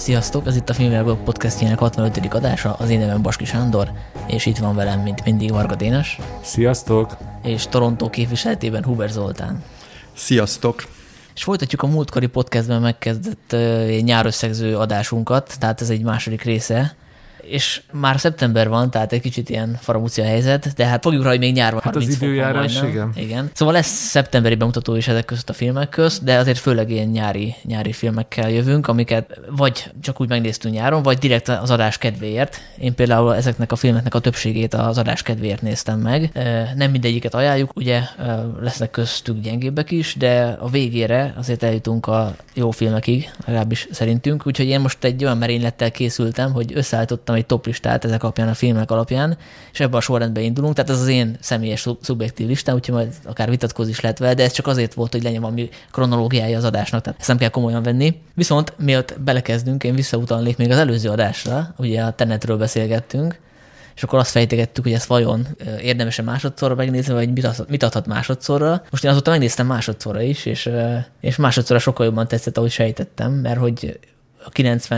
Sziasztok! Ez itt a Filmvilágok podcastjének 65. adása, az én nevem Baski Sándor, és itt van velem, mint mindig, Varga Dénes. Sziasztok! És Toronto képviseletében Huber Zoltán. Sziasztok! És folytatjuk a múltkori podcastben megkezdett nyárösszegző adásunkat, tehát ez egy második része, és már szeptember van, tehát egy kicsit ilyen faramúci a helyzet, de hát fogjuk rá, hogy még nyár van. Hát az időjárás, igen. Szóval lesz szeptemberi bemutató is ezek között a filmek közt, de azért főleg ilyen nyári filmekkel jövünk, amiket vagy csak úgy megnéztünk nyáron, vagy direkt az adás kedvéért. Én például ezeknek a filmeknek a többségét az adás kedvéért néztem meg. Nem mindegyiket ajánljuk, ugye lesznek köztük gyengébbek is, de a végére azért eljutunk a jó filmekig, legalábbis szerintünk, úgyhogy én most egy olyan merénylettel készültem, hogy összeállítottam egy toplistát ezek alapján, a filmek alapján, és ebben a sorrendben indulunk, tehát ez az én személyes szubjektív listám, úgyhogy majd akár vitatkozni is lehet vele, de ez csak azért volt, hogy legyen valami kronológiája az adásnak, tehát ezt nem kell komolyan venni. Viszont mielőtt belekezdünk, én visszautalnék még az előző adásra, ugye a Tenetről beszélgettünk, és akkor azt fejtegettük, hogy ezt vajon érdemes-e másodszorra megnézni, vagy mit adhat másodszorra. Most én azóta megnéztem másodszorra is, és másodszorra sokkal jobban tetszett, ahogy sejtettem, mert hogy a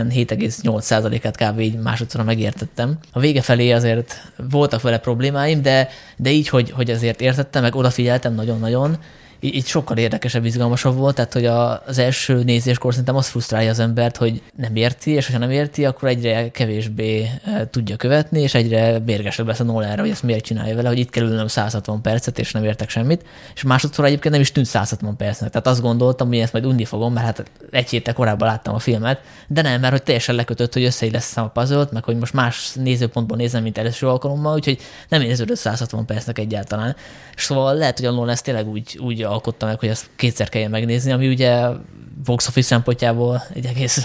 97,8%-át kb. Így másodszorra megértettem. A vége felé azért voltak vele problémáim, de így, hogy azért értettem, meg odafigyeltem nagyon-nagyon, így sokkal érdekesebb, izgalmasabb volt, tehát hogy az első nézéskor szerintem az frusztrálja az embert, hogy nem érti, és ha nem érti, akkor egyre kevésbé tudja követni, és egyre mérgesebb lesz a Nolanra, hogy ezt miért csinálja vele, hogy itt kell ülnöm 160 percet, és nem értek semmit. És másodszor egyébként nem is tűnt 160 percnek. Tehát azt gondoltam, hogy ezt majd unni fogom, mert hát egy héttel korábban láttam a filmet, de nem, mert hogy teljesen lekötött, hogy összeillesztem a puzzle-t, meg hogy most más nézőpontból nézem, mint első alkalommal, úgyhogy nem érződött 160 percnek egyáltalán. Szóval lehet, hogy a Nolan ezt tényleg úgy alkotta meg, hogy ezt kétszer kelljen megnézni, ami ugye box office szempontjából egy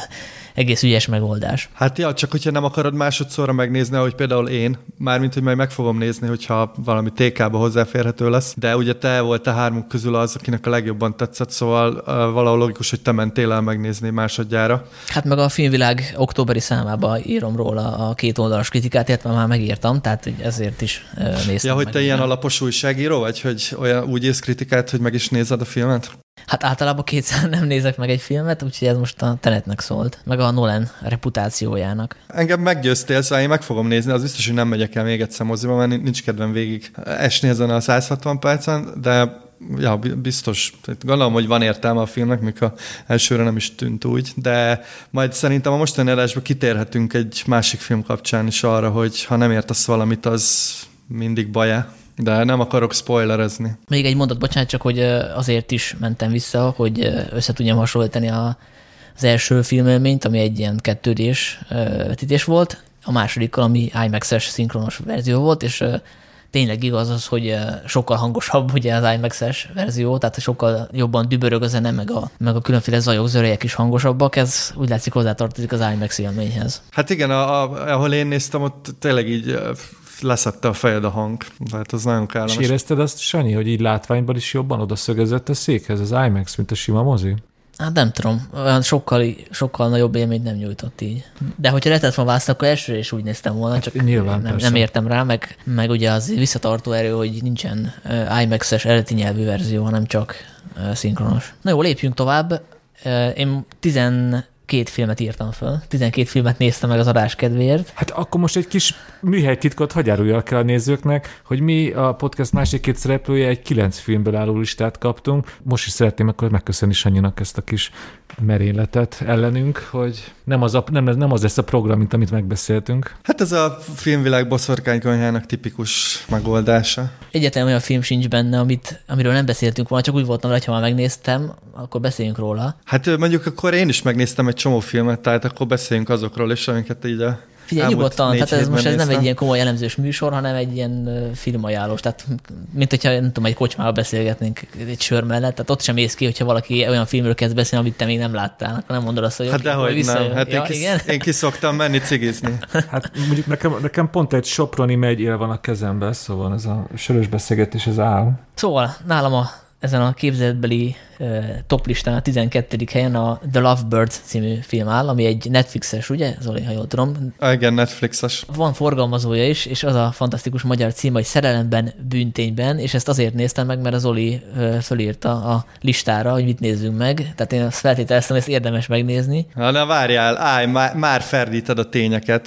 egész ügyes megoldás. Hát ja, csak hogyha nem akarod másodszorra megnézni, ahogy például én, mármint, hogy majd meg fogom nézni, hogyha valami TK-ba hozzáférhető lesz, de ugye te voltál hármuk közül az, akinek a legjobban tetszett, szóval valahol logikus, hogy te mentél el megnézni másodjára. Hát meg a Filmvilág októberi számába írom róla a 2 oldalas kritikát, illetve már megírtam, tehát ezért is néztem. Ja, hogy te ilyen alapos újságíró vagy, hogy olyan úgy írsz kritikát, hogy meg is nézed a filmet? Hát általában kétszer nem nézek meg egy filmet, úgyhogy ez most a Tenetnek szólt, meg a Nolan reputációjának. Engem meggyőztél, szóval én meg fogom nézni, az biztos, hogy nem megyek el még egyszer moziba, mert nincs kedvem végig esni ezen a 160 percen, de ja, biztos. Gondolom, hogy van értelme a filmnek, mikor elsőre nem is tűnt úgy, de majd szerintem a mostani adásban kitérhetünk egy másik film kapcsán is arra, hogy ha nem értesz valamit, az mindig baj. De nem akarok spoilerezni. Még egy mondat, bocsánat, csak hogy azért is mentem vissza, hogy össze tudjam hasonlítani az első filmélményt, ami egy ilyen 2D-s vetítés volt, a másodikkal, ami IMAX-es szinkronos verzió volt, és tényleg igaz az, hogy sokkal hangosabb ugye az IMAX-es verzió, tehát sokkal jobban dübörög a zene, meg a különféle zajok, zörejek is hangosabbak, ez úgy látszik hozzátartozik az IMAX élményhez. Hát igen, ahol én néztem, ott tényleg így leszette a fejed a hang. Tehát az nagyon kellemes. És érezted azt, Sanyi, hogy így látványban is jobban odaszögezett a székhez az IMAX, mint a sima mozi? Hát nem tudom, olyan sokkal nagyobb élményt nem nyújtott így. De hogyha lehetett volna választani, akkor elsőre is úgy néztem volna, hát csak nyilván, nem értem rá, meg ugye az visszatartó erő, hogy nincsen IMAX-es eredeti nyelvű verzió, hanem csak szinkronos. Na jó, lépjünk tovább. Én 12 filmet írtam föl. 12 filmet néztem meg az adás kedvéért. Hát akkor most egy kis műhelytitkot hadd járuljak el a nézőknek, hogy mi a podcast másik 2 szereplője egy 9 filmből álló listát kaptunk. Most is szeretném akkor megköszönni Sanyinak ezt a kis merényletet ellenünk, hogy nem az lesz a program, mint amit megbeszéltünk. Hát ez a Filmvilág boszorkánykonyhának tipikus megoldása. Egyetlen olyan film sincs benne, amiről nem beszéltünk volna, csak úgy voltam, hogy ha már megnéztem, akkor beszéljünk róla. Hát mondjuk akkor én is megnéztem egy csomó filmet, tehát akkor beszéljünk azokról is, amiket így a Figyelj, nyugodtan, tehát ez most nem egy ilyen komoly elemzős műsor, hanem egy ilyen filmajánlós, tehát mint hogyha nem tudom, egy kocsmában beszélgetnénk egy sör mellett, tehát ott sem ész ki, hogyha valaki olyan filmről kezd beszélni, amit te még nem láttál, akkor nem mondod azt, hogy hát dehogy nem, hát ja, én ki szoktam menni cigizni. Hát mondjuk nekem pont egy soproni megyél van a kezemben, szóval ez a sörös beszélgetés az áll. Szóval nálam ezen a képzeletbeli top listán a 12. helyen a The Lovebirds című film áll, ami egy Netflixes, ugye, Zoli, ha jól tudom? Igen, Netflixes. Van forgalmazója is, és az a fantasztikus magyar cím, hogy Szerelemben, bűntényben, és ezt azért néztem meg, mert az Zoli fölírta a listára, hogy mit nézzünk meg. Tehát én azt feltételeztem, hogy ezt érdemes megnézni. Na várjál, állj, már ferdíted a tényeket.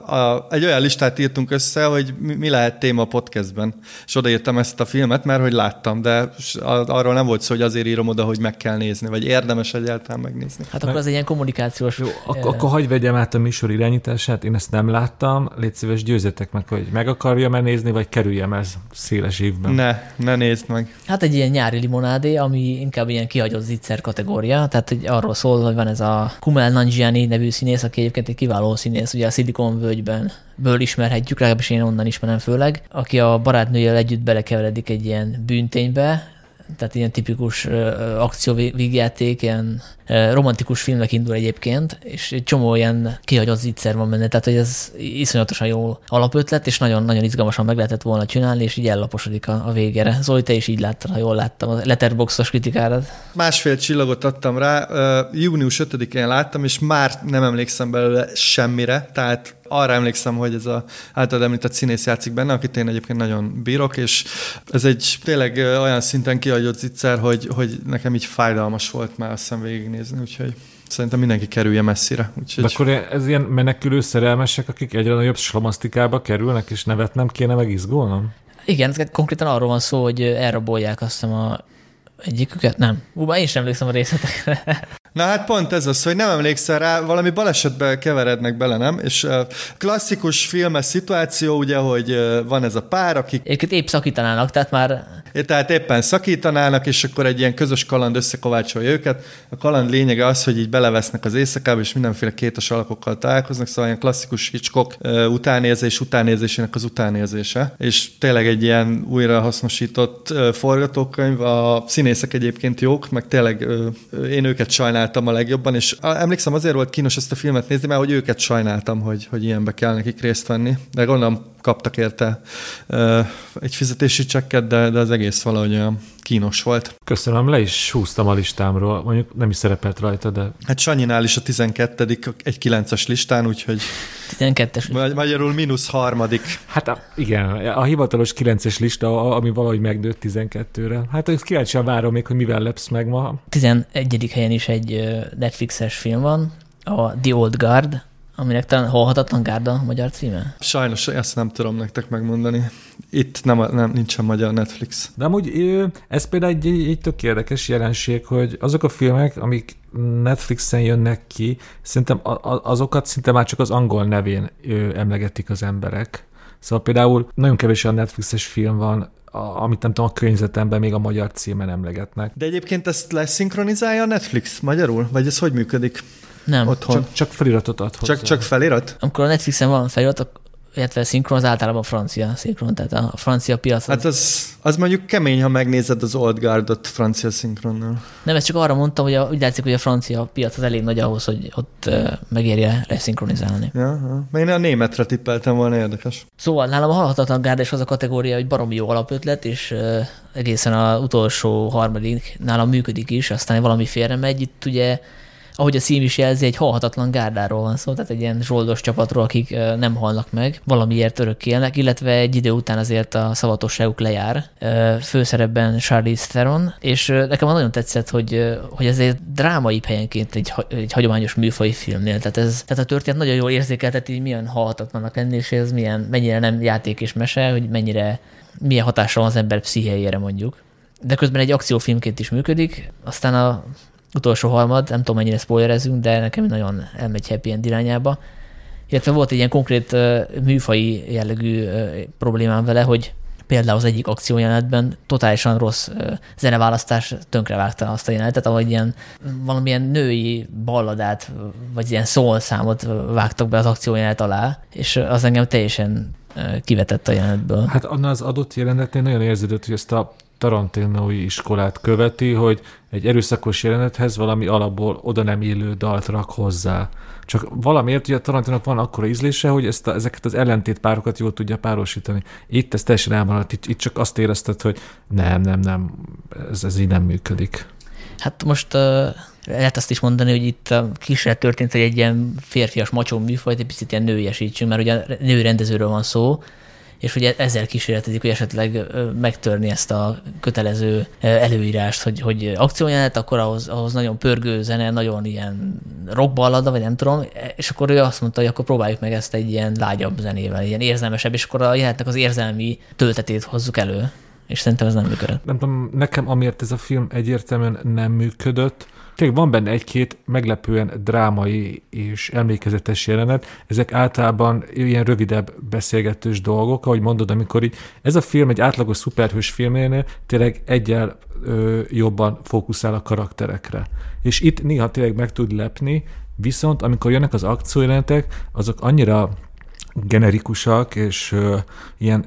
Egy olyan listát írtunk össze, hogy mi lehet téma a podcastben. És odaírtam ezt a filmet, mert hogy láttam, de arról nem volt szó, hogy azért írom oda, hogy meg kell nézni, vagy érdemes egyáltalán megnézni. Hát akkor az egy ilyen kommunikációs... Jó, akkor hagyj vegyem át a műsor irányítását, én ezt nem láttam, légy szíves, győzzetek meg, hogy meg akarjam-e nézni, vagy kerüljem ez széles évben. Ne nézd meg. Hát egy ilyen nyári limonádé, ami inkább ilyen kihagyott zicser kategória, tehát hogy arról szól, hogy van ez a Kumail Nanjiani nevű színész, aki egyébként egy kiváló színész, ugye a Silicon völgyből ismerhetjük, legalábbis én onnan ismerem főleg, aki a barátnőjével együtt belekeveredik egy ilyen bűnténybe, tehát ilyen tipikus akcióvígjáték, ilyen romantikus filmnek indul egyébként, és egy csomó ilyen kihagyott zicser van benne, tehát hogy ez iszonyatosan jó alapötlet, és nagyon-nagyon izgalmasan meg lehetett volna csinálni, és így ellaposodik a végére. Zoli, te is így láttad, ha jól láttam a Letterboxdos kritikárat. 1,5 csillagot adtam rá, június 5-én láttam, és már nem emlékszem belőle semmire, tehát arra emlékszem, hogy ez az általad említett színész játszik benne, akit én egyébként nagyon bírok, és ez egy tényleg olyan szinten kihagyott zicser, hogy nekem így fájdalmas volt már azt hiszem végignézni, úgyhogy szerintem mindenki kerülje messzire. Úgyhogy... De akkor ez ilyen menekülő szerelmesek, akik egyre nagyobb slamasztikába kerülnek, és nevet nem kéne meg izgulnom? Igen, ez konkrétan arról van szó, hogy elrabolják azt hiszem egyiküket? Nem. Már én sem emlékszem a részletekre. Na hát pont ez az, hogy nem emlékszel rá, valami balesetbe keverednek bele, nem? És klasszikus filmes szituáció, ugye, hogy van ez a pár, akik... Egyébként épp szakítanának, tehát már... Tehát éppen szakítanának, és akkor egy ilyen közös kaland összekovácsolja őket. A kaland lényege az, hogy így belevesznek az éjszakába, és mindenféle kétes alakokkal találkoznak, szóval ilyen klasszikus Hitchcock utánérzésének az utánérzése. És tényleg egy ilyen újrahasznosított forgatókönyv. A színészek egyébként jók, meg tényleg én őket sajnáltam a legjobban, és emlékszem, azért volt kínos ezt a filmet nézni, mert hogy őket sajnáltam, hogy ilyenbe kell nekik részt venni. De gondolom kaptak érte egy fizetési csekket, de az egész valahogy olyan kínos volt. Köszönöm, le is húztam a listámról, mondjuk nem is szerepelt rajta, de... Hát Sanyinál is a 12. egy 9-es listán, úgyhogy... 12-es. Magyarul -3. Hát igen, a hivatalos 9-es lista, ami valahogy megnőtt 12-re. Hát ezt kíváncsian várom még, hogy mivel lepsz meg ma. 11. helyen is egy Netflixes film van, a The Old Guard, aminek talán Halhatatlan gárda a magyar címe? Sajnos ezt nem tudom nektek megmondani. Itt nincsen magyar Netflix. De amúgy ez például egy tök érdekes jelenség, hogy azok a filmek, amik Netflixen jönnek ki, szerintem azokat szinte már csak az angol nevén emlegetik az emberek. Szóval például nagyon kevés olyan Netflixes film van, amit nem tudom, a környezetemben még a magyar címen emlegetnek. De egyébként ezt leszinkronizálja a Netflix magyarul? Vagy ez hogy működik? Nem. Otthon? Csak feliratot ad hozzá. Csak felirat? Amikor a Netflixen van felirat, illetve szinkron, az általában francia szinkron, tehát a francia piac... Hát az mondjuk kemény, ha megnézed az Old Guardot francia szinkronnal. Nem, ezt csak arra mondtam, hogy úgy látszik, hogy a francia piac az elég nagy ahhoz, hogy ott megérje leszinkronizálni. Ja. Én a németre tippeltem volna, érdekes. Szóval nálam a Halhatatlan gárda és az a kategória, hogy baromi jó alapötlet, és egészen az utolsó harmadik nálam működik is, aztán valami félre megy. Itt ugye, ahogy a cím is jelzi, egy halhatatlan gárdáról van szó, tehát egy ilyen zsoldos csapatról, akik nem halnak meg, valamiért örökké élnek, illetve egy idő után azért a szavatosságuk lejár. Főszerepben Charlize Theron, és nekem nagyon tetszett, hogy ezért drámaibb helyenként egy hagyományos műfaji filmnél. Tehát a történet nagyon jól érzékelteti, hogy milyen halhatatlannak lenni, és ez mennyire nem játék és mese, hogy milyen hatással van az ember pszichéjére mondjuk. De közben egy akciófilmként is működik, aztán a utolsó harmad, nem tudom, mennyire spoilerezünk, de nekem nagyon elmegy happy end irányába. Illetve volt egy ilyen konkrét műfaji jellegű problémám vele, hogy például az egyik akciójelenetben totálisan rossz zeneválasztás tönkrevágta azt a jelenetet, ahogy ilyen valamilyen női balladát, vagy ilyen szólszámot vágtak be az akciójelenet alá, és az engem teljesen kivetett a jelenetből. Hát annál az adott jelenetnél nagyon érződött, hogy ezt a Tarantinói iskolát követi, hogy egy erőszakos jelenethez valami alapból oda nem illő dalt rak hozzá. Csak valamiért, hogy a Tarantinónak van akkora ízlése, hogy ezeket az ellentétpárokat jól tudja párosítani. Itt ez teljesen elmaradt, itt csak azt érezted, hogy nem, ez így nem működik. Hát most lehet azt is mondani, hogy itt kísérlet történt, hogy egy ilyen férfias macsó műfajt egy picit ilyen nőiesítsünk, mert ugye női rendezőről van szó, és ugye ezzel kísérletezik, hogy esetleg megtörni ezt a kötelező előírást, hogy akciójelenet, akkor ahhoz nagyon pörgő zene, nagyon ilyen rockballada, vagy nem tudom, és akkor ő azt mondta, hogy akkor próbáljuk meg ezt egy ilyen lágyabb zenével, ilyen érzelmesebb, és akkor a jelenetnek az érzelmi töltetét hozzuk elő. És szerintem ez nem működött. Nem tudom, nekem amiért ez a film egyértelműen nem működött, tényleg van benne egy-két meglepően drámai és emlékezetes jelenet, ezek általában ilyen rövidebb beszélgetős dolgok, ahogy mondod, amikor így ez a film egy átlagos szuperhős filmnél tényleg egyel jobban fókuszál a karakterekre. És itt néha tényleg meg tud lepni, viszont amikor jönnek az akciójelenetek, azok annyira generikusak, és ilyen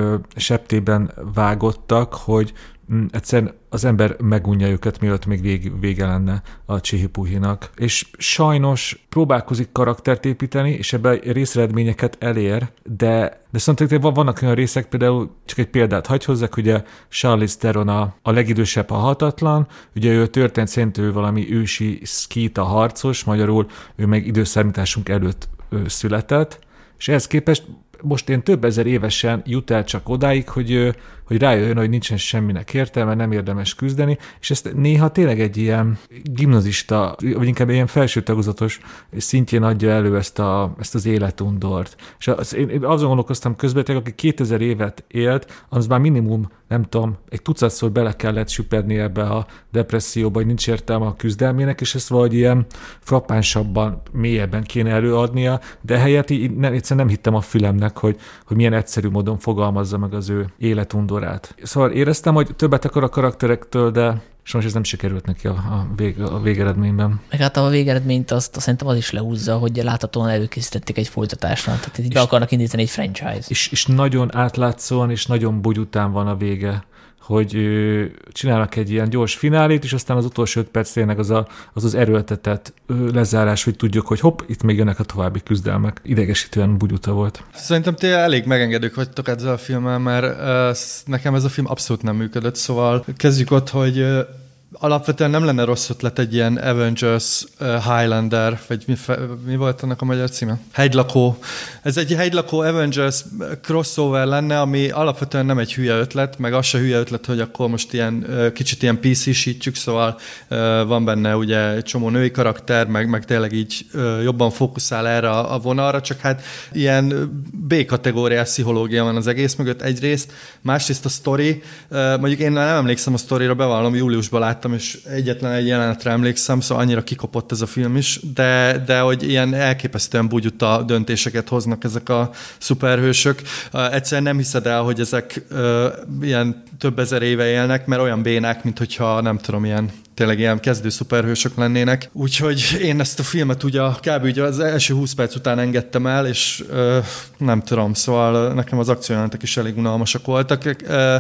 septében vágottak, hogy egyszerűen az ember megunja őket, mielőtt még vége lenne a Csihipuhinak. És sajnos próbálkozik karaktert építeni, és ebben részeredményeket elér, de szóval vannak olyan részek, például csak egy példát hagy hozzak, ugye Charlize Theron a legidősebb halhatatlan, ugye ő történt szerint ő valami ősi szkíta harcos, magyarul ő meg időszámításunk előtt született, és ehhez képest most én több ezer évesen jut el csak odáig, hogy rájöjjön, hogy nincsen semminek értelme, nem érdemes küzdeni, és ezt néha tényleg egy ilyen gimnazista, vagy inkább ilyen felső tagozatos szintjén adja elő ezt az életundort. És én azon gondolkoztam közben, aki 2000 évet élt, az már minimum, nem tudom, egy tucatszor bele kellett süperni ebbe a depresszióba, hogy nincs értelme a küzdelmének, és ezt valahogy ilyen frappánsabban, mélyebben kéne előadnia, de helyett egyszerűen nem hittem a fülemnek, hogy milyen egyszerű módon fogalmazza meg az ő életundorát. Szóval éreztem, hogy többet akar a karakterektől, de sajnos ez nem sikerült neki a végeredményben. Meg hát a végeredményt azt szerintem az is lehúzza, hogy láthatóan előkészítették egy folytatásra. Tehát így be akarnak indítani egy franchise. És nagyon átlátszóan és nagyon bugyután van a vége, hogy csinálnak egy ilyen gyors finálét, és aztán az utolsó 5 perc tényleg az erőltetett lezárás, hogy tudjuk, hogy hopp, itt még jönnek a további küzdelmek. Idegesítően bugyuta volt. Szerintem ti elég megengedők vagytok ezzel a filmmel, mert nekem ez a film abszolút nem működött, szóval kezdjük ott, hogy alapvetően nem lenne rossz ötlet egy ilyen Avengers Highlander, vagy mi volt annak a magyar címe? Hegylakó. Ez egy hegylakó Avengers crossover lenne, ami alapvetően nem egy hülye ötlet, meg az se hülye ötlet, hogy akkor most ilyen kicsit ilyen PC-sítjük, szóval van benne ugye egy csomó női karakter, meg tényleg így jobban fókuszál erre a vonalra, csak hát ilyen B-kategóriás pszichológia van az egész mögött egyrészt, másrészt a sztori, mondjuk én nem emlékszem a sztorira, bevallom, júliusban láttam, és egyetlen egy jelenetre emlékszem, szóval annyira kikopott ez a film is, de hogy ilyen elképesztően bugyuta döntéseket hoznak ezek a szuperhősök. Egyszerűen nem hiszed el, hogy ezek ilyen több ezer éve élnek, mert olyan bénák, mint hogyha nem tudom, tényleg ilyen kezdő szuperhősök lennének. Úgyhogy én ezt a filmet ugye kb. Ugye az első 20 perc után engedtem el, és nem tudom, szóval nekem az akciójelenetek is elég unalmasak voltak.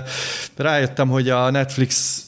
Rájöttem, hogy a Netflix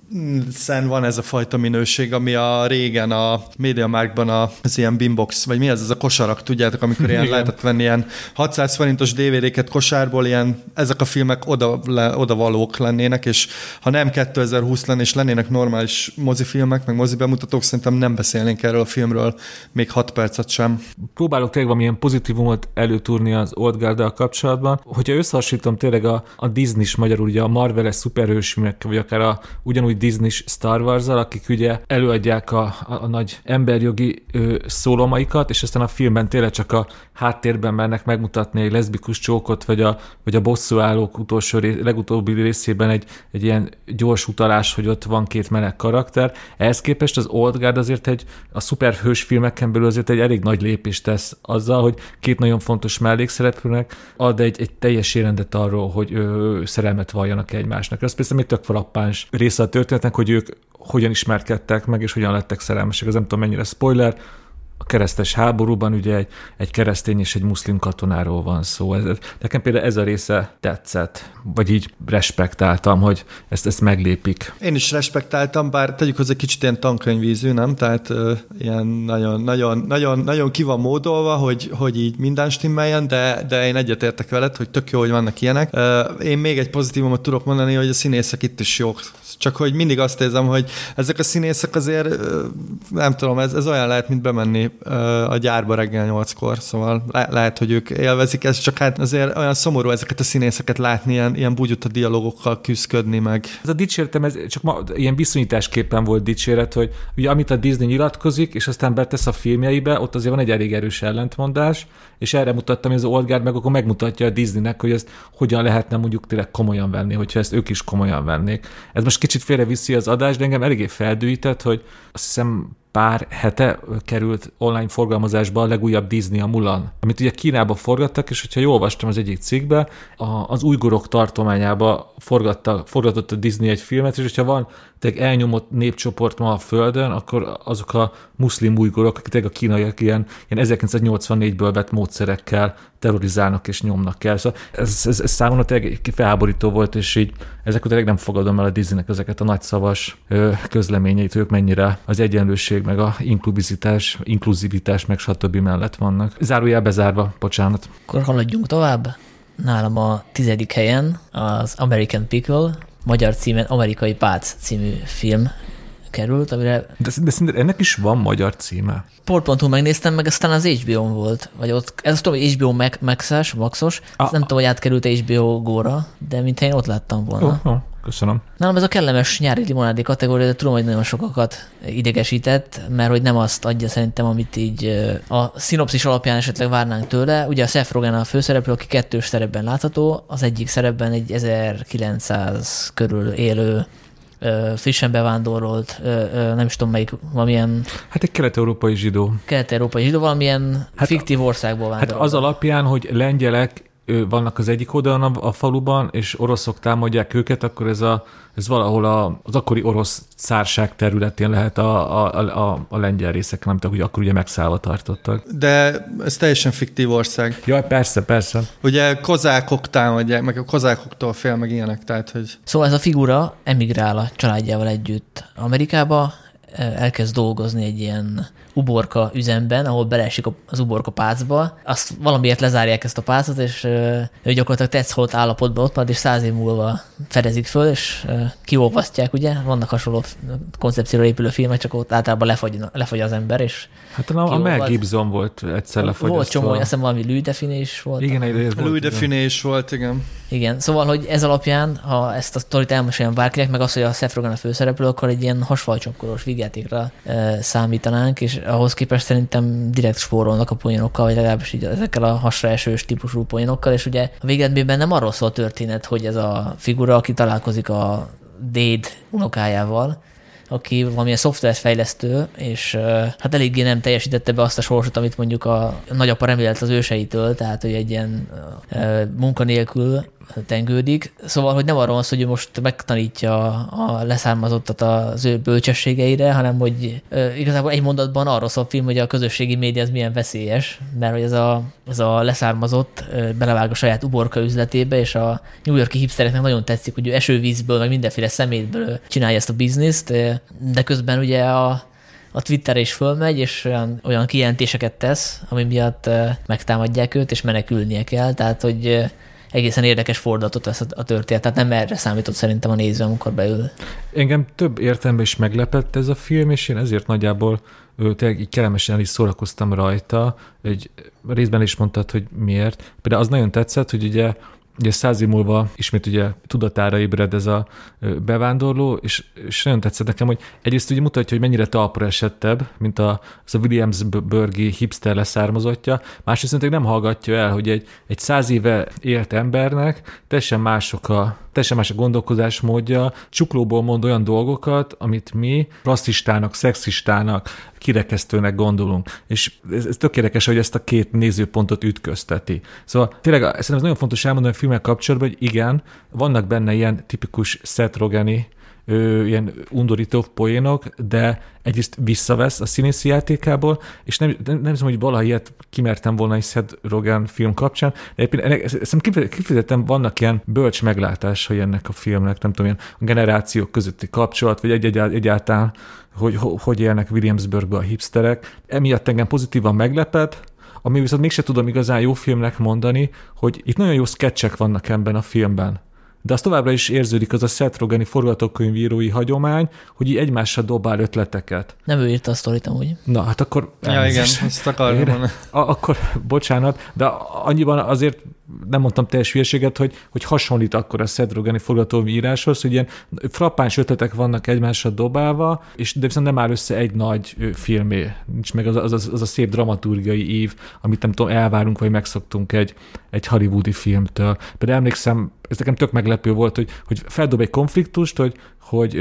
van ez a fajta minőség, ami a régen a MediaMarktban az ilyen bimbox, vagy mi ez a kosarak, tudjátok, amikor ilyen lehetett venni ilyen 600 forintos DVD-ket kosárból, ilyen, ezek a filmek odavalók lennének, és ha nem 2020 lenne, és lennének normális mozifilmek, meg mozibemutatók, szerintem nem beszélnénk erről a filmről még 6 percet sem. Próbálok tényleg valamilyen pozitívumot előtúrni az Old Guard-dal kapcsolatban. Hogyha összehasonlítom tényleg a Disney-s, magyarul ugye a Marvel-es szuperhősfilmek, vagy akár ugyanúgy Disney-s Star Wars-zal, akik ugye előadják a nagy emberjogi szólomaikat, és aztán a filmben tényleg csak a háttérben mennek megmutatni egy leszbikus csókot, vagy a bosszúállók legutóbbi részében egy ilyen gyors utalás, hogy ott van 2 meleg karakter. Ehhez képest az Old Guard azért a szuperhős filmeken belül azért egy elég nagy lépést tesz azzal, hogy 2 nagyon fontos mellékszereplőnek ad egy teljes érendet arról, hogy szerelmet valljanak egymásnak. Ez persze még tök frappáns része a történetnek, hogy ők hogyan ismerkedtek meg, és hogyan lettek szerelmesek. Ez nem tudom, mennyire spoiler, a keresztes háborúban ugye egy keresztény és egy muszlim katonáról van szó. Nekem például ez a része tetszett, vagy így respektáltam, hogy ezt meglépik. Én is respektáltam, bár tegyük hozzá kicsit ilyen tankönyvízű, nem? Tehát ilyen nagyon ki van módolva, hogy így minden stimmeljen, de én egyetértek veled, hogy tök jó, hogy vannak ilyenek. Én még egy pozitívumot tudok mondani, hogy a színészek itt is jók. Csak hogy mindig azt érzem, hogy ezek a színészek azért, nem tudom, ez olyan lehet, mint bemenni a gyárba reggel 8-kor, szóval lehet, hogy ők élvezik ezt, csak hát azért olyan szomorú ezeket a színészeket látni, ilyen bugyuta dialógokkal küzdködni meg. Ez a dicséretem, ez csak ilyen viszonyításképpen volt dicséret, hogy ugye amit a Disney nyilatkozik, és aztán betesz a filmjeibe, ott azért van egy elég erős ellentmondás, és erre mutattam, hogy az Old Guard meg akkor megmutatja a Disneynek, hogy ezt hogyan lehetne mondjuk tényleg komolyan venni, hogyha ezt ők is komolyan vennék. Ez most kicsit félreviszi az adást, de engem eléggé feldűített, hogy azt hiszem pár hete került online forgalmazásba a legújabb Disney, a Mulan, amit ugye Kínában forgattak, és hogyha jól olvastam az egyik cikkbe, az ujgurok tartományába forgatott a Disney egy filmet, és hogyha van elnyomott népcsoport ma a Földön, akkor azok a muszlim ujgurok, akik a kínaiak ilyen 1984-ből vett módszerekkel terrorizálnak és nyomnak el. Szóval ez számomra tényleg felháborító volt, és így ezek tényleg nem fogadom el a Disneynek ezeket a nagyszavas közleményeit, hogy ők mennyire az egyenlőség, meg a inkluzivitás, meg stb. Mellett vannak. Zárójel bezárva, bocsánat. Akkor haladjunk tovább. Nálam a 10. helyen az American Pickle, magyar címen Amerikai Pác című film került, amire... De szerintem ennek is van magyar címe. Port.hu megnéztem, meg aztán az HBO-n volt. Vagy ott, ez tudom, hogy HBO Maxos, nem tudom, hogy átkerült HBO Go-ra, de mintha én ott láttam volna. Köszönöm. Nálam ez a kellemes nyári limonádé kategória, de tudom, hogy nagyon sokakat idegesített, mert hogy nem azt adja szerintem, amit így a szinopszis alapján esetleg várnánk tőle. Ugye a Seth Rogen a főszereplő, aki 2 szerepben látható, az egyik szerepben egy 1900 körül élő frissen bevándorolt, nem is tudom melyik, valamilyen... Hát egy kelet-európai zsidó. Kelet-európai zsidó, valamilyen fiktív országból vándorolt. Hát az alapján, hogy lengyelek vannak az egyik oldalon a faluban, és oroszok támadják őket, akkor ez valahol az akkori orosz cárság területén lehet a lengyel részeken, amit akkor ugye megszállva tartottak. De ez teljesen fiktív ország. Jaj, persze. Ugye kozákok támadják, meg a kozákoktól fél, meg ilyenek, tehát hogy... Szóval ez a figura emigrál a családjával együtt Amerikába, elkezd dolgozni egy ilyen uborka üzemben, ahol beleesik az uborka pácba, azt valamiért lezárják ezt a pácot, és ő gyakorlatilag tetszholt állapotban ott marad, és 100 év múlva fedezik föl, és kiolvasztják, ugye? Vannak hasonló koncepcióra épülő filmek, csak ott általában lefagy az ember, és hát a Mel Gibson volt egyszer lefagyasztva. Volt csomó, azt hiszem valami Louis Define is volt. Igen, Louis Define is volt, igen. Igen, szóval, hogy ez alapján, ha ezt a sztorit elmesélem bárkinek, meg az, hogy a Seth Rogen a főszereplő, akkor egy ilyen hasfalcsapkoros vígjátékra számítanánk, és ahhoz képest szerintem direkt spórolnak a poénokkal, vagy legalábbis így ezekkel a hasraesős típusú poénokkal, és ugye a végeredményben nem arról szól a történet, hogy ez a figura, aki találkozik a Dade unokájával, aki valamilyen szoftverfejlesztő, és hát eléggé nem teljesítette be azt a sorsot, amit mondjuk a nagyapa remélt az őseitől, tehát hogy egy ilyen munkanélkül tengődik. Szóval, hogy nem arról van szó, hogy most megtanítja a leszármazottat az ő bölcsességeire, hanem hogy igazából egy mondatban arról szól a film, hogy a közösségi média az milyen veszélyes, mert hogy ez a leszármazott belevág a saját uborka üzletébe, és a New York-i hipstereknek nagyon tetszik, hogy ő esővízből, meg mindenféle szemétből csinálja ezt a bizniszt, de közben ugye a Twitterre is fölmegy, és olyan kijelentéseket tesz, ami miatt megtámadják őt, és menekülnie kell, tehát hogy egészen érdekes fordulatot vesz a történet, tehát nem erre számított szerintem a néző, amikor beül. Engem több értelemben is meglepett ez a film, és én ezért nagyjából tényleg így kellemesen is szórakoztam rajta, egy részben is mondtad, hogy miért. Például az nagyon tetszett, hogy ugye 100 év múlva ismét ugye tudatára ébred ez a bevándorló, és nagyon tetszett nekem, hogy egyrészt ugye mutatja, hogy mennyire talpra esettebb, mint az a Williamsburgi hipster leszármazottja, másrészt szerintem nem hallgatja el, hogy egy 100 éve élt embernek teljesen más a gondolkodásmódja, csuklóból mond olyan dolgokat, amit mi rasszistának, szexistának, kirekesztőnek gondolunk. És ez tök érdekes, hogy ezt a két nézőpontot ütközteti. Szóval tényleg szerintem ez nagyon fontos elmondani a filmek kapcsolatban, hogy igen, vannak benne ilyen tipikus Seth Rogeni ilyen undorító poénok, de egyrészt visszavesz a színészi játékából, és nem hiszem, hogy valaha ilyet kimertem volna egy Seth Rogen film kapcsán, de kifejezetten vannak ilyen bölcs meglátásai ennek a filmnek, nem tudom, ilyen a generációk közötti kapcsolat, vagy egyáltalán, hogy élnek Williamsburgba a hipsterek. Emiatt engem pozitívan meglepett, ami viszont mégsem tudom igazán jó filmnek mondani, hogy itt nagyon jó sketchek vannak ebben a filmben. De az továbbra is érződik az a Seth Rogeni forgatókönyvírói hagyomány, hogy így egymásra dobál ötleteket. Nem ő írta a sztorit amúgy. Na, hát akkor... Ja, igen, ezt akartam. Akkor, bocsánat, de annyiban azért nem mondtam teljes hülyeséget, hogy hasonlít akkor a Seth Rogeni forgatóíráshoz, hogy ilyen frappáns ötletek vannak egymásra dobálva, de viszont nem áll össze egy nagy filmé. Nincs meg az a szép dramaturgiai ív, amit nem tudom, elvárunk, vagy megszoktunk egy hollywoodi filmtől. Például emlékszem, ez nekem tök meglepő volt, hogy feldob egy konfliktust, hogy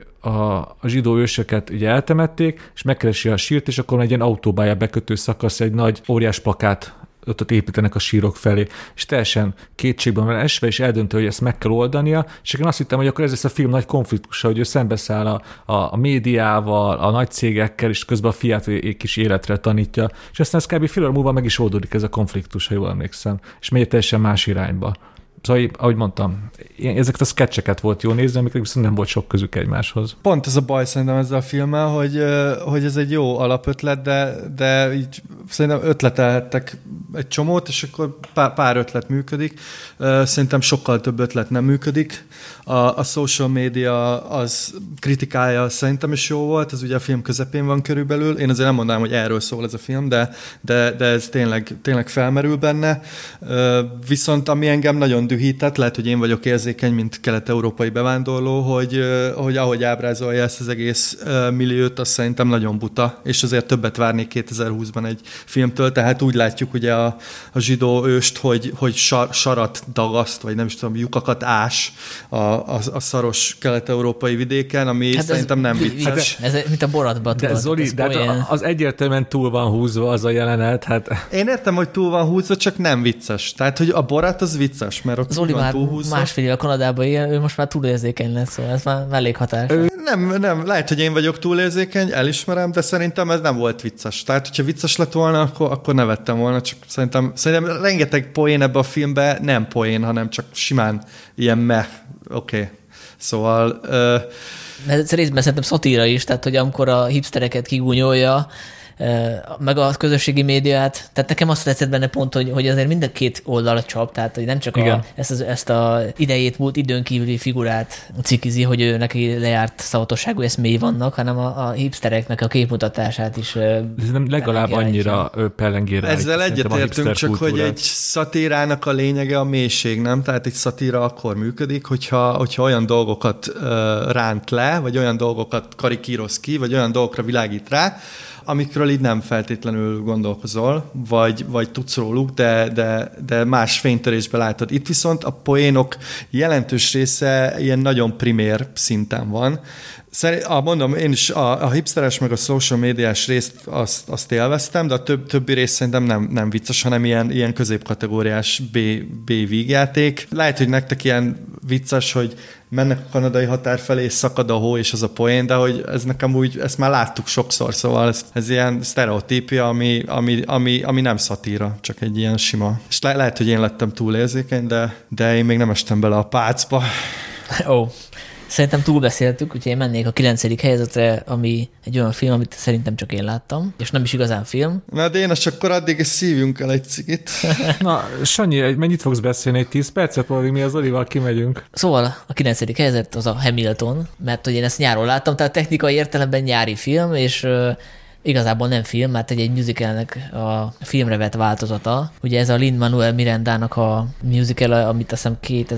a zsidó ősöket ugye eltemették, és megkeresi a sírt, és akkor egy ilyen autópálya bekötő szakasz, egy nagy óriás plakát ott építenek a sírok felé, és teljesen kétségben van esve, és eldöntő, hogy ezt meg kell oldania, és én azt hittem, hogy akkor ez lesz a film nagy konfliktusa, hogy ő szembeszáll a médiával, a nagy cégekkel, és közben a fiát egy kis életre tanítja, és aztán ez kb. Fél óra múlva meg is oldódik ez a konfliktus, ha jól emlékszem, és megy teljesen más irányba. Szóval, ahogy mondtam, ezeket a sketcheket volt jó nézni, amiknek viszont nem volt sok közük egymáshoz. Pont ez a baj szerintem ezzel a filmmel, hogy ez egy jó alapötlet, de így szerintem ötletelhettek egy csomót, és akkor pár ötlet működik. Szerintem sokkal több ötlet nem működik. A social media az kritikája szerintem is jó volt, ez ugye a film közepén van körülbelül. Én azért nem mondanám, hogy erről szól ez a film, de ez tényleg felmerül benne. Viszont ami engem nagyon dühített, lehet, hogy én vagyok érzékeny, mint kelet-európai bevándorló, hogy ahogy ábrázolja ezt az egész milliót, az szerintem nagyon buta, és azért többet várnék 2020-ban egy filmtől, tehát úgy látjuk ugye a zsidó őst, hogy sarat dagaszt, vagy nem is tudom, lyukakat ás a szaros kelet-európai vidéken, ami hát szerintem nem vicces. Ez mint a Boratban. De Zoli, az egyértelműen túl van húzva az a jelenet. Hát. Én értem, hogy túl van húzva, csak nem vicces. Tehát, hogy a Borat az vicces, mert ott Zoli már másfél éve Kanadában él, ő most már túlérzékeny lesz, szóval ez már mellékhatás. Nem, lehet, hogy én vagyok túlérzékeny, elismerem, de szerintem ez nem volt vicces. Tehát, hogyha vicces lett volna, akkor nevettem volna, csak szerintem rengeteg poén ebbe a filmbe nem poén, hanem csak simán ilyen oké. Szóval... Ez részben szerintem szatíra is, tehát, hogy amikor a hipstereket kigúnyolja, meg a közösségi médiát, tehát nekem azt tetszett benne pont, hogy azért mind a két oldal csap, tehát hogy nem csak ezt a idejét múlt időn kívüli figurát cikizi, hogy ő neki lejárt szavatosságú eszméi vannak, hanem a hipstereknek a képmutatását is. Nem legalább annyira pellengére. Ezzel egyetértünk, csak hogy egy szatírának a lényege a mélység, nem? Tehát egy szatíra akkor működik, hogyha olyan dolgokat ránt le, vagy olyan dolgokat karikíroz ki, vagy olyan dolgokra világít rá, amikről így nem feltétlenül gondolkozol, vagy tudsz róluk, de más fénytörésben látod. Itt viszont a poénok jelentős része ilyen nagyon primér szinten van. Mondom, én is a hipsteres meg a social médiás részt azt élveztem, de a többi rész szerintem nem vicces, hanem ilyen középkategóriás B vígjáték. Lehet, hogy nektek ilyen vicces, hogy mennek a kanadai határ felé, és szakad a hó, és az a poén, de hogy ez nekem úgy, ezt már láttuk sokszor, szóval ez ilyen sztereotípia, ami nem szatíra, csak egy ilyen sima. És lehet, hogy én lettem túlérzékeny, de én még nem estem bele a pácba. Szerintem túlbeszéltük, úgyhogy én mennék a 9. helyezetre, ami egy olyan film, amit szerintem csak én láttam, és nem is igazán film. Na, de én akkor addig szívjunk el egy cigit. Na, Sanyi, mennyit fogsz beszélni? Egy 10 percet, vagy mi az Olival kimegyünk? Szóval a 9. helyezet az a Hamilton, mert hogy én ezt nyáron láttam, tehát technikai értelemben nyári film, és igazából nem film, mert egy musicalnek a filmre vett változata. Ugye ez a Lin-Manuel Mirandának a musical, amit azt hiszem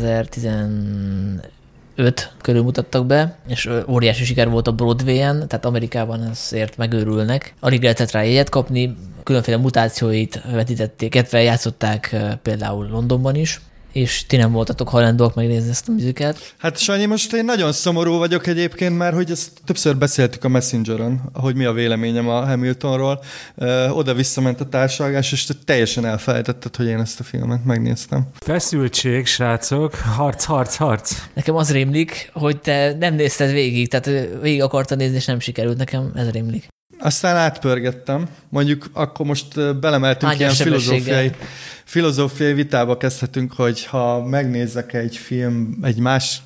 2015 körül mutattak be, és óriási siker volt a Broadway-en, tehát Amerikában ezért megőrülnek. Alig lehetett rá jegyet kapni, különféle mutációit vetítették, illetve játszották például Londonban is, és ti nem voltatok hajlandóak megnézni ezt a musicalt. Hát Sanyi, most én nagyon szomorú vagyok egyébként, mert hogy ezt többször beszéltük a Messengeren, hogy mi a véleményem a Hamiltonról. Oda visszament a társalgás, és te teljesen elfelejtetted, hogy én ezt a filmet megnéztem. Feszültség, srácok, harc. Nekem az rémlik, hogy te nem nézted végig, tehát végig akartad nézni, és nem sikerült, nekem ez rémlik. Aztán átpörgettem. Mondjuk akkor most belemeltünk hányos ilyen filozófiai vitába kezdhetünk, hogy ha megnézek egy film, egy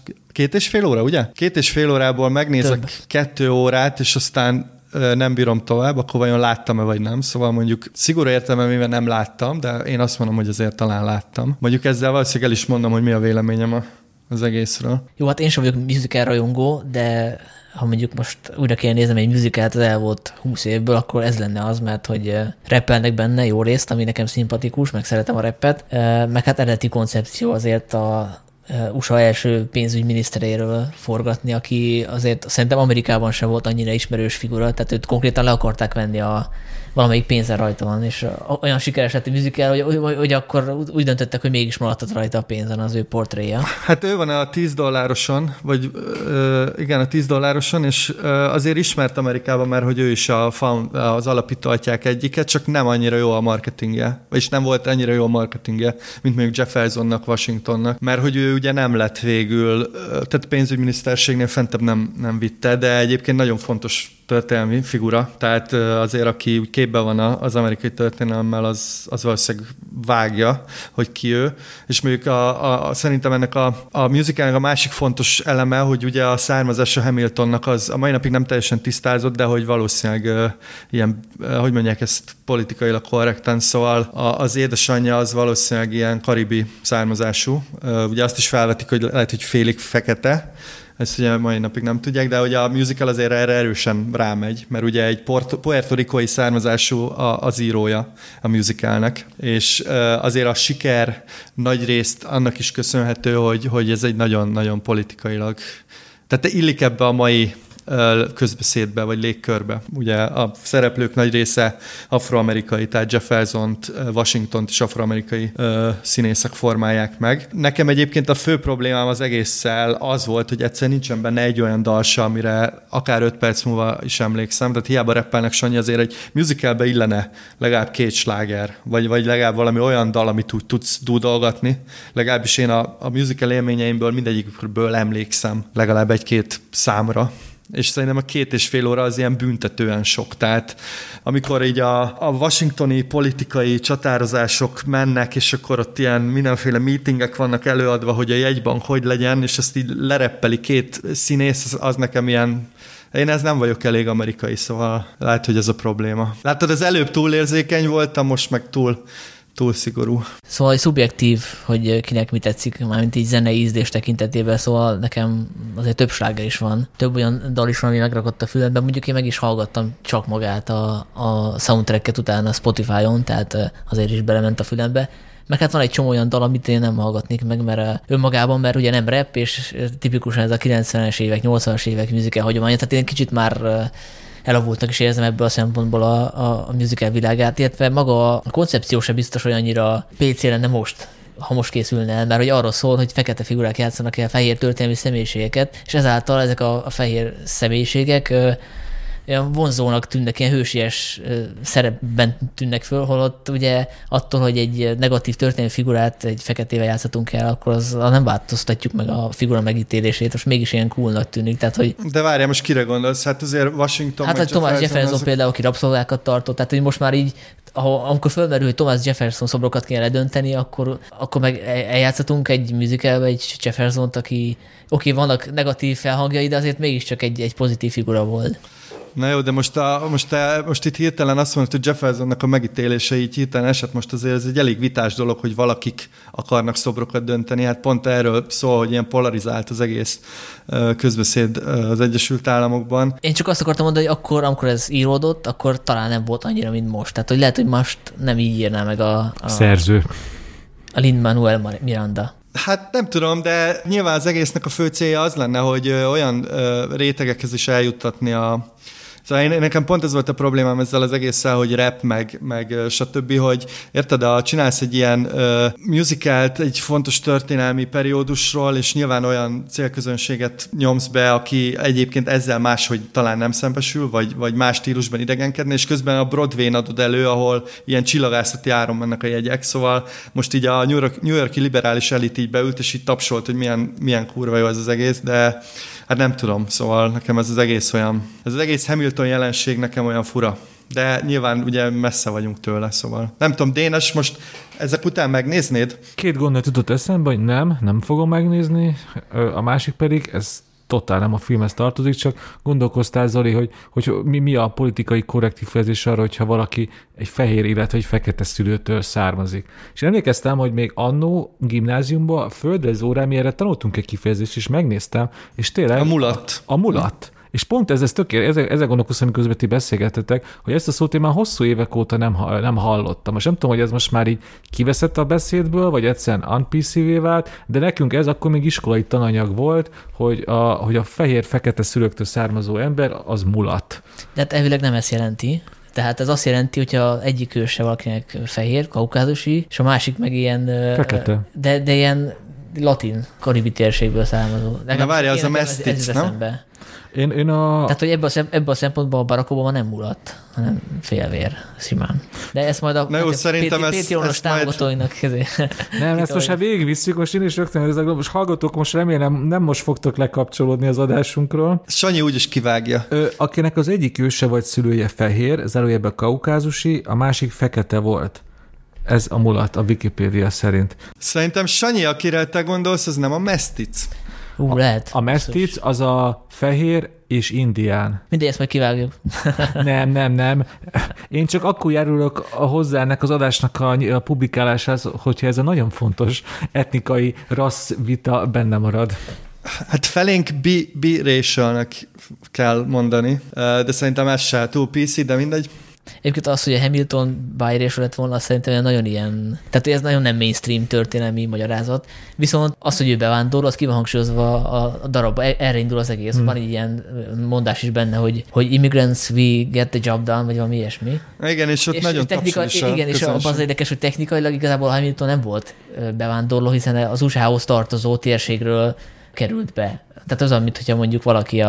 2,5 óra, ugye? 2,5 órából megnézek Több. 2 órát, és aztán nem bírom tovább, akkor vajon láttam-e vagy nem. Szóval mondjuk szigorú értelemben nem láttam, de én azt mondom, hogy azért talán láttam. Mondjuk ezzel valószínűleg el is mondom, hogy mi a véleményem az egészről. Jó, hát én sem vagyok musical rajongó, de ha mondjuk most újra kéne néznem egy musicalt az elmúlt 20 évből, akkor ez lenne az, mert hogy rappelnek benne jó részt, ami nekem szimpatikus, meg szeretem a rappet, meg hát eredeti koncepció azért a USA első pénzügyminiszteréről forgatni, aki azért szerintem Amerikában sem volt annyira ismerős figura, tehát őt konkrétan le akarták venni valamelyik pénzen rajta van, és olyan sikeres lett a musical, hogy akkor úgy döntöttek, hogy mégis maradhat rajta a pénzen az ő portréja. Hát ő van a $10, vagy igen, a $10, és azért ismert Amerikában, mert hogy ő is az alapító atyák egyike, csak nem annyira jó a marketingje, vagyis nem volt annyira jó a marketingje, mint mondjuk Jeffersonnak, Washingtonnak, mert hogy ő ugye nem lett végül, tehát pénzügyminiszterségnél fentebb nem vitte, de egyébként nagyon fontos történelmi figura, tehát azért, aki képben van az amerikai történelemmel, az valószínűleg vágja, hogy ki ő. És mondjuk szerintem ennek a musicalnek a másik fontos eleme, hogy ugye a származása Hamiltonnak az a mai napig nem teljesen tisztázott, de hogy valószínűleg ilyen, hogy mondják ezt politikailag korrekten, szóval az édesanyja az valószínűleg ilyen karibi származású. Ugye azt is felvetik, hogy lehet, hogy félig fekete, ezt ugye mai napig nem tudják, de ugye a musical azért erre erősen rámegy, mert ugye egy puerto-ricói származású az írója a musicalnek, és azért a siker nagy részt annak is köszönhető, hogy ez egy nagyon-nagyon politikailag, tehát illik ebbe a mai közbeszédbe, vagy légkörbe. Ugye a szereplők nagy része afroamerikai, tehát Jeffersont, Washingtont is afroamerikai színészek formálják meg. Nekem egyébként a fő problémám az egésszel az volt, hogy egyszerűen nincsen benne egy olyan dal se, amire akár 5 perc múlva is emlékszem, tehát hiába rappelnek, Sanyi, azért egy musicalbe illene legalább 2 sláger, vagy legalább valami olyan dal, amit úgy tudsz dúdolgatni. Legalábbis én a musical élményeimből mindegyikből emlékszem legalább 1-2 számra. És szerintem a 2,5 óra az ilyen büntetően sok. Tehát amikor így a washingtoni politikai csatározások mennek, és akkor ott ilyen mindenféle meetingek vannak előadva, hogy a jegybank hogy legyen, és ezt így lereppeli 2 színész, az nekem ilyen... Én ez nem vagyok elég amerikai, szóval lehet, hogy ez a probléma. Látod, az előbb túlérzékeny voltam, most meg túl szigorú. Szóval szubjektív, hogy kinek mi tetszik, mármint így zenei ízlés tekintetében, szóval nekem azért több sláger is van. Több olyan dal is van, ami megrakott a fülemben. Mondjuk én meg is hallgattam csak magát a soundtracket utána Spotify-on, tehát azért is belement a fülembe. Meg hát van egy csomó olyan dal, amit én nem hallgatnék meg, mert önmagában, mert ugye nem rap, és tipikusan ez a 90-es évek, 80-as évek musical hagyománya, tehát én kicsit már elavultnak is érzem ebből a szempontból a musical világát, illetve maga a koncepció sem biztos, hogy annyira PC lenne most, ha most készülne el, mert hogy arról szól, hogy fekete figurák játszanak el fehér történelmi személyiségeket, és ezáltal ezek a fehér személyiségek olyan vonzónak tűnnek, ilyen hősies szerepben tűnnek föl, holott ugye attól, hogy egy negatív történelmi figurát egy feketével játszhatunk el, akkor az nem változtatjuk meg a figura megítélését, most mégis ilyen coolnak tűnik. Tehát, hogy... De várjál, most kire gondolsz? Hát azért Washington... Hát, hogy Thomas Jefferson például, aki rabszolgákat tartott, tehát hogy most már így, amikor fölmerül, hogy Thomas Jefferson szobrokat kéne ledönteni, akkor meg eljátszhatunk egy musicalbe egy Jeffersont, aki vannak negatív felhangjai, de azért mégiscsak egy pozitív figura volt. Na jó, de most itt hirtelen azt mondod, hogy Jeffersonnak a megítélése így hirtelen esett, most azért ez egy elég vitás dolog, hogy valakik akarnak szobrokat dönteni, hát pont erről szól, hogy ilyen polarizált az egész közbeszéd az Egyesült Államokban. Én csak azt akartam mondani, hogy akkor, amikor ez íródott, akkor talán nem volt annyira, mint most. Tehát, hogy lehet, hogy most nem így írná meg a szerző. A Lin-Manuel Miranda. Hát nem tudom, de nyilván az egésznek a fő célja az lenne, hogy olyan rétegekhez is eljuttatni a Szóval nekem pont ez volt a problémám ezzel az egésszel, hogy rap, meg stb., hogy érted, csinálsz egy ilyen musicalt, egy fontos történelmi periódusról, és nyilván olyan célközönséget nyomsz be, aki egyébként ezzel máshogy talán nem szembesül, vagy más stílusban idegenkedni, és közben a Broadway-n adod elő, ahol ilyen csillagászati áron mennek a jegyek, szóval most így a New York-i liberális elit így beült, és így tapsolt, hogy milyen kurva jó ez az egész, de hát nem tudom, szóval nekem ez az egész Hamilton jelenség nekem olyan fura. De nyilván ugye messze vagyunk tőle, szóval. Nem tudom, Dénes, most ezek után megnéznéd? 2 gondol jutott eszembe, hogy nem fogom megnézni, a másik pedig, ez totál nem a filmhez tartozik, csak gondolkoztál, Zoli, hogy mi a politikai korrekt kifejezés arra, hogyha valaki egy fehér, illetve egy fekete szülőtől származik. És emlékeztem, hogy még annó gimnáziumban a földrajz órán mi erre tanultunk egy kifejezést, és megnéztem, és tényleg... A mulat. A mulat. És pont ez tökéletes, ezzel gondolkoztam, amikor ti beszélgettetek, hogy ezt a szót én már hosszú évek óta nem hallottam. Most nem tudom, hogy ez most már így kiveszett a beszédből, vagy egyszerűen un-PC-vé vált, de nekünk ez akkor még iskolai tananyag volt, hogy a fehér-fekete szülőktől származó ember az mulat. De hát elvileg nem ezt jelenti. Tehát ez azt jelenti, hogyha egyik őse valakinek fehér, kaukázusi, és a másik meg ilyen... Fekete. De ilyen latin, karibi térségből származó. Na várja, az a mesztic, nem? Tehát, hogy ebben a szempontból a Barack Obama nem mulat, hanem félvér, simán. De ezt majd a Patreonos támogatóinak Nem, ezt most végigvisszük, most én is rögtön, most hallgatók, most remélem nem most fogtok lekapcsolódni az adásunkról. Sanyi úgyis kivágja. Akinek az egyik őse vagy szülője fehér, zárójelben kaukázusi, a másik fekete volt. Ez a mulat a Wikipédia szerint. Szerintem Sanyi, akire te gondolsz, az nem a mesztic. Lehet. A mesztic az a fehér és indián. Mindegy, ezt majd kivágjuk. Nem. Én csak akkor járulok hozzá ennek az adásnak a publikálásához, hogyha ez a nagyon fontos etnikai rassz vita benne marad. Hát felénk biracialnek kell mondani, de szerintem ez se túl PC, de mindegy. Egyébként az, hogy a Hamilton biracial lett volna, szerintem nagyon ilyen, tehát ez nagyon nem mainstream történelmi magyarázat, viszont az, hogy ő bevándorló, az ki van hangsúlyozva a darabban, erre indul az egész. Van egy ilyen mondás is benne, hogy immigrants, we get the job done, vagy valami ilyesmi. Igen, és ott nagyon tapsol is a igen, és abban az érdekes, hogy technikailag igazából Hamilton nem volt bevándorló, hiszen az USA-hoz tartozó térségről került be. Tehát az, mint hogyha mondjuk valaki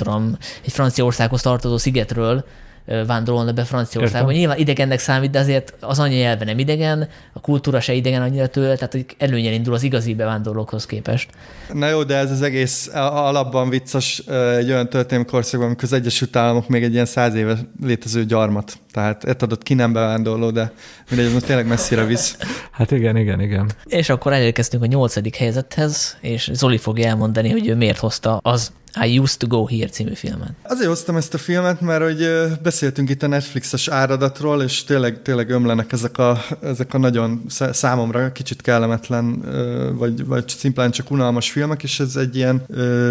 egy Franciaországhoz tartozó szigetről vándorolna be Franciaországba. Nyilván idegennek számít, de azért az anyanyelve nem idegen, a kultúra se idegen annyira tőle, tehát hogy előnyel indul az igazi bevándorlókhoz képest. Na jó, de ez az egész alapban vicces egy olyan történelmi korszakban, amikor az Egyesült Államok még egy ilyen 100 éve létező gyarmat. Tehát érted, ki nem bevándorló, de mindegy, most tényleg messzire visz. Hát igen. És akkor elérkeztünk a 8. helyzethez, és Zoli fogja elmondani, hogy ő miért hozta az I Used to Go Here című filmet. Azért hoztam ezt a filmet, mert hogy beszéltünk itt a Netflixes áradatról, és tényleg ömlenek ezek a nagyon számomra kicsit kellemetlen, vagy szimplán csak unalmas filmek, és ez egy ilyen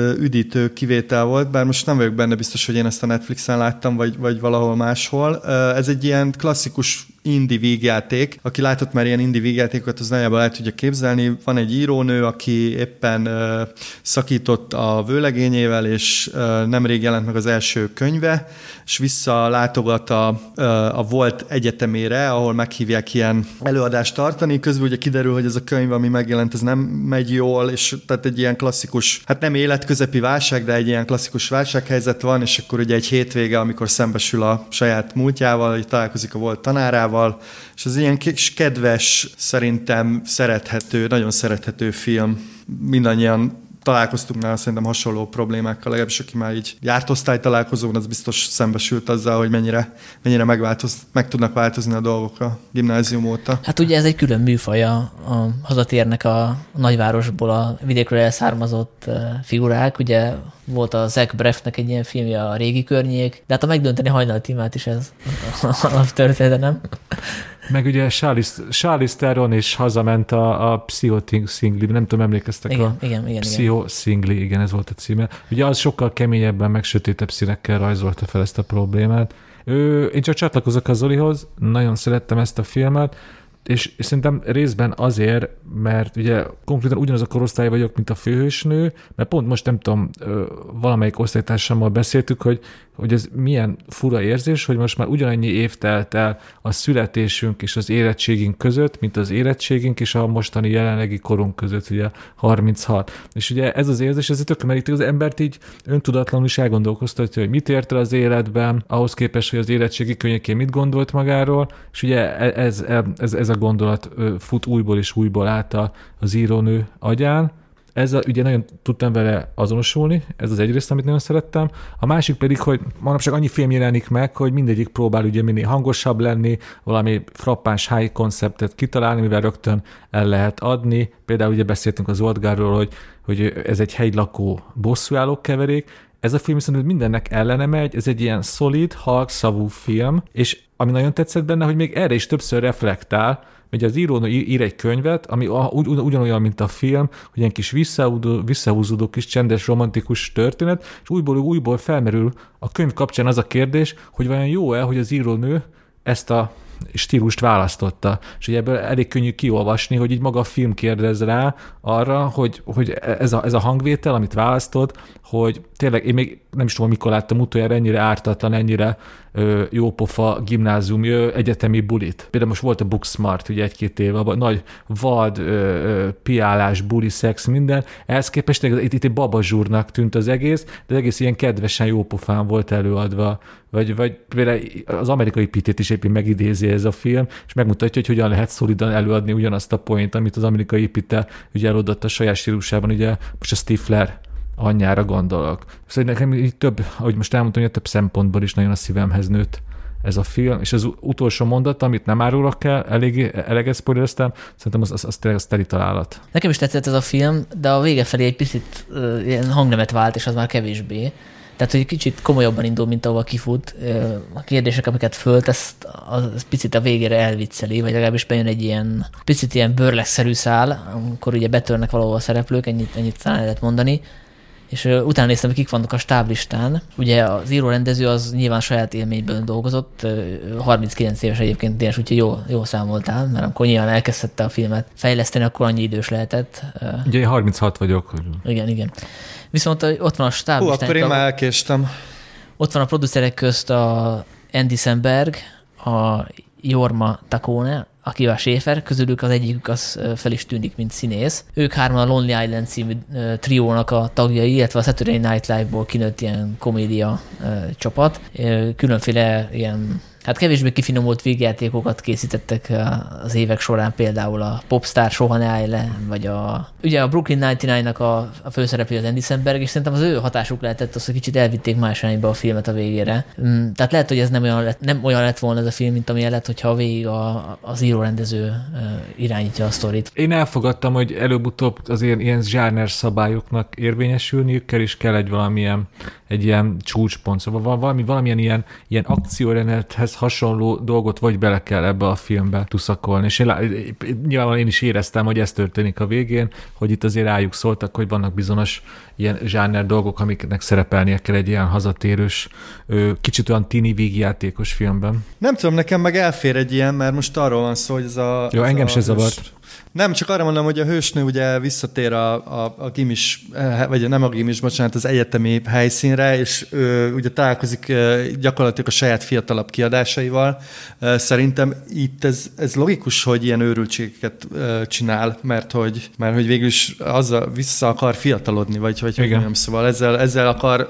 üdítő kivétel volt, bár most nem vagyok benne biztos, hogy én ezt a Netflixen láttam, vagy valahol máshol. Ez egy ilyen klasszikus indie vígjáték. Aki látott már ilyen indie vígjátékokat, az nagyjából el tudja képzelni. Van egy írónő, aki éppen szakított a vőlegényével, és nemrég jelent meg az első könyve, és visszalátogat a volt egyetemére, ahol meghívják ilyen előadást tartani. Közben ugye kiderül, hogy ez a könyv, ami megjelent, ez nem megy jól, és tehát egy ilyen klasszikus, hát nem életközepi válság, de egy ilyen klasszikus válsághelyzet van, és akkor ugye egy hétvége, amikor szembesül a saját múltjával, hogy találkozik a volt tanárával, és ez ilyen kis kedves, szerintem szerethető, nagyon szerethető film. Mindannyian találkoztunk nála szerintem hasonló problémákkal, legalábbis aki már így járt osztálytalálkozón, az biztos szembesült azzal, hogy mennyire meg tudnak változni a dolgok a gimnázium óta. Hát ugye ez egy külön műfaja, hazatérnek a nagyvárosból a vidékről elszármazott figurák, ugye volt a Zach Braffnek egy ilyen filmje, a Régi környék, de hát a megdönteni Hajnal témát is ez alaptörténet, nem? Meg ugye Charlize Theron is hazament a Pszicho-szingli, nem tudom, emlékeztek igen. Pszicho-szingli, igen, ez volt a címe. Ugye az sokkal keményebben, meg sötétebb színekkel rajzolta fel ezt a problémát. Én csak csatlakozok a Zolihoz, nagyon szerettem ezt a filmet. és szerintem részben azért, mert ugye konkrétan ugyanaz a korosztály vagyok, mint a főhősnő, mert pont most nem tudom, valamelyik osztálytársammal beszéltük, hogy ez milyen fura érzés, hogy most már ugyanannyi év telt el a születésünk és az érettségünk között, mint az érettségünk és a mostani jelenlegi korunk között, ugye 36. És ugye ez az érzés, ez tökéletes, az embert így öntudatlanul is elgondolkoztatja, hogy mit ért el az életben, ahhoz képest, hogy az érettségi környékén mit gondolt magáról, és ugye ez a gondolat fut újból és újból át az írónő agyán. Ezzel ugye nagyon tudtam vele azonosulni, ez az egyrészt, amit nagyon szerettem. A másik pedig, hogy manapság annyi film jelenik meg, hogy mindegyik próbál ugye minél hangosabb lenni, valami frappáns high konceptet kitalálni, mivel rögtön el lehet adni. Például ugye beszéltünk az Oldgárról, hogy ez egy helylakó bosszúálló keverék. Ez a film viszont mindennek ellene megy, ez egy ilyen szolid, halkszavú film, és ami nagyon tetszett benne, hogy még erre is többször reflektál, hogy az író ír egy könyvet, ami ugyanolyan, mint a film, hogy ilyen kis visszahúzódó kis csendes, romantikus történet, és újból felmerül a könyv kapcsán az a kérdés, hogy vajon jó-e, hogy az írónő ezt a stílust választotta. És ugye ebből elég könnyű kiolvasni, hogy így maga a film kérdez rá arra, hogy ez a hangvétel, amit választott, hogy tényleg én még nem is tudom, mikor láttam utoljára ennyire ártatlan, ennyire jópofa gimnáziumi egyetemi bulit. Például most volt a Booksmart, ugye 1-2 év, abban nagy vad, piálás, buli, szex, minden. Ehhez képest itt egy babazsúrnak tűnt az egész, de az egész ilyen kedvesen jópofán volt előadva. Vagy például az Amerikai Pitét is éppen megidézi ez a film, és megmutatja, hogy hogyan lehet szolidan előadni ugyanazt a point, amit az Amerikai Pite ugye előadott a saját stílusában, ugye most a Stifler anyjára gondolok. Szóval nekem így több, ahogy most elmondtam, hogy több szempontból is nagyon a szívemhez nőtt ez a film, és az utolsó mondat, amit nem árulok el, eleget spoilereztem, szerintem az tényleg az teli találat. Nekem is tetszett ez a film, de a vége felé egy picit ilyen hangnemet vált, és az már kevésbé. Tehát, hogy kicsit komolyabban indul, mint ahol kifut. A kérdések, amiket föltesz, az picit a végére elvicceli, vagy legalábbis bejön egy ilyen picit ilyen burlesque-szerű szál, amikor ugye betörnek valahol a szereplők, ennyit talán lehet mondani. És utána néztem, hogy kik vannak a stáblistán. Ugye az író-rendező az nyilván saját élményből dolgozott, 39 éves egyébként tényleg, úgyhogy jól számoltál, mert amikor nyilván elkezdette a filmet fejleszteni, akkor annyi idős lehetett. Ugye én 36 vagyok. Igen. Viszont ott van a stáblistán. Akkor én már elkéstem. Ott van a producerek közt a Andy Samberg, a Jorma Taccone, akivel Schaefer, közülük az egyikük az fel is tűnik, mint színész. Ők hárman a Lonely Island című triónak a tagjai, illetve a Saturday Night Live-ból kinőtt ilyen komédia csapat. Különféle ilyen, hát kevésbé kifinomult végjátékokat készítettek az évek során, például a Popstar Soha ne állj le, vagy ugye a Brooklyn 99-nak a főszereplő az Andy Samberg, és szerintem az ő hatásuk lehetett az, hogy kicsit elvitték más irányba a filmet a végére. Tehát lehet, hogy ez nem olyan lett volna ez a film, mint amilyen lett, hogyha végig az írórendező irányítja a sztorit. Én elfogadtam, hogy előbb-utóbb azért ilyen zsáner szabályoknak érvényesülniük kell, és kell egy ilyen csúcspont, szóval valamilyen ilyen akciórenethez hasonló dolgot vagy bele kell ebbe a filmbe tuszakolni. És nyilvánvalóan én is éreztem, hogy ez történik a végén, hogy itt azért rájuk szóltak, hogy vannak bizonyos ilyen zsáner dolgok, amiknek szerepelnie kell egy ilyen hazatérős, kicsit olyan tini vígjátékos filmben. Nem tudom, nekem meg elfér egy ilyen, mert most arról van szó, hogy ez a... Jó, engem se zavart. Nem, csak arra mondom, hogy a hősnő ugye visszatér a gimis, vagy nem a gimis, bocsánat, az egyetemi helyszínre, és ugye találkozik gyakorlatilag a saját fiatalabb kiadásaival. Szerintem itt ez logikus, hogy ilyen őrültségeket csinál, mert hogy végül is azzal vissza akar fiatalodni, vagy hogy nem, szóval ezzel akar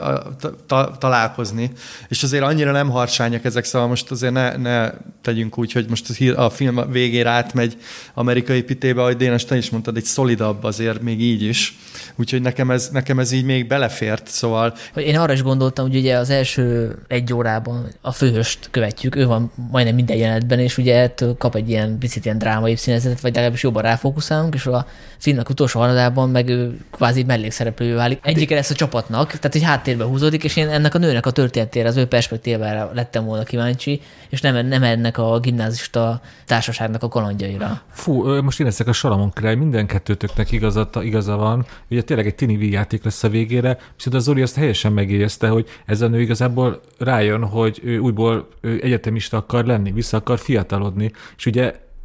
találkozni. És azért annyira nem harsányak ezek, szóval most azért ne tegyünk úgy, hogy most a film végére átmegy Amerikai Pitébe, ahogy Dénes, te is mondtad, egy szolidabb azért még így is. Úgyhogy nekem ez így még belefért, szóval... Én arra is gondoltam, hogy ugye az első 1 órában a főhőst követjük, ő van majdnem minden jelenetben, és ugye ettől kap egy ilyen picit ilyen drámai színezetet, vagy legalábbis jobban ráfókuszálunk, és a filmnek utolsó harmadában meg ő kvázi mellékszereplő válik. Egyike lesz a csapatnak, tehát egy háttérbe húzódik, és én ennek a nőnek a történetére, az ő perspektívára lettem volna kíváncsi, és nem ennek a gimnázista társaságnak a kalandjaira. Fú, most én leszek a Salamon Király, minden kettőtöknek igaza van. Ugye tényleg egy tini vígjáték lesz a végére, viszont a Zoli azt helyesen megjegyezte, hogy ez a nő igazából rájön, hogy ő újból egyetemista akar lenni, vissza akar fiatalodni, és ugye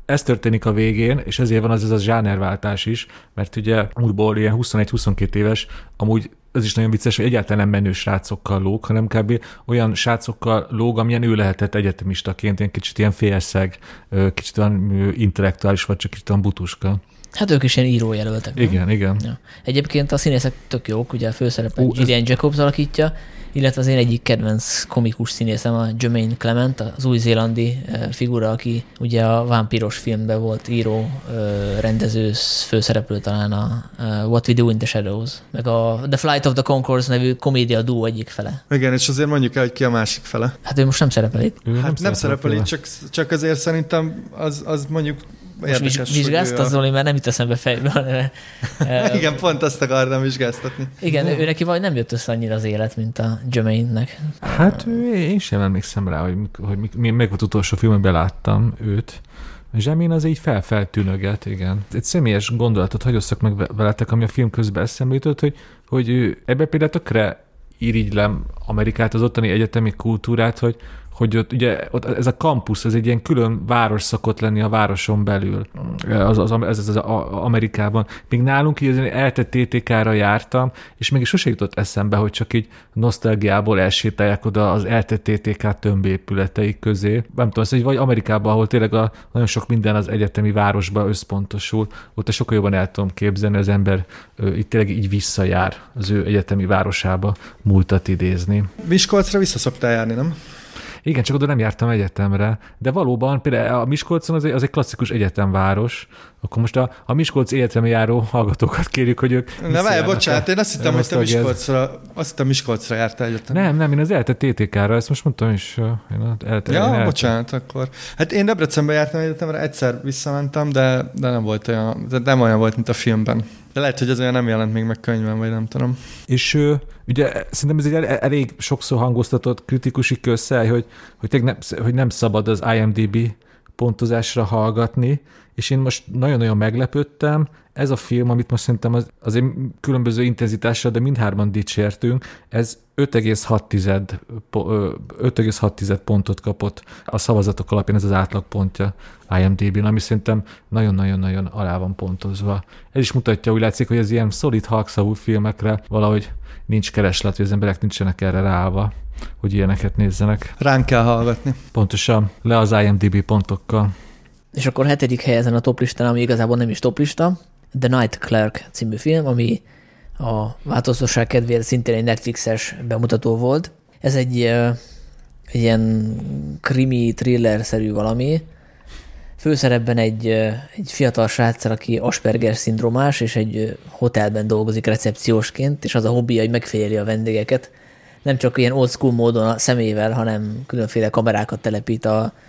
ez történik a végén, és ezért van az a zsánerváltás is, mert ugye újból ilyen 21-22 éves, amúgy ez is nagyon vicces, hogy egyáltalán nem menő srácokkal lóg, hanem kb. Olyan srácokkal lóg, amilyen ő lehetett egyetemistaként, ilyen kicsit ilyen félszeg, kicsit olyan intellektuális, vagy csak kicsit olyan butuska. Hát ők is ilyen írójelöltek. Igen, igen. Ja. Egyébként a színészek tök jók, ugye a főszerepet Gillian Jacobs alakítja, illetve az én egyik kedvenc komikus színészem a Jermaine Clement, az új-zélandi figura, aki ugye a vámpíros filmben volt író, rendező, főszereplő talán a What We Do in the Shadows, meg a The Flight of the Conchords nevű komédia duó egyik fele. Igen, és azért mondjuk el, hogy ki a másik fele. Hát ő most nem szerepel itt. Hát nem szerepel itt, csak azért szerintem az mondjuk most vizsgáztat, Zoli, mert nem jut eszembe fejből. Igen, pont azt akartam vizsgáztatni. Igen, ő neki vagy nem jött össze annyira az élet, mint a Jermaine-nek. Hát én sem emlékszem rá, hogy meg volt utolsó filmben láttam őt. Jermaine az így feltűnöget, igen. Egy személyes gondolatot hagyosszak meg veletek, ami a film közben eszembe jutott, hogy ebbe például tökre irigylem Amerikát, az ottani egyetemi kultúrát, hogy ott ez a kampusz, ez egy ilyen külön város szokott lenni a városon belül, az Amerikában. Még nálunk így eltett TTK-ra jártam, és mégis sose jutott eszembe, hogy csak így nosztalgiából elsétálják oda az eltett TTK tömbépületeik közé. Nem tudom, hogy vagy Amerikában, ahol tényleg nagyon sok minden az egyetemi városba összpontosul, ott sokkal jobban el tudom képzelni, az ember itt tényleg így visszajár az ő egyetemi városába múltat idézni. Miskolcra vissza szoktál járni, nem? Igen, csak oda nem jártam egyetemre, de valóban például a Miskolcon az egy klasszikus egyetemváros, akkor most a Miskolc egyetemre járó hallgatókat kérjük, hogy ők... Ne várj, bocsánat, én azt hittem, hogy te Miskolcra jártál egyetemre. Nem, én az ELTE TTK-ra, ezt most mondtam is. Bocsánat, akkor. Hát én Debrecenben jártam egyetemre, egyszer visszamentem, de nem volt olyan, de nem olyan volt, mint a filmben. De lehet, hogy ez olyan nem jelent még meg könyvben, vagy nem tudom. És ugye szerintem ez egy elég sokszor hangoztatott kritikusi közszely, hogy nem szabad az IMDb pontozásra hallgatni, és én most nagyon-nagyon meglepődtem. Ez a film, amit most szerintem azért különböző intenzitással, de mindhárman dicsértünk, ez 5,6 pontot kapott a szavazatok alapján, ez az átlagpontja IMDb-n, ami szerintem nagyon-nagyon-nagyon alá van pontozva. Ez is mutatja, úgy látszik, hogy az ilyen szolid halkszavú filmekre valahogy nincs kereslet, hogy az emberek nincsenek erre ráállva, hogy ilyeneket nézzenek. Ránk kell hallgatni. Pontosan, le az IMDb pontokkal. És akkor 7. helyen ezen a toplistán, ami igazából nem is toplista, The Night Clerk című film, ami a változatosság kedvéért szintén egy Netflixes bemutató volt. Ez egy ilyen krimi, thriller-szerű valami. Főszerepben egy fiatal sráccal, aki Asperger-szindrómás, és egy hotelben dolgozik recepciósként, és az a hobbija, hogy megfigyeli a vendégeket. Nem csak ilyen old school módon a szemével, hanem különféle kamerákat telepít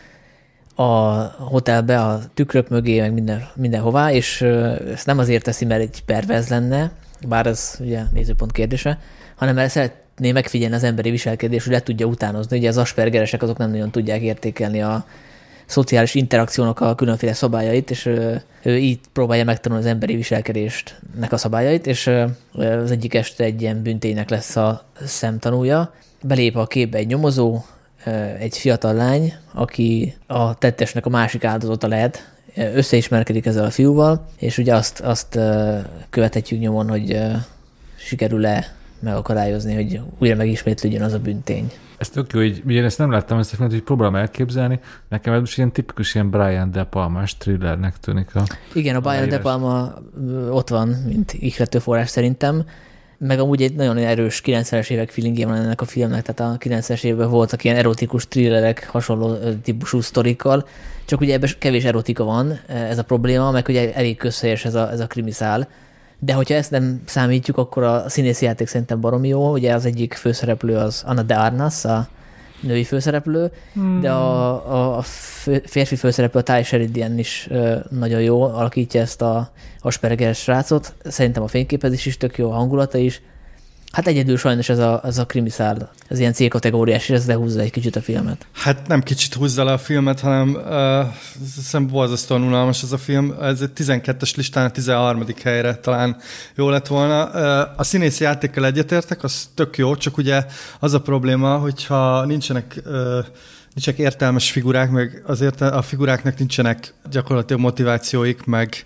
a hotelbe, a tükrök mögé, meg mindenhová, és ezt nem azért teszi, mert egy perverz lenne, bár ez ugye nézőpont kérdése, hanem mert szeretné megfigyelni az emberi viselkedést, hogy le tudja utánozni. Ugye az aspergeresek azok nem nagyon tudják értékelni a szociális interakciónak a különféle szabályait, és ő így próbálja megtanulni az emberi viselkedésnek a szabályait, és az egyik este egy ilyen bűnténynek lesz a szemtanúja. Belép a képbe egy nyomozó, egy fiatal lány, aki a tettesnek a másik áldozata lehet, összeismerkedik ezzel a fiúval, és ugye azt követhetjük nyomon, hogy sikerül-e megakadályozni, hogy újra megismétlődjön az a bűntény. Ez tök jó, hogy én ezt nem láttam, ezt a filmet, hogy próbálom elképzelni. Nekem ez most ilyen tipikus ilyen Brian De Palma-s thrillernek tűnik. Igen, a Brian De Palma ott van, mint ihletőforrás szerintem. Meg amúgy egy nagyon erős 90-es évek feelingje van ennek a filmnek, tehát a 90-es években voltak ilyen erotikus thrillerek hasonló típusú sztorikkal, csak ugye ebben kevés erotika van, ez a probléma, meg ugye elég közhelyes ez a krimiszál. De hogyha ezt nem számítjuk, akkor a színészi játék szerintem baromi jó. Ugye az egyik főszereplő az Ana de Armas, a női főszereplő, de a férfi főszereplő, a Ty Sheridan is nagyon jó alakítja ezt a Asperger srácot. Szerintem a fényképezés is tök jó, a hangulata is. Hát egyedül sajnos ez a krimiszál, ez ilyen C-kategóriás, és ez lehúzza egy kicsit a filmet. Hát nem kicsit húzza le a filmet, hanem szerintem borzasztóan unalmas ez a film. Ez egy 12-es listán a 13. helyre talán jó lett volna. A színészi játékkal egyetértek, az tök jó, csak ugye az a probléma, hogyha nincsenek nincsenek értelmes figurák, meg azért a figuráknak nincsenek gyakorlatilag motivációik, meg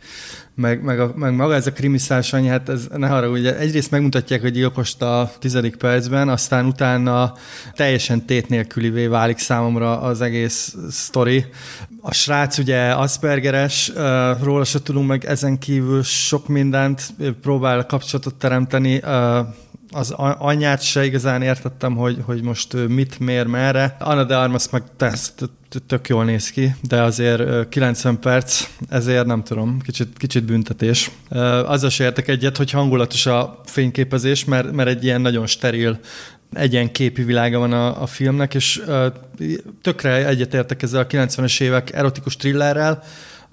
maga ez a krimiszás annyi, hát ez ne haragudj, ugye egyrészt megmutatják, hogy gyilkost a 10. percben, aztán utána teljesen tét nélkülivé válik számomra az egész sztori. A srác ugye Aspergeres, róla se tudunk meg ezen kívül sok mindent, próbál kapcsolatot teremteni, az anyját se igazán értettem, hogy most mit, miért, merre. Ana de Armas meg tök jól néz ki, de azért 90 perc, ezért nem tudom, kicsit büntetés. Azzal se értek egyet, hogy hangulatos a fényképezés, mert egy ilyen nagyon steril egyenképi világa van a filmnek, és tökre egyetértek ezzel a 90-es évek erotikus thrillerrel,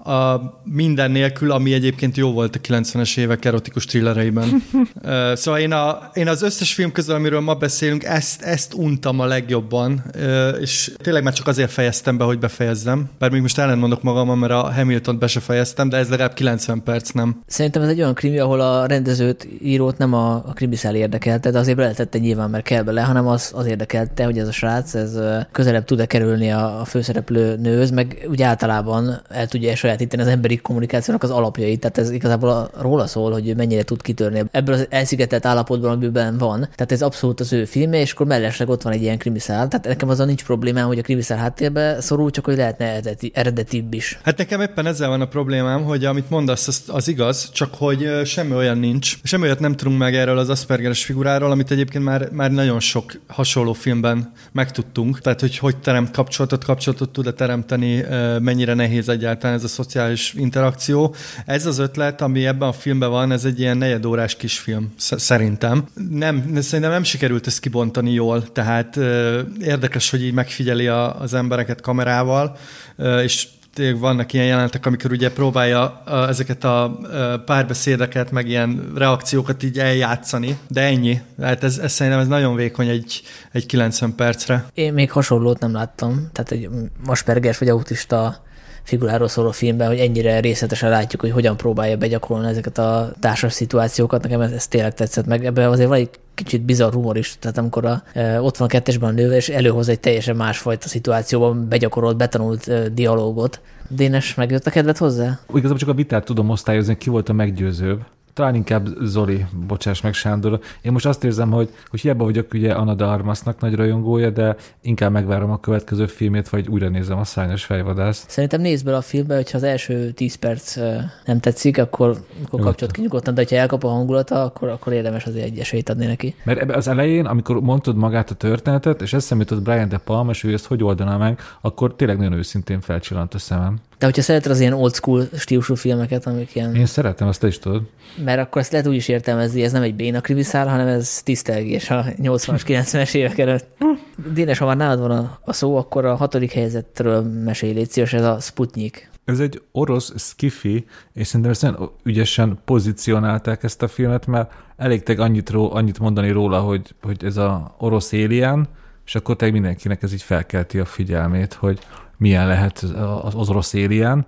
minden nélkül, ami egyébként jó volt a 90-es évek erotikus thrillereiben. Szóval én az összes film közül, amiről ma beszélünk, ezt untam a legjobban, és tényleg már csak azért fejeztem be, hogy befejezzem. Bár még most ellentmondok magamon, mert a Hamiltont be se fejeztem, de ez legalább 90 perc, nem? Szerintem ez egy olyan krimi, ahol a rendezőt, írót nem a krimiszál érdekelte, de azért beletette nyilván, mert kell bele, hanem az érdekelte, hogy ez a srác, ez közelebb tud-e kerülni a főszereplő nőhöz, meg úgy általában el tudja sajátítani az emberi kommunikációnak az alapjait, tehát ez igazából róla szól, hogy mennyire tud kitörni ebből az elszigetelt állapotban, amiben van. Tehát ez abszolút az ő filmje, és akkor mellesleg ott van egy ilyen krimiszál. Tehát nekem azon nincs problémám, hogy a krimiszál háttérbe szorul, csak hogy lehetne eredetibb is. Hát nekem éppen ezzel van a problémám, hogy amit mondasz, az igaz, csak hogy semmi olyan nincs. Semmi olyat nem tudunk meg erről az Aspergeres figuráról, amit egyébként már nagyon sok hasonló filmben megtudtunk. Tehát, hogy teremt kapcsolatot tud-e teremteni, mennyire nehéz egyáltalán ez a szociális interakció. Ez az ötlet, ami ebben a filmben van, ez egy ilyen negyedórás kisfilm, szerintem. Szerintem nem sikerült ezt kibontani jól, tehát érdekes, hogy így megfigyeli az embereket kamerával, és vannak ilyen jelenetek, amikor ugye próbálja ezeket a párbeszédeket, meg ilyen reakciókat így eljátszani, de ennyi. Hát ez szerintem ez nagyon vékony egy 90 percre. Én még hasonlót nem láttam, tehát egy Aspergeres vagy autista figuráról szóló filmben, hogy ennyire részletesen látjuk, hogy hogyan próbálja begyakorolni ezeket a társas szituációkat. Nekem ez tényleg tetszett meg. Ebben azért van egy kicsit bizarr humor is, tehát amikor ott van a kettesben a nővel, és előhoz egy teljesen másfajta szituációban begyakorolt, betanult dialógot. Dénes, megjött a kedved hozzá? Igazából csak a vitát tudom osztályozni, ki volt a meggyőzőbb. Talán inkább Zoli, bocsáss meg Sándor. Én most azt érzem, hogy hiába vagyok ugye Ana de Armasnak nagy rajongója, de inkább megvárom a következő filmét, vagy újra nézem a Szárnyas fejvadászt. Szerintem nézd bele a filmbe, hogyha az első 10 perc nem tetszik, akkor kapcsolat ki nyugodtan, de ha elkap a hangulata, akkor érdemes azért egy esélyt adni neki. Mert az elején, amikor mondtad magát a történetet, és eszembe jutott Brian De Palma, és ő ezt hogy oldaná meg, akkor tényleg nagyon őszintén felcsillant a szemem. De hogyha szereted az ilyen old school stílusú filmeket, amik ilyen... Én szeretem, azt te is tudod. Mert akkor ezt lehet úgy is értelmezni, ez nem egy béna krimiszál, hanem ez tisztelgés a 80-as, 90-es évek előtt. Dénes, ha már nálad van a szó, akkor a 6. helyezettről mesélj, légy szíves, ez a Sputnik. Ez egy orosz skifi, és szerintem ezt nagyon ügyesen pozícionálták ezt a filmet, mert elég annyit mondani róla, hogy ez a orosz alien, és akkor tényleg mindenkinek ez így felkelti a figyelmét, hogy milyen lehet az orosz alien.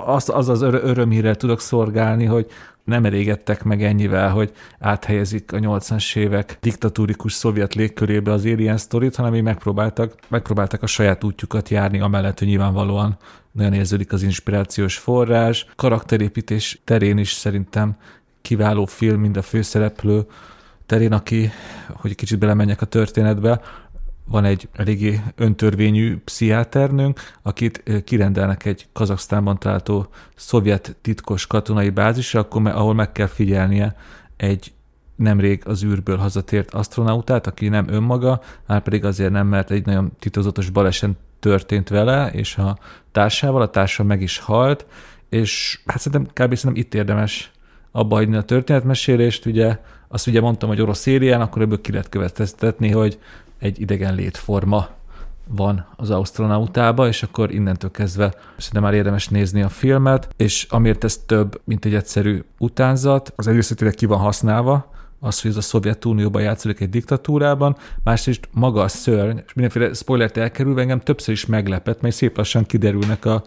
Az örömhírrel tudok szolgálni, hogy nem elégedtek meg ennyivel, hogy áthelyezik a 80-as évek diktatúrikus szovjet légkörébe az Alien sztorit, hanem így megpróbáltak a saját útjukat járni, amellett, hogy nyilvánvalóan nagyon érződik az inspirációs forrás. Karakterépítés terén is szerintem kiváló film, mind a főszereplő terén, aki, hogy kicsit belemenjek a történetbe, van egy eléggé öntörvényű pszichiáternőnk, akit kirendelnek egy Kazaksztánban található szovjet titkos katonai bázisra, ahol meg kell figyelnie egy nemrég az űrből hazatért asztronautát, aki nem önmaga, már pedig azért nem, mert egy nagyon titokzatos baleset történt vele, és a társa meg is halt, és hát szerintem itt érdemes abba hagyni a történetmesélést, ugye azt ugye mondtam, hogy orosz alien, akkor ebből ki lehet következtetni, hogy egy idegen létforma van az asztronautába, és akkor innentől kezdve szerintem már érdemes nézni a filmet, és amiért ez több, mint egy egyszerű utánzat, az egészetileg ki van használva, az, hogy ez a Szovjetunióban játszódik egy diktatúrában, másrészt maga a szörny, és mindenféle spoilert elkerülve engem többször is meglepett, mert szép lassan kiderülnek a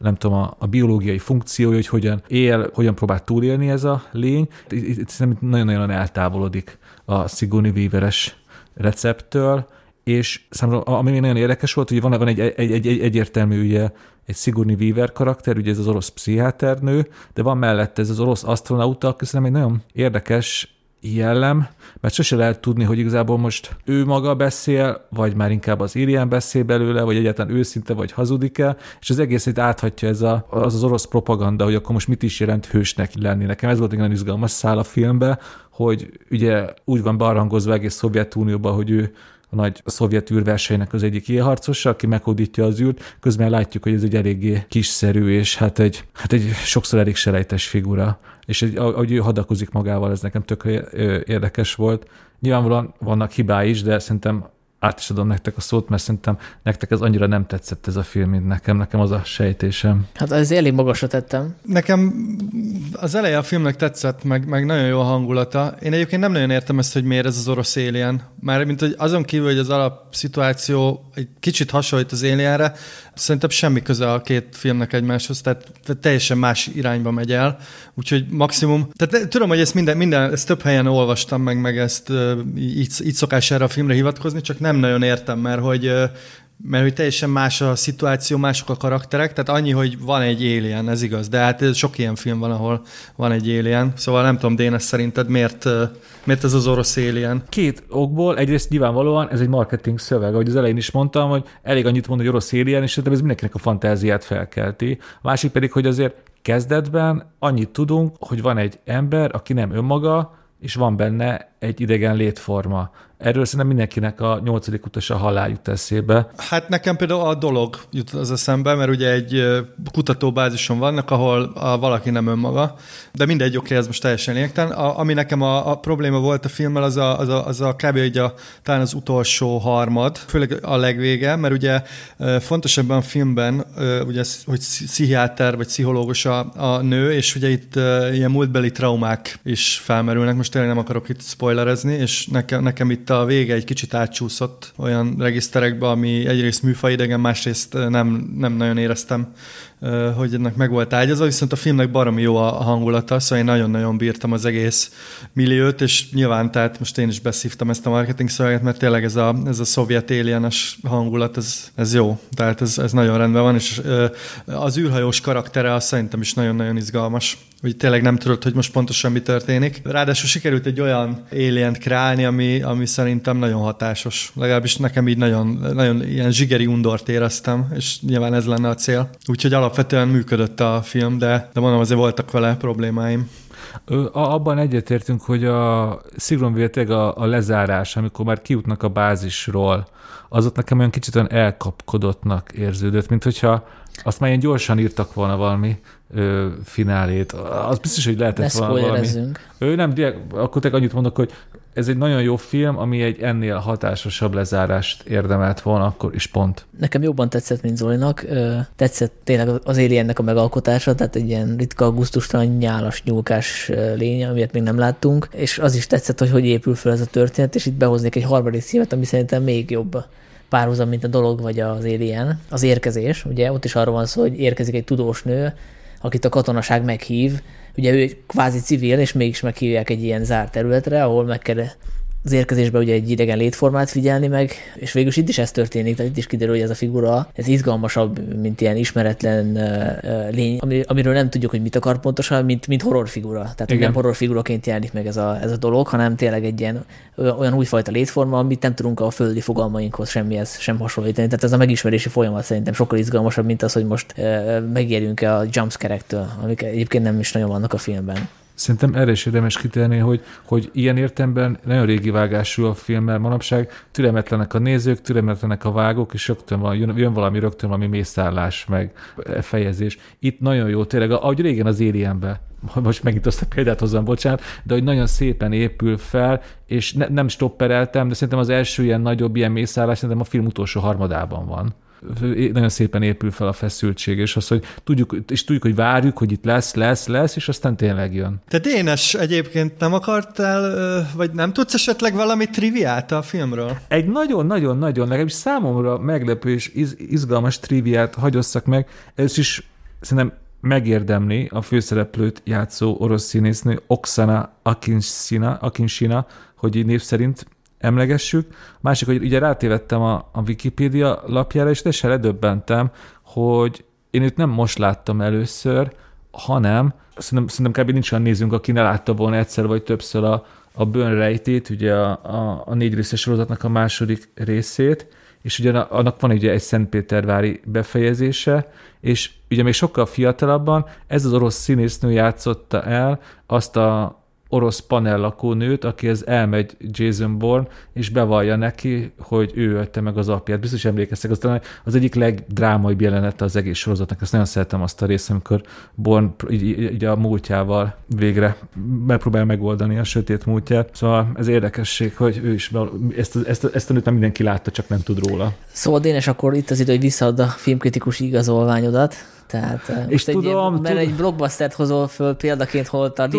biológiai funkciója, hogy hogyan él, hogyan próbál túlélni ez a lény. Itt nagyon-nagyon eltávolodik a Sigourney Weaver-es recepttől, és számomra, ami még nagyon érdekes volt, hogy van egy egyértelmű, ugye, egy Sigourney Weaver karakter, ugye ez az orosz pszichiáternő, de van mellette ez az orosz asztronauta, aki szerintem egy nagyon érdekes jellem, mert sose lehet tudni, hogy igazából most ő maga beszél, vagy már inkább az Alien beszél belőle, vagy egyáltalán őszinte, vagy hazudik-e, és az egészet áthatja ez az orosz propaganda, hogy akkor most mit is jelent hősnek lenni. Nekem ez volt egy nagyon izgalmas szál a filmbe, hogy ugye úgy van bearangozva egész Szovjetunióban, hogy ő a nagy szovjet űrversenynek az egyik élharcosa, aki meghódítja az űrt, közben látjuk, hogy ez egy eléggé kiszerű, és hát egy sokszor elég selejtes figura. És ahogy ő hadakozik magával, ez nekem tök érdekes volt. Nyilvánvalóan vannak hibái is, de szerintem át is adom nektek a szót, mert szerintem nektek ez annyira nem tetszett ez a film, mint nekem az a sejtésem. Hát ez elég magasra tettem. Nekem az eleje a filmnek tetszett, meg nagyon jó a hangulata. Én egyébként nem nagyon értem ezt, hogy miért ez az orosz Alien. Már mint hogy azon kívül, hogy az alapszituáció egy kicsit hasonlít az Alienre, szerintem semmi köze a két filmnek egymáshoz, tehát teljesen más irányba megy el. Úgyhogy maximum, tehát tudom, hogy ezt ezt több helyen olvastam meg ezt így szokás erre a filmre hivatkozni, csak nem nagyon értem, mert hogy teljesen más a szituáció, mások a karakterek, tehát annyi, hogy van egy Alien, ez igaz, de hát sok ilyen film van, ahol van egy Alien, szóval nem tudom, Dénes, szerinted miért ez az orosz Alien? Két okból, egyrészt nyilvánvalóan ez egy marketing szöveg, ahogy az elején is mondtam, hogy elég annyit mond, hogy orosz Alien, és szerintem ez mindenkinek a fantáziát felkelti. A másik pedig, hogy azért kezdetben annyit tudunk, hogy van egy ember, aki nem önmaga, és van benne egy idegen létforma. Erről szerintem mindenkinek a 8. utasa halál jut eszébe. Hát nekem például a Dolog jut az eszembe, mert ugye egy kutatóbázison vannak, ahol valaki nem önmaga, de mindegy, oké, ez most teljesen lényegtelen. Ami nekem a probléma volt a filmmel, az a kb. Talán az utolsó harmad, főleg a legvége, mert ugye fontos ebben a filmben, ugye, hogy pszichiáter vagy pszichológus a nő, és ugye itt ilyen múltbeli traumák is felmerülnek, most tényleg nem akarok itt spoilerezni, és nekem itt a vége egy kicsit átcsúszott olyan regiszterekbe, ami egyrészt műfajidegen, másrészt nem nagyon éreztem, hogy ennek meg volt ágyazva, viszont a filmnek baromi jó a hangulata, szóval én nagyon-nagyon bírtam az egész milliót, és nyilván, tehát most én is beszívtam ezt a marketing szöveget, mert tényleg ez a szovjet alienes hangulat, ez jó, tehát ez nagyon rendben van, és az űrhajós karaktere az szerintem is nagyon-nagyon izgalmas, hogy tényleg nem tudod, hogy most pontosan mi történik. Ráadásul sikerült egy olyan alient kreálni, ami szerintem nagyon hatásos. Legalábbis nekem így nagyon ilyen zsigeri undort éreztem, és nyilván ez lenne a cél. Úgyhogy alapvetően működött a film, de mondom, azért voltak vele problémáim. Abban egyetértünk, hogy a Sigourney a lezárás, amikor már kijutnak a bázisról, az ott nekem olyan kicsit olyan elkapkodottnak érződött, mint hogyha azt már ilyen gyorsan írtak volna valami finálét. Az biztos, hogy lehetett volna valami. Nem, akkor tényleg annyit mondok, hogy ez egy nagyon jó film, ami egy ennél hatásosabb lezárást érdemelt volna, akkor is pont. Nekem jobban tetszett, mint Zolinak. Tetszett tényleg az Aliennek a megalkotása, tehát egy ilyen ritka, gusztustalan, nyálas, nyúlkás lény, amilyet még nem láttunk, és az is tetszett, hogy épül fel ez a történet, és itt behoznék egy harmadik címet, ami szerintem még jobb párhuzam, mint a Dolog vagy az Alien. Az Érkezés, ugye ott is arról van szó, hogy érkezik egy tudós nő, akit a katonaság meghív. Ugye ő kvázi civil, és mégis meghívják egy ilyen zárt területre, ahol meg kell az érkezésben ugye egy idegen létformát figyelni meg, és végülis itt is ez történik, tehát itt is kiderül, hogy ez a figura, ez izgalmasabb, mint ilyen ismeretlen lény, amiről nem tudjuk, hogy mit akar pontosan, mint horrorfigura. Tehát nem horrorfiguraként jelenik meg ez a dolog, hanem tényleg egy ilyen olyan újfajta létforma, amit nem tudunk a földi fogalmainkhoz semmihez sem hasonlítani. Tehát ez a megismerési folyamat szerintem sokkal izgalmasabb, mint az, hogy most megérjünk a jumpscare-ektől, amik egyébként nem is nagyon vannak a filmben. Szerintem erre is érdemes kitérni, hogy ilyen értelemben nagyon régi vágású a film, mert manapság türelmetlenek a nézők, türelmetlenek a vágók, és jön valami mészállás, meg fejezés. Itt nagyon jó, tényleg, ahogy régen az Alienben, most megint azt a példát hozzám, bocsánat, de hogy nagyon szépen épül fel, és nem stoppereltem, de szerintem az első ilyen nagyobb ilyen mészállás szerintem a film utolsó harmadában van. Nagyon szépen épül fel a feszültség, és az, hogy tudjuk, hogy várjuk, hogy itt lesz, és aztán tényleg jön. Te Dénes, egyébként nem akartál, vagy nem tudsz esetleg valami triviát a filmről? Egy nagyon-nagyon-nagyon, legalábbis számomra meglepő és izgalmas triviát hagyosszak meg. Ez is szerintem megérdemli a főszereplőt játszó orosz színésznő Oksana Akinshina, hogy így név szerint emlegessük. Másik, hogy ugye rátévettem a Wikipédia lapjára, és teljesen ledöbbentem, hogy én őt nem most láttam először, hanem szerintem kb. Nincs olyan nézőnk, aki ne látta volna egyszer vagy többször a Burn rejtét, ugye a 4 részes sorozatnak a második részét, és ugye annak van ugye egy Szentpétervári befejezése, és ugye még sokkal fiatalabban ez az orosz színésznő játszotta el azt a orosz panellakónőt, akihez elmegy Jason Bourne, és bevallja neki, hogy ő ölte meg az apját. Biztos emlékeztek, aztán az egyik legdrámaibb jelenete az egész sorozatnak. Ezt nagyon szeretem azt a részt, amikor Bourne így a múltjával végre megpróbálja megoldani a sötét múltját. Szóval ez érdekesség, hogy ő is ezt a nőt már mindenki látta, csak nem tud róla. Szóval Dénes, akkor itt az idő, hogy visszaadd a filmkritikus igazolványodat. Tehát és mert egy blockbustert hozol föl példaként, hol a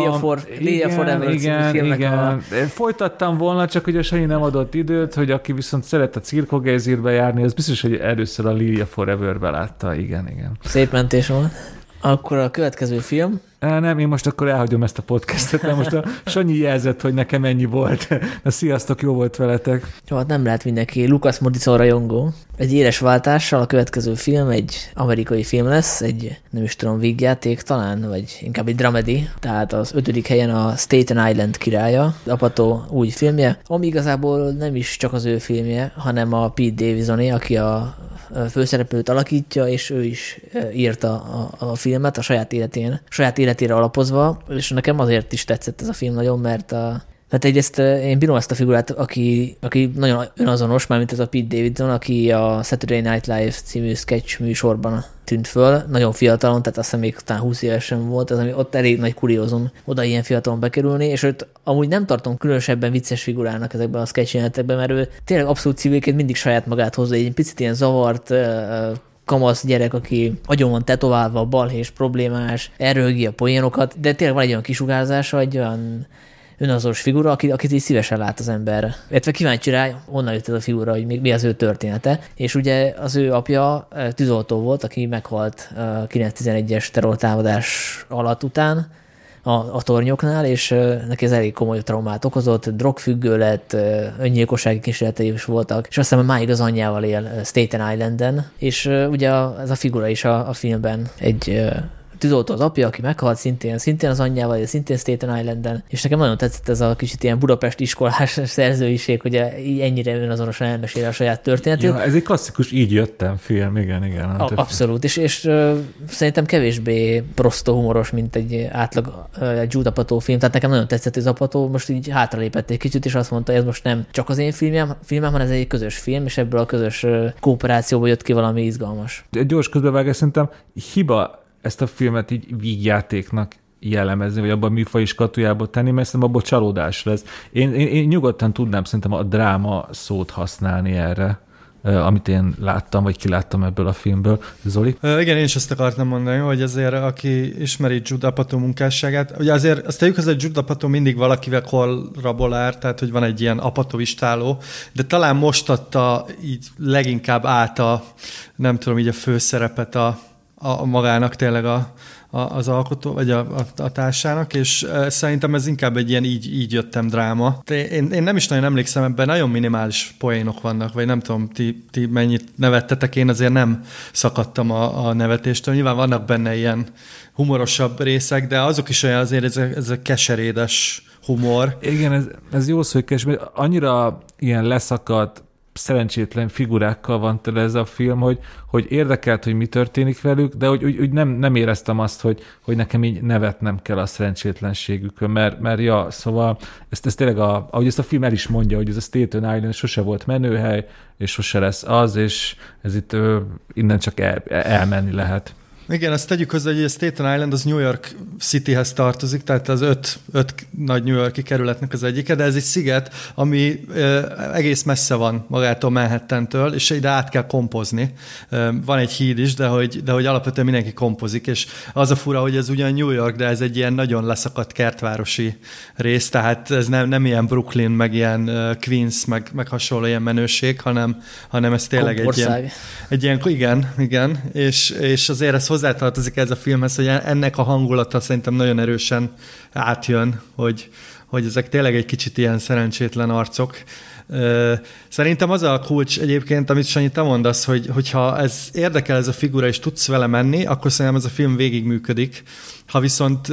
Lilia Forever című filmnek igen. Folytattam volna, csak ugye Sanyi nem adott időt, hogy aki viszont szeret a Cirkogézírbe járni, az biztos, hogy először a Lilia Foreverbe látta. Igen. Szép mentés volt. Akkor a következő film. Nem, én most akkor elhagyom ezt a podcastet, mert most a Sanyi jelzett, hogy nekem ennyi volt. Na, sziasztok, jó volt veletek. Jó, hát nem lehet mindenki Lucas Modison rajongó. Egy éles váltással a következő film egy amerikai film lesz, egy nem is tudom, vígjáték talán, vagy inkább egy dramedy, tehát az 5. helyen a Staten Island királya, Apatow új filmje, ami igazából nem is csak az ő filmje, hanem a Pete Davidsonné, aki a főszereplőt alakítja, és ő is írta a filmet a saját életére alapozva, és nekem azért is tetszett ez a film nagyon, mert egyrészt én bírom ezt a figurát, aki nagyon önazonos, mármint ez a Pete Davidson, aki a Saturday Night Live című sketch műsorban tűnt föl, nagyon fiatalon, tehát azt hiszem még talán 20 évesen volt, az, ami ott elég nagy kuriózum oda ilyen fiatalon bekerülni, és őt amúgy nem tartom különösebben vicces figurának ezekben a sketch jelenetekben, mert ő tényleg abszolút civilként mindig saját magát hozza, egy picit ilyen zavart, kamasz gyerek, aki agyon van tetoválva, balhés, problémás, elröhögi a poénokat, de tényleg van egy olyan kisugárzása, egy olyan önazonos figura, akit így szívesen lát az ember. Illetve kíváncsi rá, honnan jött ez a figura, hogy mi az ő története. És ugye az ő apja tűzoltó volt, aki meghalt a 9/11-es terrortámadás alatt után a tornyoknál, és neki ez elég komoly traumát okozott, drogfüggő lett, öngyilkossági kísérletei is voltak, és aztán máig az anyjával él Staten Islanden, és ugye ez a figura is a filmben egy tűzoltó az apja, aki meghalt szintén az anyjával, szintén Staten Islanden, és nekem nagyon tetszett ez a kicsit ilyen Budapest iskolás szerzőiség, hogy ennyire önazonosan elmeséli a saját történetét. Ja, ez egy klasszikus így jöttem film, igen. Abszolút, és szerintem kevésbé prostó humoros, mint egy átlag Judd Apatow film, tehát nekem nagyon tetszett az Apatow, most így hátralépett egy kicsit, és azt mondta, hogy ez most nem csak az én filmem, hanem ez egy közös film, és ebből a közös kooperációból jött ki valami izgalmas. Egy gyors közbevágás, szerintem hiba ezt a filmet így vígjátéknak jellemezni, vagy abban a műfaj is katujába tenni, mert szerintem abból csalódás lesz. Én nyugodtan tudnám szerintem a dráma szót használni erre, amit én láttam, vagy kiláttam ebből a filmből. Zoli? Igen, én is ezt akartam mondani, hogy azért, aki ismeri Judd Apatow munkásságát, ugye azért azt tegyük hozzá, hogy Judd Apatow mindig valakivel kollaborál, tehát hogy van egy ilyen apatowistáló, de talán most adta így leginkább át nem tudom, így a főszerepet a magának tényleg az alkotó, vagy a társának, és szerintem ez inkább egy ilyen így jöttem dráma. Én nem is nagyon emlékszem, ebben nagyon minimális poénok vannak, vagy nem tudom, ti mennyit nevettetek, én azért nem szakadtam a nevetéstől. Nyilván vannak benne ilyen humorosabb részek, de azok is olyan azért ez a keserédes humor. Igen, ez jó szó, hogy annyira ilyen leszakadt, szerencsétlen figurákkal van tele ez a film, hogy érdekelt, hogy mi történik velük, de hogy nem éreztem azt, hogy nekem így nevetnem kell a szerencsétlenségükön, mert ja, szóval ez tényleg, ahogy ezt a film el is mondja, hogy ez a Staten Island sose volt menőhely, és sose lesz az, és ez itt innen csak elmenni lehet. Igen, azt tegyük hozzá, hogy a Staten Island az New York Cityhez tartozik, tehát az öt nagy New York-i kerületnek az egyike, de ez egy sziget, ami egész messze van magától Manhattantől, és ide át kell kompozni. Van egy híd is, de hogy alapvetően mindenki kompozik, és az a fura, hogy ez ugyan New York, de ez egy ilyen nagyon leszakadt kertvárosi rész, tehát ez nem ilyen Brooklyn, meg ilyen Queens, meg hasonló ilyen menőség, hanem ez tényleg egy ilyen igen, és azért ez hozzátartozik ez a filmhez, hogy ennek a hangulata szerintem nagyon erősen átjön, hogy hogy ezek tényleg egy kicsit ilyen szerencsétlen arcok. Szerintem az a kulcs egyébként, amit Sanyi, te mondasz, hogyha ez érdekel ez a figura, és tudsz vele menni, akkor szerintem ez a film végig működik. Ha viszont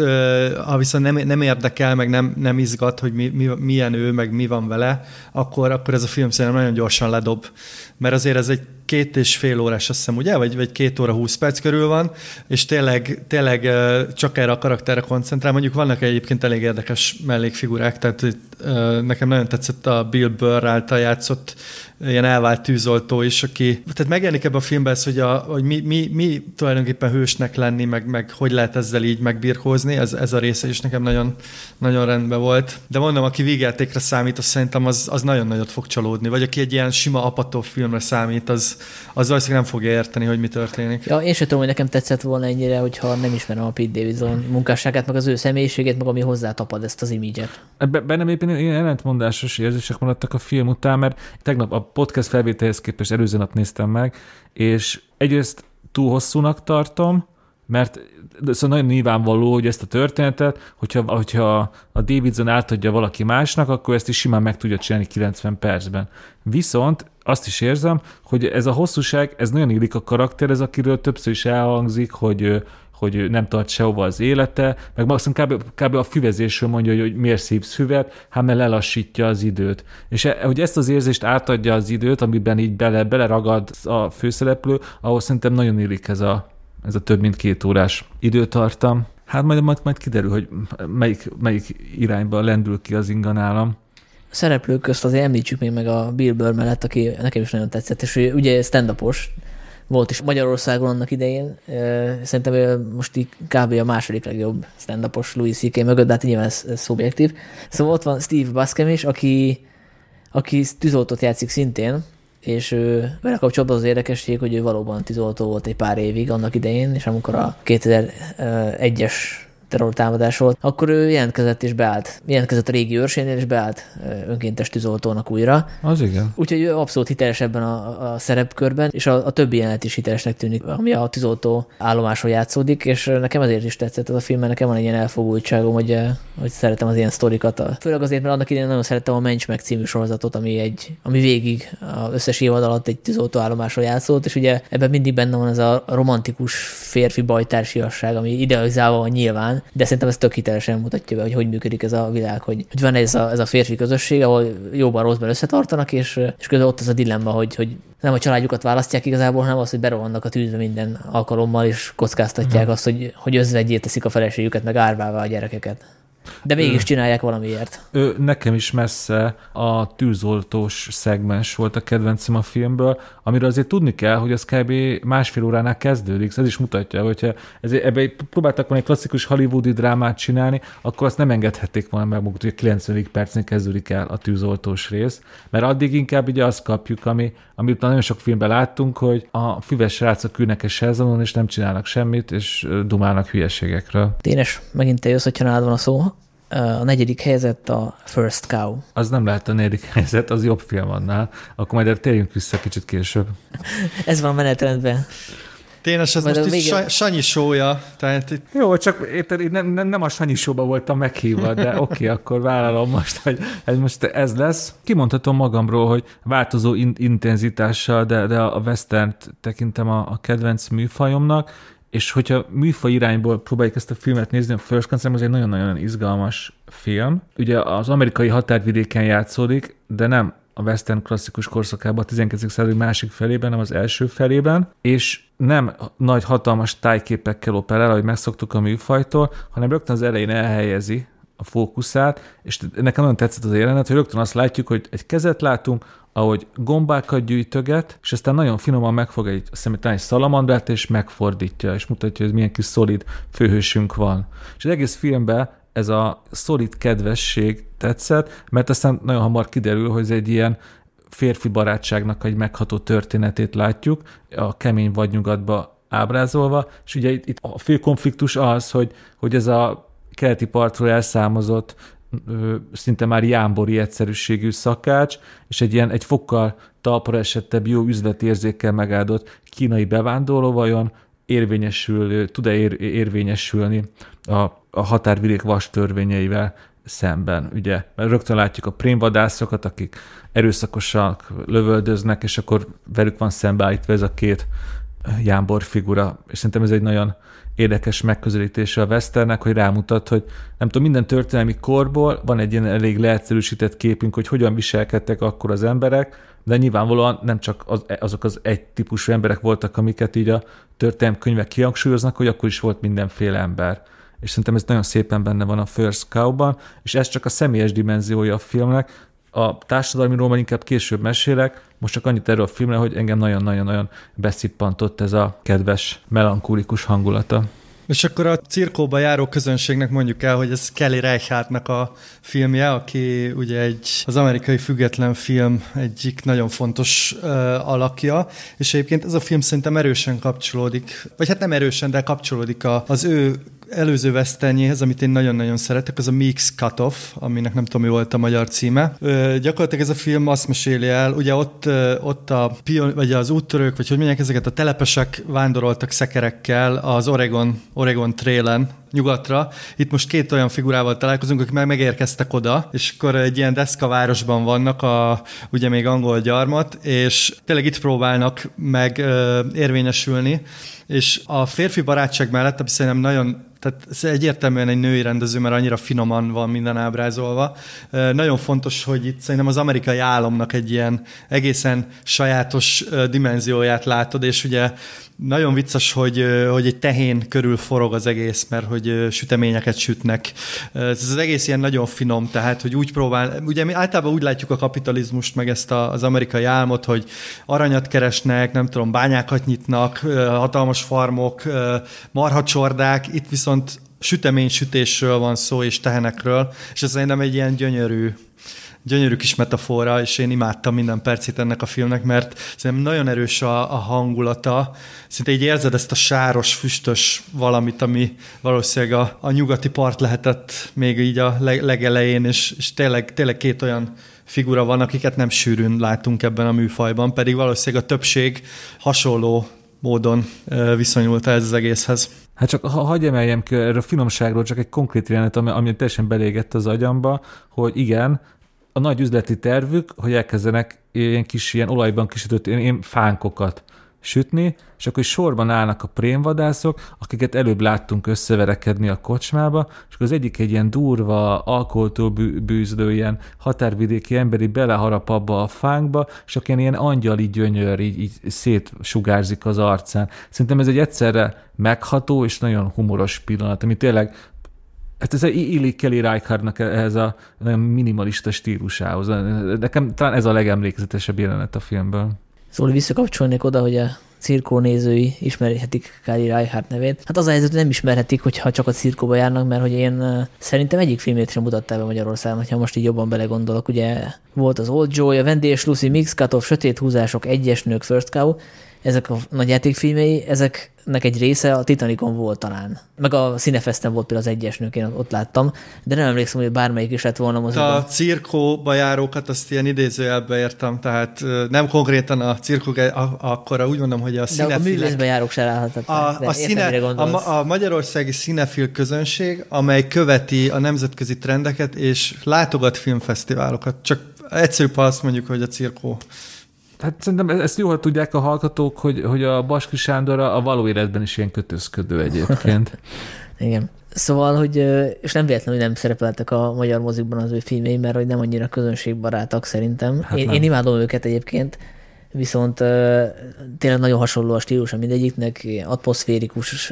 nem érdekel, meg nem izgat, hogy milyen ő, meg mi van vele, akkor ez a film szerintem nagyon gyorsan ledob. Mert azért ez egy 2,5 órás, azt hiszem, ugye? Vagy 2 óra 20 perc körül van, és tényleg csak erre a karakterre koncentrál. Mondjuk vannak egyébként elég érdekes mellékfigurák, tehát nekem nagyon tetszett a Bill Burr által játszott ilyen elvált tűzoltó is, aki... Tehát megjelenik ebben a filmben ez, hogy mi tulajdonképpen hősnek lenni, meg hogy lehet ezzel így megbirkózni, ez a része is nekem nagyon, nagyon rendben volt. De mondom, aki vígjátékra számít, azt szerintem az nagyon nagyot fog csalódni. Vagy aki egy ilyen sima Apatow filmre számít, az valószínűleg nem fogja érteni, hogy mi történik. Ja, én sem tudom, hogy nekem tetszett volna ennyire, hogyha nem ismerem a Pete Davidson munkásságát, meg az ő személyiségét, meg ami hozzátapad ezt az imidzset. Bennem éppen ilyen ellentmondásos érzések maradtak a film után, mert tegnap a podcast felvételhez képest előző nap néztem meg, és egyrészt túl hosszúnak tartom, mert szóval nagyon nyilvánvaló, hogy ezt a történetet, hogyha a Davidson átadja valaki másnak, akkor ezt is simán meg tudja csinálni 90 percben. Viszont azt is érzem, hogy ez a hosszúság, ez nagyon illik a karakter, ez akiről többször is elhangzik, hogy nem tart sehova az élete, meg maximum kb. A füvezésről mondja, hogy miért szívsz füvet, hát mert lelassítja az időt. És hogy ezt az érzést átadja az időt, amiben így beleragad a főszereplő, ahhoz szerintem nagyon illik ez a több mint 2 órás időtartam. Hát majd kiderül, hogy melyik irányba lendül ki az inga nálam. A szereplők közt azért említsük még meg a Bill Burr mellett, aki nekem is nagyon tetszett, és ugye stand-upos volt is Magyarországon annak idején. Szerintem ő most így kb. A második legjobb stand-upos Louis C.K. mögött, de hát nyilván ez szubjektív. Szóval ott van Steve Buscemi is, aki tűzoltót játszik szintén, és vele kapcsolatban az érdekesség, hogy ő valóban tűzoltó volt egy pár évig annak idején, és amikor a 2001-es terrortámadás volt, akkor ő jelentkezett a régi őrsénél, és beállt önkéntes tűzoltónak újra. Az igen. Úgyhogy ő abszolút hiteles ebben a szerepkörben, és a többi jelenet is hitelesnek tűnik, ami a tűzoltó állomáson játszódik, és nekem azért is tetszett ez a film, mert nekem van egy ilyen elfogultságom, hogy szeretem az ilyen sztorikat. Főleg azért, mert annak idején nagyon szerettem a Mencs meg című sorozatot, ami végig az összes évad alatt egy tűzoltó állomáson játszott, és ugye ebben mindig benne van ez a romantikus férfi bajtársiasság, ami idealizálva van nyilván, de szerintem ez tök hitelesen mutatja be, hogy működik ez a világ, hogy van ez a férfi közösség, ahol jóban rosszban összetartanak, és közben ott az a dilemma, hogy nem a családjukat választják igazából, hanem az, hogy berohannak a tűzbe minden alkalommal, és kockáztatják azt, hogy özvegyét teszik a feleségüket, meg árvává a gyerekeket. De mégis csinálják valamiért. Nekem is messze a tűzoltós szegmens volt a kedvencem a filmből, amiről azért tudni kell, hogy az kb. Másfél óránál kezdődik. Ez is mutatja, hogyha ebbe próbáltak volna egy klasszikus hollywoodi drámát csinálni, akkor azt nem engedhették volna meg magukat, hogy a 90. percnél kezdődik el a tűzoltós rész. Mert addig inkább ugye azt kapjuk, amit nagyon sok filmben láttunk, hogy a füves srácok ülnek egy sezonon, és nem csinálnak semmit, és dumálnak hülyeségekről. Ténes, megint te jössz, hogyha nálad van a szó. A 4. helyezett a First Cow. Az nem lehet a 4. helyezett, az jobb film annál. Akkor majd térjünk vissza kicsit később. Ez van menetrendben. Ténes, ez majd most itt Sanyi show-ja. Tehát itt... Jó, csak nem a Sanyi show-ba voltam meghívva, de oké, akkor vállalom most, hogy most ez lesz. Kimondhatom magamról, hogy változó intenzitással, de a western-t tekintem a kedvenc műfajomnak, és hogyha műfaj irányból próbáljuk ezt a filmet nézni, a First Cow az egy nagyon-nagyon izgalmas film. Ugye az amerikai határvidéken játszódik, de nem a western klasszikus korszakában, a 19. század másik felében, nem az első felében, és nem nagy, hatalmas tájképekkel operál, ahogy megszoktuk a műfajtól, hanem rögtön az elején elhelyezi a fókuszát, és nekem nagyon tetszett az jelenet, hogy rögtön azt látjuk, hogy egy kezet látunk, ahogy gombákat gyűjtöget, és aztán nagyon finoman megfog egy szalamandrát, és megfordítja, és mutatja, hogy milyen kis szolid főhősünk van. És az egész filmben ez a szolid kedvesség tetszett, mert aztán nagyon hamar kiderül, hogy ez egy ilyen férfi barátságnak egy megható történetét látjuk, a kemény vadnyugatba ábrázolva, és ugye itt a fő konfliktus az, hogy ez a keleti partról elszámozott, szinte már jámbori egyszerűségű szakács, és egy fokkal talpra esettebb, jó üzletérzékkel megáldott kínai bevándorló vajon tud-e érvényesülni a határvidék vas törvényeivel szemben, ugye. Mert rögtön látjuk a prémvadászokat, akik erőszakosak, lövöldöznek, és akkor velük van szembeállítva ez a két jámbor figura. És szerintem ez egy nagyon érdekes megközelítése a westernnek, hogy rámutat, hogy nem tudom, minden történelmi korból van egy ilyen elég leegyszerűsített képünk, hogy hogyan viselkedtek akkor az emberek, de nyilvánvalóan nem csak azok az egy típusú emberek voltak, amiket így a történelmi könyvek kihangsúlyoznak, hogy akkor is volt mindenféle ember. És szerintem ez nagyon szépen benne van a First Cow-ban, és ez csak a személyes dimenziója a filmnek. A társadalmiról majd inkább később mesélek, most csak annyit erről a filmre, hogy engem nagyon-nagyon-nagyon beszippantott ez a kedves, melankólikus hangulata. És akkor a cirkóba járó közönségnek mondjuk el, hogy ez Kelly Reichardtnak a filmje, aki ugye az amerikai független film egyik nagyon fontos alakja, és egyébként ez a film szerintem erősen kapcsolódik, vagy hát nem erősen, de kapcsolódik az ő előző westernjéhez, amit én nagyon-nagyon szeretek, az a Meek's Cutoff, aminek nem tudom, mi volt a magyar címe. Gyakorlatilag ez a film azt meséli el, ugye ott vagy az úttörők, vagy hogy mondják, ezeket a telepesek vándoroltak szekerekkel az Oregon Trailen nyugatra. Itt most két olyan figurával találkozunk, akik már megérkeztek oda, és akkor egy ilyen deszkavárosban vannak, ugye még angol gyarmat, és tényleg itt próbálnak meg érvényesülni, és a férfi barátság mellett, ami szerintem nagyon, tehát ez egyértelműen egy női rendező, mert annyira finoman van minden ábrázolva. Nagyon fontos, hogy itt szerintem az amerikai álomnak egy ilyen egészen sajátos dimenzióját látod, és ugye nagyon vicces, hogy egy tehén körül forog az egész, mert hogy süteményeket sütnek. Ez az egész ilyen nagyon finom, tehát hogy úgy próbál, ugye mi általában úgy látjuk a kapitalizmust, meg ezt az amerikai álmot, hogy aranyat keresnek, nem tudom, bányákat nyitnak, hatalmas farmok, marhacsordák, itt viszont süteménysütésről van szó, és tehenekről, és ez szerintem egy ilyen gyönyörű kis metafora, és én imádtam minden percét ennek a filmnek, mert szerintem nagyon erős a hangulata. Szinte így érzed ezt a sáros, füstös valamit, ami valószínűleg a nyugati part lehetett még így a legelején, és tényleg két olyan figura van, akiket nem sűrűn látunk ebben a műfajban, pedig valószínűleg a többség hasonló módon viszonyult ez az egészhez. Hát csak hagyj emeljem ki erről a finomságról csak egy konkrét jelenet, ami teljesen belégett az agyamba, hogy igen, a nagy üzleti tervük, hogy elkezdenek ilyen olajban kisütött ilyen fánkokat sütni, és akkor is sorban állnak a prémvadászok, akiket előbb láttunk összeverekedni a kocsmába, és akkor az egyik egy ilyen durva, alkoholtól bűzlő, ilyen határvidéki emberi beleharap abba a fánkba, és akkor ilyen angyali gyönyör így szétsugárzik az arcán. Szerintem ez egy egyszerre megható és nagyon humoros pillanat, ami tényleg hát ez illik Kelly Reichardtnak ehhez a nagyon minimalista stílusához. Nekem talán ez a legemlékezetesebb jelenet a filmből. Szóval visszakapcsolnék oda, hogy a cirkó nézői ismerhetik Kelly Reichardt nevét. Hát az a helyzet, hogy nem ismerhetik, hogyha csak a cirkóba járnak, mert hogy én szerintem egyik filmét sem mutattál be Magyarországon, ha most így jobban belegondolok. Ugye volt az Old Joy, a Wendy és Lucy, Meek's Cutoff, Sötét húzások, Egyes nők, First Cow. Ezek a nagyjátékfilmei, ezeknek egy része a Titanicon volt talán. Meg a Cinefesten volt például az Egyes nők, én ott láttam, de nem emlékszem, hogy bármelyik is lett volna moziban. A cirkóba járókat azt ilyen idézőjelbe értem, tehát nem konkrétan a cirkók, akkor úgy mondom, hogy a cinefilek... De a művészbe járók se állhatnak. A magyarországi cinefil közönség, amely követi a nemzetközi trendeket, és látogat filmfesztiválokat. Csak egyszerűbb, ha azt mondjuk, hogy a cirkó. Hát szerintem ezt jól tudják a hallgatók, hogy a Baskry Sándor a való életben is ilyen kötözködő egyébként. Igen. Szóval, hogy, és nem véletlenül nem szerepeltek a magyar mozikban az ő filmjei, mert hogy nem annyira közönségbarátak szerintem. Hát én imádom őket egyébként, viszont tényleg nagyon hasonló a stílusa mindegyiknek, atmoszférikus,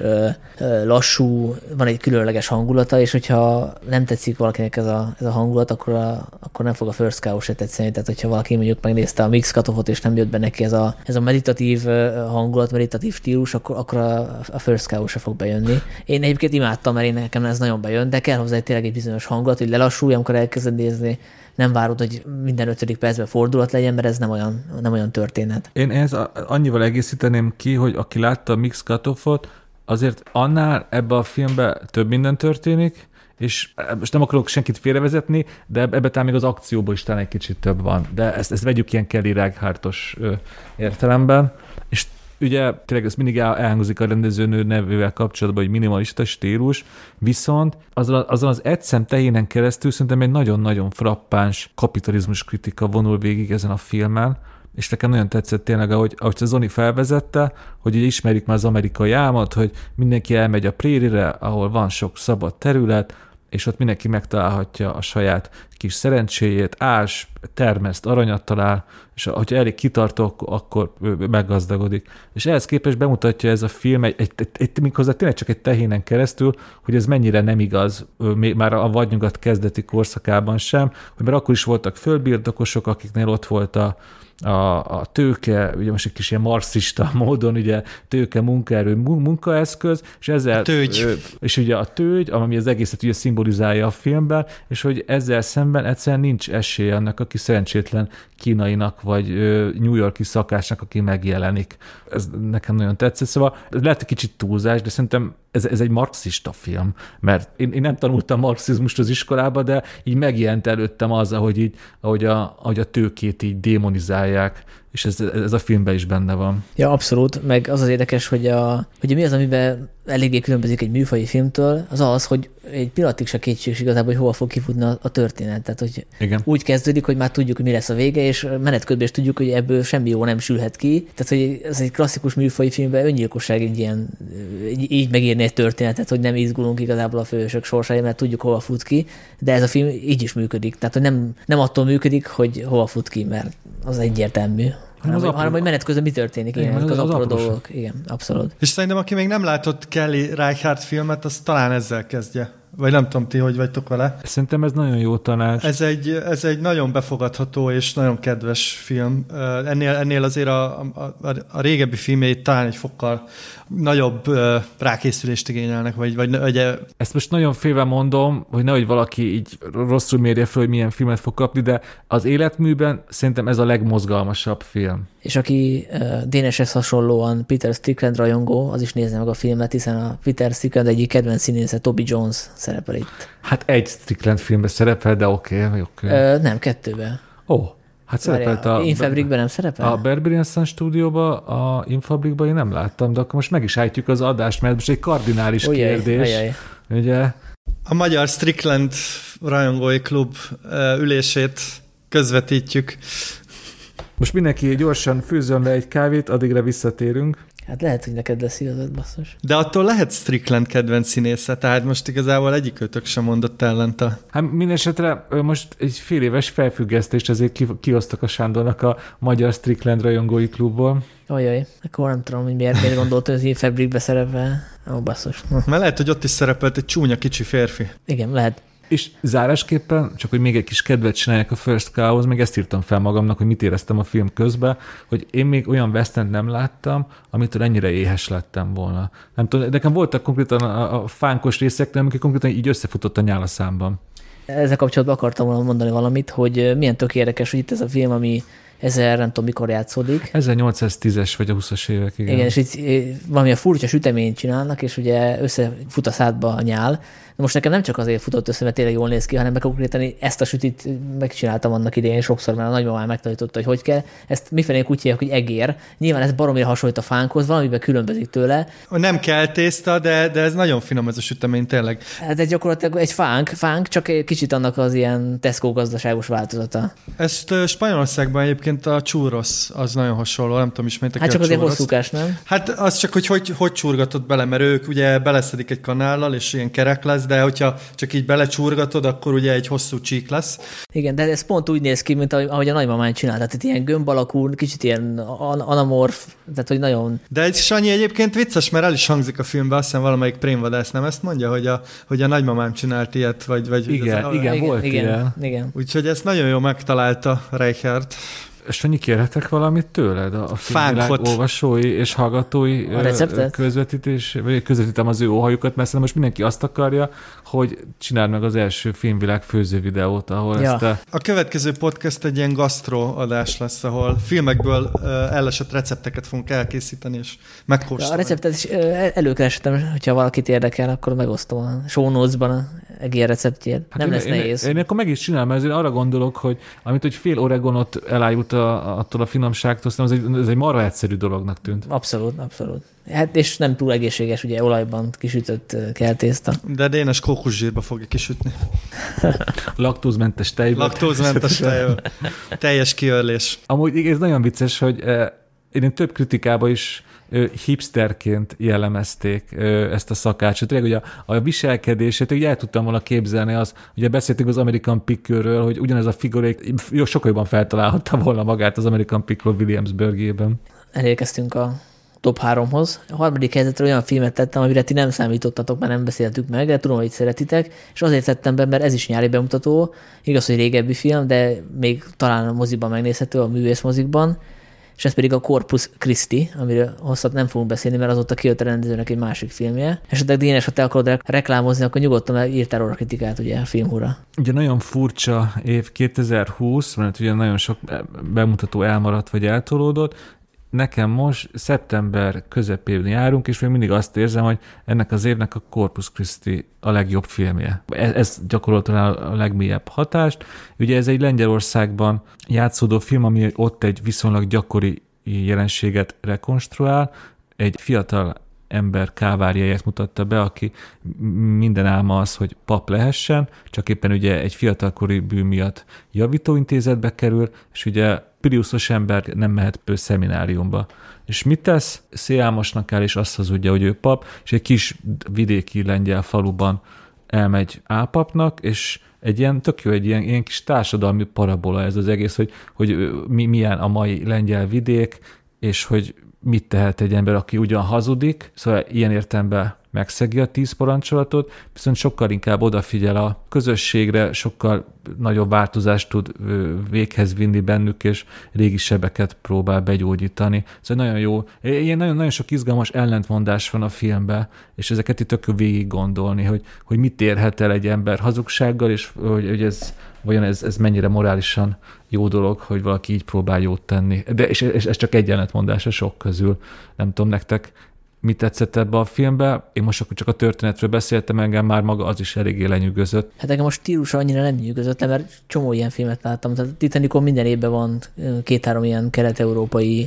lassú, van egy különleges hangulata, és hogyha nem tetszik valakinek ez a hangulat, akkor nem fog a First Cow se tetszeni. Tehát, hogyha valaki mondjuk megnézte a Meek's Cutoffot, és nem jött be neki ez a meditatív hangulat, meditatív stílus, akkor a First Cow se fog bejönni. Én egyébként imádtam, mert nekem ez nagyon bejön, de kell hozzá tényleg egy bizonyos hangulat, hogy lelassulj, amikor elkezded nézni. Nem várod, hogy minden 5. percben fordulat legyen, mert ez nem olyan történet. Én ehhez annyival egészíteném ki, hogy aki látta a Meek's Cutoffot, azért annál ebbe a filmbe több minden történik, és most nem akarok senkit félrevezetni, de ebbe talán még az akcióból is talán egy kicsit több van. De ezt vegyük ilyen Kelly Reichardt-os értelemben. És Ugye tényleg ez mindig elhangzik a rendezőnő nevével kapcsolatban, hogy minimalista stílus, viszont azon az egyszem tehénen keresztül szerintem egy nagyon-nagyon frappáns kapitalizmus kritika vonul végig ezen a filmen, és nekem nagyon tetszett tényleg, ahogy a Zoni felvezette, hogy ugye ismerjük már az amerikai álmot, hogy mindenki elmegy a prérire, ahol van sok szabad terület, és ott mindenki megtalálhatja a saját kis szerencséjét, ás, termeszt, aranyat talál, és hogyha elég kitartó, akkor meggazdagodik. És ehhez képest bemutatja ez a film, méghozzá tényleg csak egy tehénen keresztül, hogy ez mennyire nem igaz, még már a vadnyugat kezdeti korszakában sem, hogy már akkor is voltak földbirtokosok, akiknél ott volt a tőke, ugye most egy kis ilyen marxista módon, ugye tőke, munkaerő, munkaeszköz, és ezzel... A tőgy. És ugye a tőgy, ami az egészet ugye szimbolizálja a filmben, és hogy ezzel szemben egyszerűen nincs esély annak, aki szerencsétlen kínainak, vagy New York-i szakásnak, aki megjelenik. Ez nekem nagyon tetszett. Szóval lehet egy kicsit túlzás, de szerintem ez egy marxista film, mert én nem tanultam marxizmust az iskolába, de így megjelent előttem az, ahogy a tőkét így démonizálják, és ez a filmben is benne van. Ja, abszolút, meg az érdekes, hogy mi az, amiben eléggé különbözik egy műfaji filmtől, az, hogy egy pillanatig se kétség igazából, hogy hova fog kifutni a történet. Tehát, hogy igen. Úgy kezdődik, hogy már tudjuk, hogy mi lesz a vége, és menet közben is tudjuk, hogy ebből semmi jó nem sülhet ki. Tehát, hogy ez egy klasszikus műfaji filmben öngyilkosság így megírni egy történetet, hogy nem izgulunk igazából a főhősök sorsára, mert tudjuk, hova fut ki, de ez a film így is működik. Tehát, hogy nem attól működik, hogy hova fut ki, mert az egyértelmű. Hanem hogy menet közben mi történik, igen, az apró dolgok. Igen, abszolút. És szerintem, aki még nem látott Kelly Reichardt filmet, az talán ezzel kezdje. Vagy nem tudom, ti hogy vagytok vele. Szerintem ez nagyon jó tanács. Ez egy nagyon befogadható és nagyon kedves film. Ennél azért a régebbi filmjeit talán egy fokkal nagyobb rákészülést igényelnek, vagy Ezt most nagyon félve mondom, hogy nehogy valaki így rosszul mérje fel, hogy milyen filmet fog kapni, de az életműben szerintem ez a legmozgalmasabb film. És aki Déneshez hasonlóan Peter Strickland rajongó, az is nézze meg a filmet, hiszen a Peter Strickland egyik kedvenc színésze, Toby Jones szerepel itt. Hát egy Strickland filmben szerepel, de oké. Nem, 2-ben. Hát szerepelt a Infabricben nem szerepel? A Berberian Sun stúdióban, a Infabricban én nem láttam, de akkor most meg is állítjuk az adást, mert most egy kardinális kérdés. Ugye? A Magyar Strickland rajongói klub ülését közvetítjük. Most mindenki gyorsan főzzön le egy kávét, addigra visszatérünk. Hát lehet, hogy neked lesz igazad, basszus. De attól lehet Strickland kedvenc színésze, tehát most igazából egyikőtök sem mondott ellent Hát mindesetre most egy fél éves felfüggesztést azért kiosztak a Sándornak a Magyar Strickland rajongói klubból. Ajaj, akkor nem tudom, hogy miért gondolt, hogy az én Fabricbe szerepel. Basszus. Mert lehet, hogy ott is szerepelt egy csúnya kicsi férfi. Igen, lehet. És zárásképpen, csak hogy még egy kis kedvet csináljak a First Cow-hoz, még ezt írtam fel magamnak, hogy mit éreztem a film közben, hogy én még olyan West End nem láttam, amitől ennyire éhes lettem volna. Nem tudom, nekem voltak konkrétan a fánkos részek, amik konkrétan így összefutott a nyál a számban. Ezzel kapcsolatban akartam volna mondani valamit, hogy milyen tök érdekes, hogy itt ez a film, ami nem tudom, mikor játszódik. 1810-es vagy a 20-as évek, igen. Igen, és itt valamilyen furcsa süteményt csinálnak, és ugye összefut a szádba a nyál. De most nekem nem csak azért futott össze, mert tényleg jól néz ki, hanem konkrétan ezt a sütit megcsináltam annak idején sokszor, mert a nagymamám megtanította, hogy kell. Ezt mifelé úgy hívják, hogy egér. Nyilván ez baromira hasonlít a fánkhoz, valamiben különbözik tőle. Nem kell tészta, de ez nagyon finom ez a sütemény tényleg. Hát ez gyakorlatilag egy fánk, csak egy kicsit annak az ilyen Tesco gazdaságos változata. Ezt Spanyolországban egyébként a churros az nagyon hasonló, nem tudom, ismertek. Hát csak azért hosszúkás, nem? Hát az csak, hogy csurgatod bele, mert ők ugye beleszedik egy kanállal, és ilyen kerek lesz, de hogyha csak így belecsurgatod, akkor ugye egy hosszú csík lesz. Igen, de ez pont úgy néz ki, mint ahogy a nagymamán csinál. Tehát itt ilyen gömb alakú, kicsit ilyen anamorf, tehát hogy nagyon... De egy Sanyi egyébként vicces, mert el is hangzik a filmben, azt hiszem valamelyik prémvadász nem ezt mondja, hogy a nagymamám csinált ilyet, vagy igen, volt ilyen. Igen. Úgyhogy ezt nagyon jól megtalálta Reichardt. Sanyi, kérhetek valamit tőled? A filmvilág olvasói és hallgatói közvetítem az ő óhajukat, mert szerintem most mindenki azt akarja, hogy csináld meg az első filmvilág főző videót, ahol ezt A következő podcast egy ilyen gasztro adás lesz, ahol filmekből elesett recepteket fogunk elkészíteni, és megkóstolni. A receptet is előkerestem, hogyha valakit érdekel, akkor megosztom a show notes-ban egér receptjét. Hát nem lesz nehéz. Én akkor meg is csinálom, mert azért arra gondolok, hogy hogy fél Oregonot elájult attól a finomságtól, szerintem ez egy marha egyszerű dolognak tűnt. Abszolút. Hát és nem túl egészséges, ugye olajban kisütött keltészta. De Dénes kókuszsírba fogja kisütni. Laktózmentes tejben. Laktózmentes tejben. Teljes kiörlés. Amúgy ez nagyon vicces, hogy én több kritikában is hipsterként jellemezték ezt a szakácsot. Tényleg, hogy a viselkedését, ugye el tudtam volna képzelni ugye beszéltünk az American Pickle-ről, hogy ugyanez a figurék sokkal jobban feltalálhatta volna magát az American Pickle Williamsburgében. Elérkeztünk a top 3-hoz. A harmadik helyzetre olyan filmet tettem, amire ti nem számítottatok, mert nem beszéltük meg, de tudom, hogy szeretitek, és azért tettem be, mert ez is nyári bemutató, igaz, hogy régebbi film, de még talán a moziban megnézhető, a művészmozikban, és ez pedig a Corpus Christi, amiről hosszat nem fogunk beszélni, mert azóta kijött a rendezőnek egy másik filmje. Esetleg Dénes, ha te akarod reklámozni, akkor nyugodtan írtál róla kritikát ugye a Filmhúra. Ugye nagyon furcsa év 2020, mert ugye nagyon sok bemutató elmaradt vagy eltolódott. Nekem most szeptember közepén járunk, és még mindig azt érzem, hogy ennek az évnek a Corpus Christi a legjobb filmje. Ez gyakorolta a legmélyebb hatást. Ugye ez egy Lengyelországban játszódó film, ami ott egy viszonylag gyakori jelenséget rekonstruál. Egy fiatal ember káváriáját mutatta be, aki minden álma az, hogy pap lehessen, csak éppen ugye egy fiatalkori bűn miatt javítóintézetbe kerül, és ugye piriuszos ember nem mehet szemináriumba. És mit tesz? Szélálmosnak áll, és azt hazudja, hogy ő pap, és egy kis vidéki lengyel faluban elmegy álpapnak, és egy ilyen tök jó, egy ilyen kis társadalmi parabola ez az egész, hogy milyen a mai lengyel vidék, és hogy mit tehet egy ember, aki ugyan hazudik, szóval ilyen értelemben megszegi a 10 parancsolatot, viszont sokkal inkább odafigyel a közösségre, sokkal nagyobb változást tud véghez vinni bennük, és régi sebeket próbál begyógyítani. Szóval nagyon jó. Ilyen nagyon sok izgalmas ellentmondás van a filmben, és ezeket itt tök végig gondolni, hogy mit érhet el egy ember hazugsággal, és hogy vajon ez mennyire morálisan jó dolog, hogy valaki így próbál jót tenni. És ez csak egy ellentmondás a sok közül. Nem tudom, nektek mit tetszett ebbe a filmbe. Én most akkor csak a történetről beszéltem, engem már maga az is eléggé lenyűgözött. Hát engem most stílusa annyira nem nyűgözött, mert csomó ilyen filmet láttam. Tehát Titanicon minden évben van 2-3 ilyen kelet-európai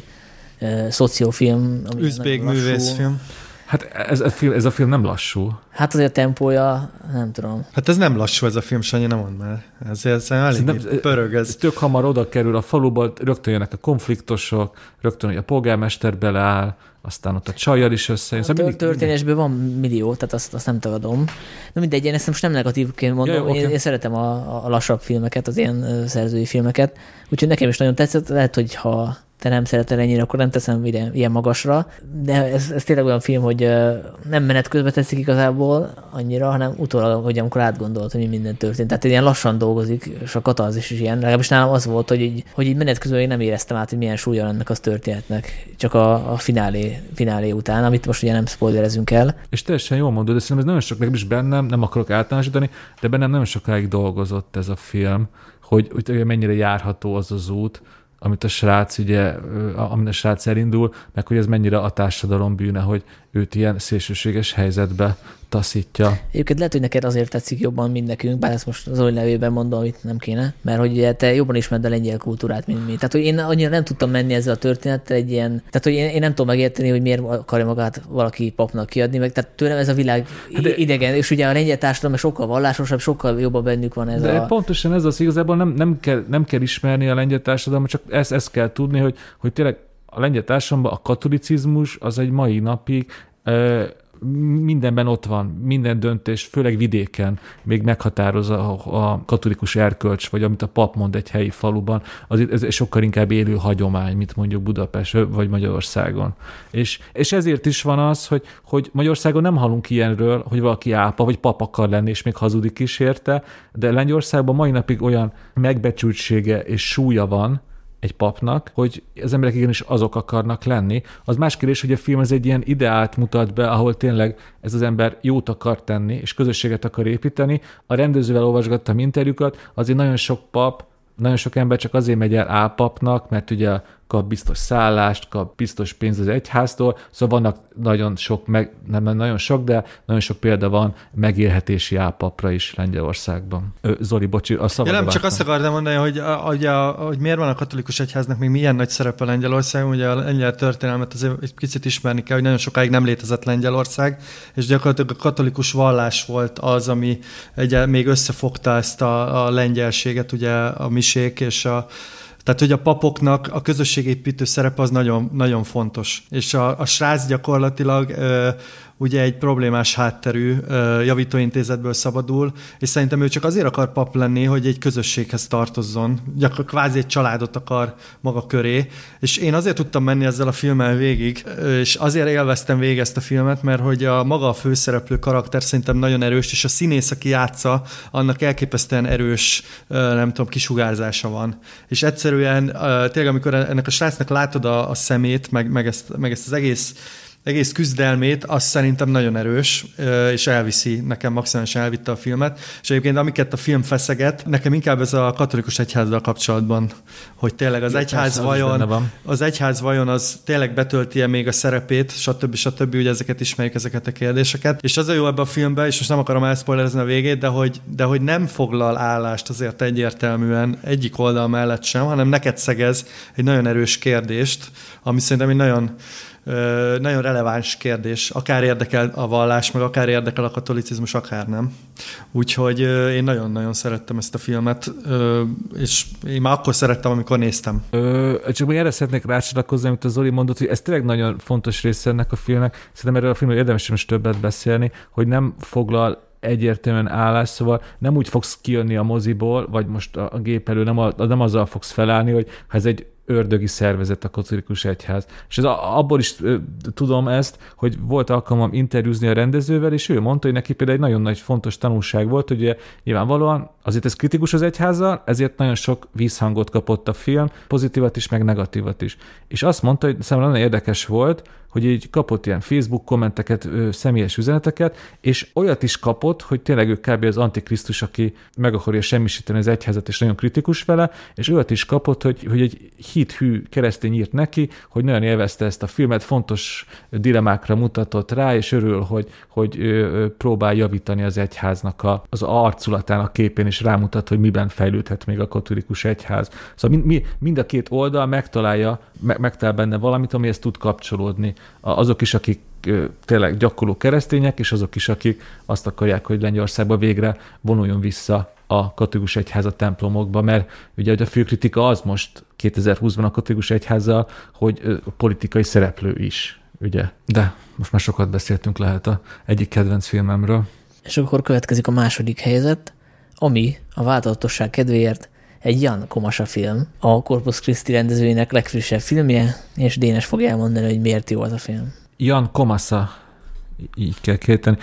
szociófilm. Üzbég művészfilm. Hát ez a film nem lassú. Hát azért a tempója, nem tudom. Hát ez nem lassú ez a film, Sanyi, nem mondd már. Ezért elég pörög ez. Tök hamar oda kerül a faluba, rögtön jönnek a konfliktusok, rögtön, hogy a polgármester beleáll, aztán ott a csajjal is összejön. A történésből van millió, tehát azt nem tagadom. De mindegy, én ezt most nem negatívként mondom, én szeretem a lassabb filmeket, az ilyen szerzői filmeket, úgyhogy nekem is nagyon tetszett, lehet, hogy ha te nem szeretel ennyire, akkor nem teszem ilyen magasra, de ez tényleg olyan film, hogy nem menet közben tetszik igazából annyira, hanem utólag, hogy amikor átgondolt, hogy mi minden történt. Tehát ilyen lassan dolgozik, és a katarzis is ilyen. Legalábbis nálam az volt, hogy így menet közben én nem éreztem át, hogy milyen súlya ennek az történetnek, csak a finálé után, amit most ugye nem spoilerezünk el. És teljesen jól mondod, de szerintem ez nagyon sok, legalábbis bennem, nem akarok általánosítani, de bennem nagyon sokáig dolgozott ez a film, hogy mennyire járható az az út, amit a srác ugye, amin a srác elindul, meg hogy ez mennyire a társadalom bűne, hogy őt ilyen szélsőséges helyzetbe taszítja. Egyébként lehet, hogy neked azért tetszik jobban, mint nekünk, bár ezt most az Zoli nevében mondom, amit nem kéne, mert hogy ugye te jobban ismered a lengyel kultúrát, mint mi. Tehát, hogy én annyira nem tudtam menni ezzel a történettel egy ilyen, tehát, hogy én nem tudom megérteni, hogy miért akarja magát valaki papnak kiadni, meg tehát tőlem ez a világ idegen, és ugye a lengyel társadalom sokkal vallásosabb, sokkal jobban bennük van ez de pontosan ez az, igazából nem kell ismerni a lengyel társadalmat, csak ezt kell tudni, hogy tényleg a lengyel társadalomban a katolicizmus az egy mai napig mindenben ott van, minden döntés, főleg vidéken még meghatározza a katolikus erkölcs, vagy amit a pap mond egy helyi faluban, ez sokkal inkább élő hagyomány, mint mondjuk Budapest vagy Magyarországon. És ezért is van az, hogy Magyarországon nem hallunk ilyenről, hogy valaki álpa, vagy pap akar lenni, és még hazudik is érte, de Lengyelországban mai napig olyan megbecsültsége és súlya van egy papnak, hogy az emberek igenis azok akarnak lenni. Az más kérdés, hogy a film az egy ilyen ideált mutat be, ahol tényleg ez az ember jót akar tenni, és közösséget akar építeni. A rendezővel olvasgattam interjúkat, azért nagyon sok pap, nagyon sok ember csak azért megy el álpapnak, mert ugye kap biztos szállást, kap biztos pénzt az egyháztól, szóval vannak nagyon sok, nem nagyon sok, de nagyon sok példa van megélhetési álpapra is Lengyelországban. Zoli, bocsi, a szabad. Nem, csak azt akartam mondani, hogy miért van a katolikus egyháznak még milyen nagy szerepe Lengyelországon, ugye a lengyel történelmet azért egy picit ismerni kell, hogy nagyon sokáig nem létezett Lengyelország, és gyakorlatilag a katolikus vallás volt az, ami még összefogta ezt a lengyelséget, ugye a misék és tehát, hogy a papoknak a közösségépítő szerep az nagyon, nagyon fontos. És a srác gyakorlatilag ugye egy problémás hátterű javítóintézetből szabadul, és szerintem ő csak azért akar pap lenni, hogy egy közösséghez tartozzon. Gyakorlatilag kvázi egy családot akar maga köré. És én azért tudtam menni ezzel a filmmel végig, és azért élveztem végig ezt a filmet, mert hogy maga a főszereplő karakter szerintem nagyon erős, és a színész, aki játsza, annak elképesztően erős, nem tudom, kisugárzása van. És egyszerűen tényleg, amikor ennek a srácnak látod a szemét, meg ezt az egész küzdelmét, az szerintem nagyon erős, és elviszi, nekem maximálisan elvitte a filmet. És egyébként amiket a film feszeget, nekem inkább ez a katolikus egyházzal kapcsolatban, hogy tényleg az egyház vajon az tényleg betölti-e még a szerepét, stb. Ugye ezeket ismerjük, ezeket a kérdéseket. És az a jó ebben a filmben, és most nem akarom elszpoilerezni a végét, de hogy nem foglal állást azért egyértelműen egyik oldal mellett sem, hanem neked szegez egy nagyon erős kérdést, ami szerintem egy nagyon releváns kérdés. Akár érdekel a vallás, meg akár érdekel a katolicizmus, akár nem. Úgyhogy én nagyon-nagyon szerettem ezt a filmet, és én már akkor szerettem, amikor néztem. Csak még erre szeretnék rácsatlakozni, amit a Zoli mondott, hogy ez tényleg nagyon fontos része ennek a filmnek. Szerintem erről a filmről érdemes most többet beszélni, hogy nem foglal egyértelműen állás, szóval nem úgy fogsz kijönni a moziból, vagy most a gép elől, nem azzal fogsz felállni, hogy ha ez egy ördögi szervezet a katolikus egyház. És abból is tudom ezt, hogy volt alkalmam interjúzni a rendezővel, és ő mondta, hogy neki például egy nagyon nagy fontos tanulság volt, hogy ugye, nyilvánvalóan azért ez kritikus az egyházzal, ezért nagyon sok vízhangot kapott a film, pozitívat is, meg negatívat is. És azt mondta, hogy számomra nagyon érdekes volt, hogy így kapott ilyen Facebook kommenteket, személyes üzeneteket, és olyat is kapott, hogy tényleg ő kb. Az antikrisztus, aki meg akarja semmisíteni az egyházat, és nagyon kritikus vele, és olyat is kapott, hogy egy hithű keresztény írt neki, hogy nagyon élvezte ezt a filmet, fontos dilemákra mutatott rá, és örül, hogy próbál javítani az egyháznak az arculatának képén, és rámutat, hogy miben fejlődhet még a katolikus egyház. Szóval mind a két oldal megtalál benne valamit, amihez tud kapcsolódni. Azok is, akik tényleg gyakorló keresztények, és azok is, akik azt akarják, hogy Lengyelországba végre vonuljon vissza a katolikus egyház a templomokba, mert ugye a fő kritika az most 2020-ban a katolikus egyházzal, hogy politikai szereplő is, ugye. De most már sokat beszéltünk lehet egyik kedvenc filmemről. És akkor következik a második helyzet, ami a változatosság kedvéért egy Jan Komasa film, a Corpus Christi rendezőjének legfrissebb filmje, és Dénes fogja elmondani, hogy miért jó az a film. Jan Komasa, így kell kérteni.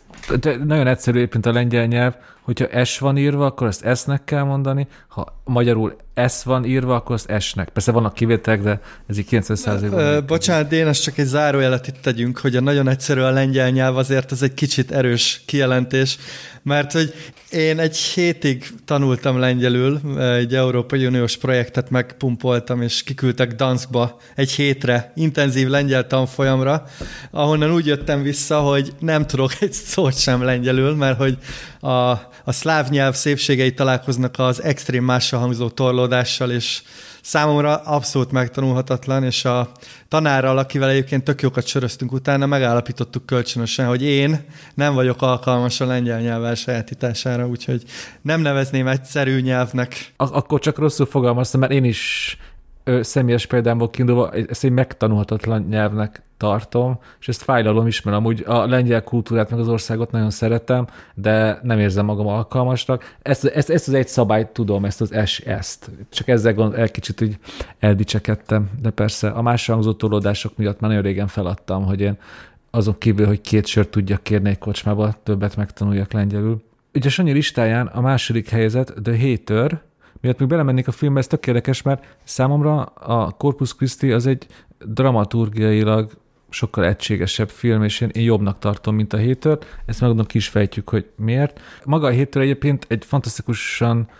De nagyon egyszerű éppen a lengyel nyelv, hogyha S van írva, akkor ezt S-nek kell mondani, ha magyarul S van írva, akkor azt S-nek. Persze vannak kivételek, de ez így 90%-ban. Bocsánat, Dénes, csak egy zárójelet itt tegyünk, hogy a nagyon egyszerű a lengyel nyelv, azért ez egy kicsit erős kijelentés, mert hogy én egy hétig tanultam lengyelül, egy Európai Uniós projektet megpumpoltam, és kiküldtek Danskba egy hétre, intenzív lengyel tanfolyamra, ahonnan úgy jöttem vissza, hogy nem tudok egy szót sem lengyelül, mert hogy a szláv nyelv szépségei találkoznak az extrém mással hangzó torlódással, és számomra abszolút megtanulhatatlan, és a tanárral, akivel egyébként tök jókat söröztünk utána, megállapítottuk kölcsönösen, hogy én nem vagyok alkalmas a lengyel nyelv elsajátítására, úgyhogy nem nevezném egyszerű nyelvnek. Akkor csak rosszul fogalmaztam, mert én is személyes példámból kiindulva ezt egy megtanulhatatlan nyelvnek tartom, és ezt fájlalom is, mert amúgy a lengyel kultúrát meg az országot nagyon szeretem, de nem érzem magam alkalmasnak. Ezt az egy szabályt tudom, ezt az ezt. Csak ezzel egy kicsit így eldicsekedtem, de persze a más hangzó torlódások miatt már nagyon régen feladtam, hogy én azon kívül, hogy 2 sört tudjak kérni egy kocsmába, többet megtanuljak lengyelül. Ugye a Sanyi listáján a második helyzet The Hater, miatt még belemennék a filmbe, ez tök érdekes, mert számomra a Corpus Christi az egy dramaturgiailag sokkal egységesebb film, és én jobbnak tartom, mint a Hater. Ezt megmondom, ki is fejtjük, hogy miért. Maga a Hater egyébként egy fantasztikusan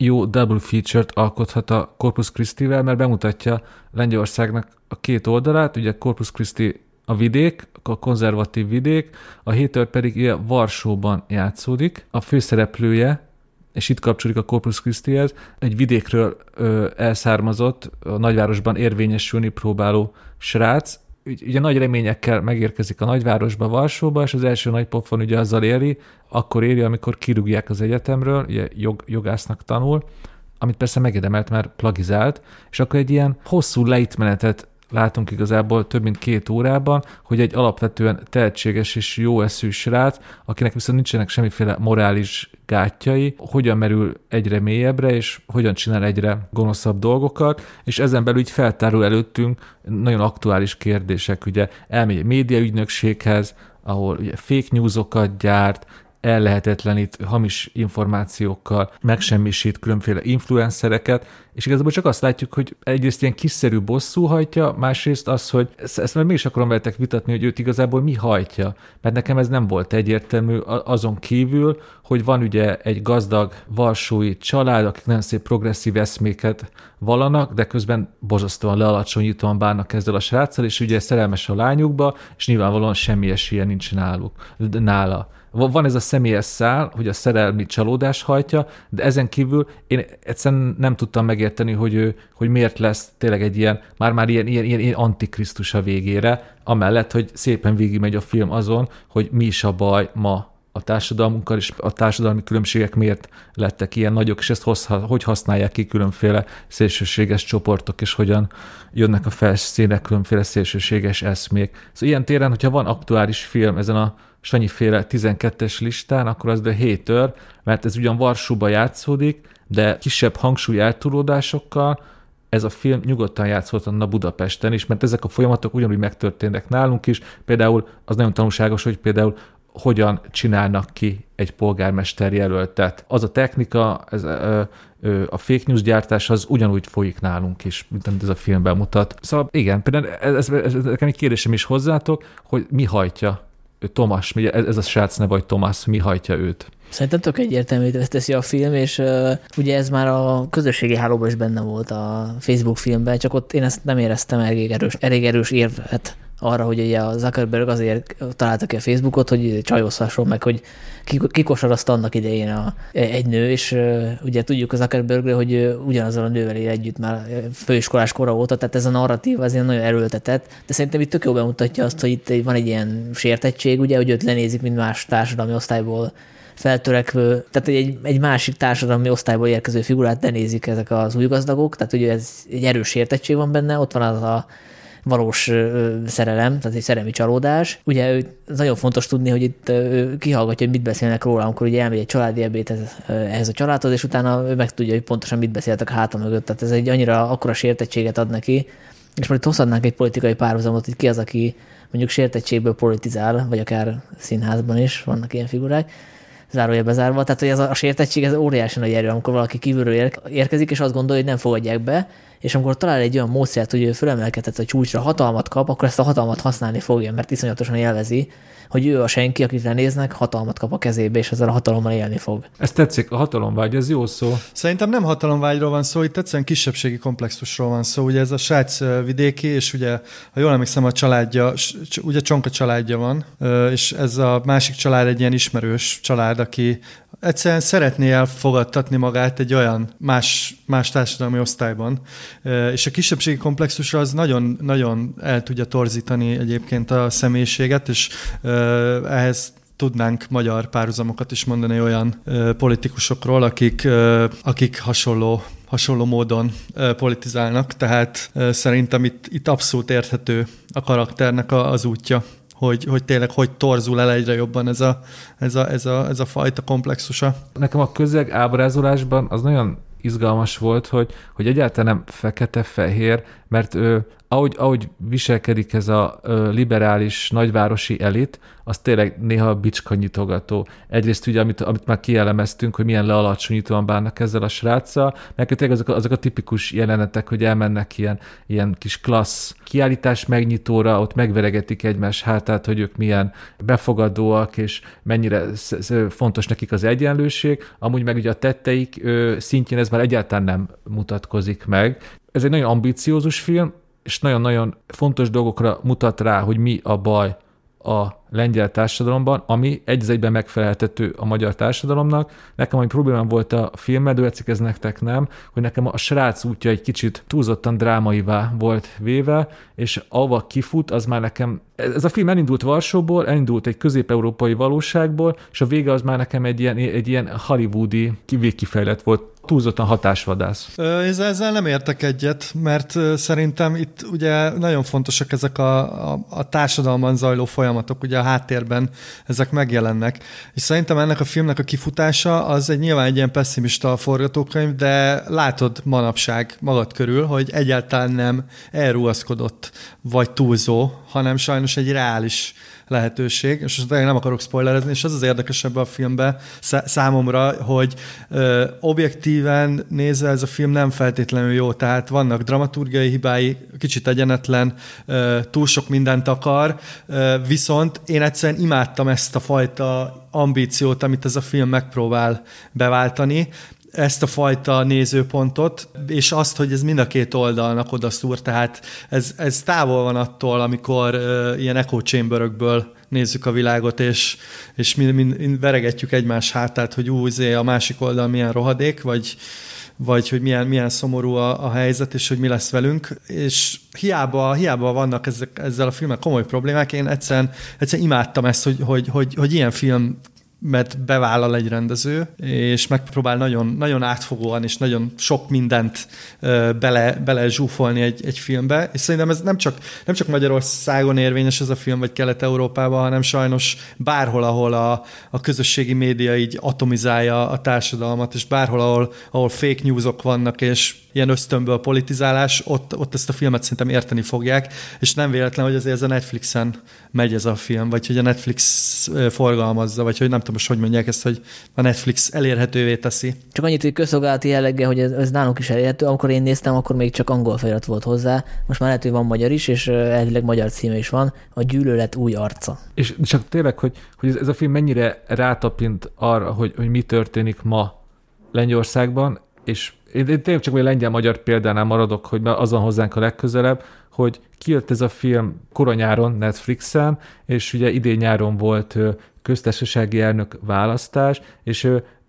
jó double feature-t alkothat a Corpus Christi-vel, mert bemutatja Lengyelországnak a két oldalát, ugye Corpus Christi a vidék, a konzervatív vidék, a Hétör pedig ugye Varsóban játszódik. A főszereplője, és itt kapcsolódik a Corpus Christihez, egy vidékről elszármazott, a nagyvárosban érvényesülni próbáló srác. Ugye nagy reményekkel megérkezik a nagyvárosba, Varsóba, és az első nagy pofon ugye azzal akkor éri, amikor kirúgják az egyetemről, ugye jogásznak tanul, amit persze megérdemelt, mert plagizált, és akkor egy ilyen hosszú lejtmenetet látunk igazából több mint 2 órában, hogy egy alapvetően tehetséges és jó eszű srác, akinek viszont nincsenek semmiféle morális gátjai, hogyan merül egyre mélyebbre, és hogyan csinál egyre gonoszabb dolgokat, és ezen belül így feltárul előttünk nagyon aktuális kérdések, ugye elmegy egy médiaügynökséghez, ahol ugye fake newsokat gyárt, ellehetetlenít hamis információkkal, megsemmisít különféle influencereket, és igazából csak azt látjuk, hogy egyrészt ilyen kiszerű bosszú hajtja, másrészt az, hogy ezt már mégis akarom veletek vitatni, hogy őt igazából mi hajtja, mert nekem ez nem volt egyértelmű azon kívül, hogy van ugye egy gazdag varsói család, akik nagyon szép progresszív eszméket vallanak, de közben borzasztóan lealacsonyítóan bánnak ezzel a sráccal, és ugye szerelmes a lányukba, és nyilvánvalóan semmi esélye nincs nála. Van ez a személyes szál, hogy a szerelmi csalódás hajtja, de ezen kívül én egyszerűen nem tudtam megérteni, hogy miért lesz tényleg egy ilyen antikrisztus a végére, amellett, hogy szépen végigmegy a film azon, hogy mi is a baj ma a társadalmunkkal, és a társadalmi különbségek miért lettek ilyen nagyok, és ezt hogy használják ki különféle szélsőséges csoportok, és hogyan jönnek a felszínre különféle szélsőséges eszmék. Szóval ilyen téren, hogyha van aktuális film ezen a Sanyi-féle 12-es listán, akkor az The Hater, mert ez ugyan Varsóba játszódik, de kisebb hangsúly eltúlódásokkal ez a film nyugodtan játszhatna Budapesten is, mert ezek a folyamatok ugyanúgy megtörténnek nálunk is. Például az nagyon tanulságos, hogy például hogyan csinálnak ki egy polgármester jelöltet. Az a technika, a fake news gyártás az ugyanúgy folyik nálunk is, mint amit ez a filmben mutat. Szóval igen, például ez nekem egy kérdésem is hozzátok, hogy mi hajtja Tomás, ez a srác neve, vagy Tomás, mi hajtja őt? Szerintem tök egyértelmű, hogy teszi a film, és ugye ez már a közösségi hálóban is benne volt a Facebook filmben, csak ott én ezt nem éreztem elég erős érvet arra, hogy ugye a Zuckerberg azért találta ki a Facebookot, hogy csajozhasson meg, hogy kikosarazta annak idején egy nő, és ugye tudjuk a Zuckerbergről, hogy ugyanazzal a nővel él együtt már főiskolás kora óta, tehát ez a narratív azért nagyon erőltetett, de szerintem itt tök jól bemutatja azt, hogy itt van egy ilyen sértettség, ugye, hogy őt lenézik, mint más társadalmi osztályból feltörekvő, tehát egy másik társadalmi osztályból érkező figurát lenézik ezek az új gazdagok, tehát ugye ez egy erős sértettség van benne, ott van az a valós szerelem, tehát egy szerelmi csalódás. Ugye nagyon fontos tudni, hogy itt kihallgatja, hogy mit beszélnek róla, amikor ugye elmegy egy családi ebédhez ehhez a családhoz, és utána ő meg tudja, hogy pontosan mit beszéltek a háta mögött. Tehát ez egy akkora sértettséget ad neki, és majd hozhatnánk egy politikai párhuzamot, hogy ki az, aki mondjuk sértettségből politizál, vagy akár színházban is vannak ilyen figurák, zárója bezárva. Tehát, hogy ez a sértettség, ez óriási nagy erő, amikor valaki kívülről érkezik, és azt gondolja, hogy nem fogadják be, és amikor talál egy olyan módszert, hogy ő fölemelkedett a csúcsra, hatalmat kap, akkor ezt a hatalmat használni fogja, mert iszonyatosan élvezi, hogy ő a senki, akit lenéznek, hatalmat kap a kezébe, és ezzel a hatalommal élni fog. Ez tetszik, a hatalomvágy, ez jó szó. Szerintem nem hatalomvágyról van szó, itt egyszerűen kisebbségi komplexusról van szó. Ugye ez a srác vidéki, és ugye, ha jól emlékszem, a családja, ugye Csonka családja van, és ez a másik család egy ilyen ismerős család, aki egyszerűen szeretné elfogadtatni magát egy olyan más társadalmi osztályban. És a kisebbségi komplexusra az nagyon, nagyon el tudja torzítani egyébként a személyiséget, és ehhez tudnánk magyar párhuzamokat is mondani olyan politikusokról, akik hasonló módon politizálnak, tehát szerintem itt abszolút érthető a karakternek az útja, hogy tényleg hogy torzul el egyre jobban ez a fajta komplexusa. Nekem a közeg ábrázolásban az nagyon izgalmas volt, hogy egyáltalán nem fekete-fehér, mert ahogy viselkedik ez a liberális nagyvárosi elit, az tényleg néha bicskanyitogató. Egyrészt ugye, amit már kielemeztünk, hogy milyen lealacsonyítóan bánnak ezzel a sráccal, meg tényleg azok a tipikus jelenetek, hogy elmennek ilyen kis klassz kiállítás megnyitóra, ott megveregetik egymás hátát, hogy ők milyen befogadóak, és mennyire fontos nekik az egyenlőség. Amúgy meg ugye a tetteik szintjén ez már egyáltalán nem mutatkozik meg. Ez egy nagyon ambiciózus film, és nagyon-nagyon fontos dolgokra mutat rá, hogy mi a baj a lengyel társadalomban, ami egyben megfelelhető a magyar társadalomnak. Nekem egy problémám volt a filmmel, de ez nektek nem, hogy nekem a srác útja egy kicsit túlzottan drámaivá volt véve, és ahova kifut, az már nekem... Ez a film elindult Varsóból, elindult egy közép-európai valóságból, és a vége az már nekem egy ilyen hollywoodi végkifejlet volt, túlzottan hatásvadász. Ezzel nem értek egyet, mert szerintem itt ugye nagyon fontosak ezek a társadalomban zajló folyamatok, ugye a háttérben ezek megjelennek. És szerintem ennek a filmnek a kifutása az nyilván egy ilyen pessimista forgatókönyv, de látod manapság magad körül, hogy egyáltalán nem elrugaszkodott vagy túlzó, hanem sajnos egy reális lehetőség, és most nem akarok spoilerezni, és az érdekes ebben a filmben számomra, hogy objektíven nézve ez a film nem feltétlenül jó, tehát vannak dramaturgiai hibái, kicsit egyenetlen, túl sok mindent akar, viszont én egyszerűen imádtam ezt a fajta ambíciót, amit ez a film megpróbál beváltani, ezt a fajta nézőpontot, és azt, hogy ez mind a két oldalnak odaszúr, tehát ez távol van attól, amikor ilyen echo chamberökből nézzük a világot, és mi veregetjük egymás hátát, hogy a másik oldal milyen rohadék, vagy hogy milyen szomorú a helyzet, és hogy mi lesz velünk, és hiába vannak ezzel a filmmel komoly problémák, én egyszerűen imádtam ezt, hogy ilyen film mert bevállal egy rendező, és megpróbál nagyon, nagyon átfogóan és nagyon sok mindent bele zsúfolni egy filmbe, és szerintem ez nem csak Magyarországon érvényes ez a film, vagy Kelet-Európában, hanem sajnos bárhol, ahol a közösségi média így atomizálja a társadalmat, és bárhol, ahol fake newsok vannak, és ilyen ösztönből politizálás, ott ezt a filmet szerintem érteni fogják, és nem véletlen, hogy azért ez a Netflixen megy ez a film, vagy hogy a Netflix forgalmazza, vagy hogy nem tudom most, hogy mondják ezt, hogy a Netflix elérhetővé teszi. Csak annyit, hogy közszolgálati jelleggel, hogy ez nálunk is elérhető. Amikor én néztem, akkor még csak angol felirat volt hozzá. Most már lehet, hogy van magyar is, és elvileg magyar címe is van. A gyűlölet új arca. És csak tényleg, hogy ez a film mennyire rátapint arra, hogy mi történik ma Lengyelországban, és én tényleg csak egy lengyel-magyar példánál maradok, hogy azon hozzánk a legközelebb, hogy kijött ez a film koronyáron Netflixen, és ugye idén nyáron volt köztársasági elnök választás, és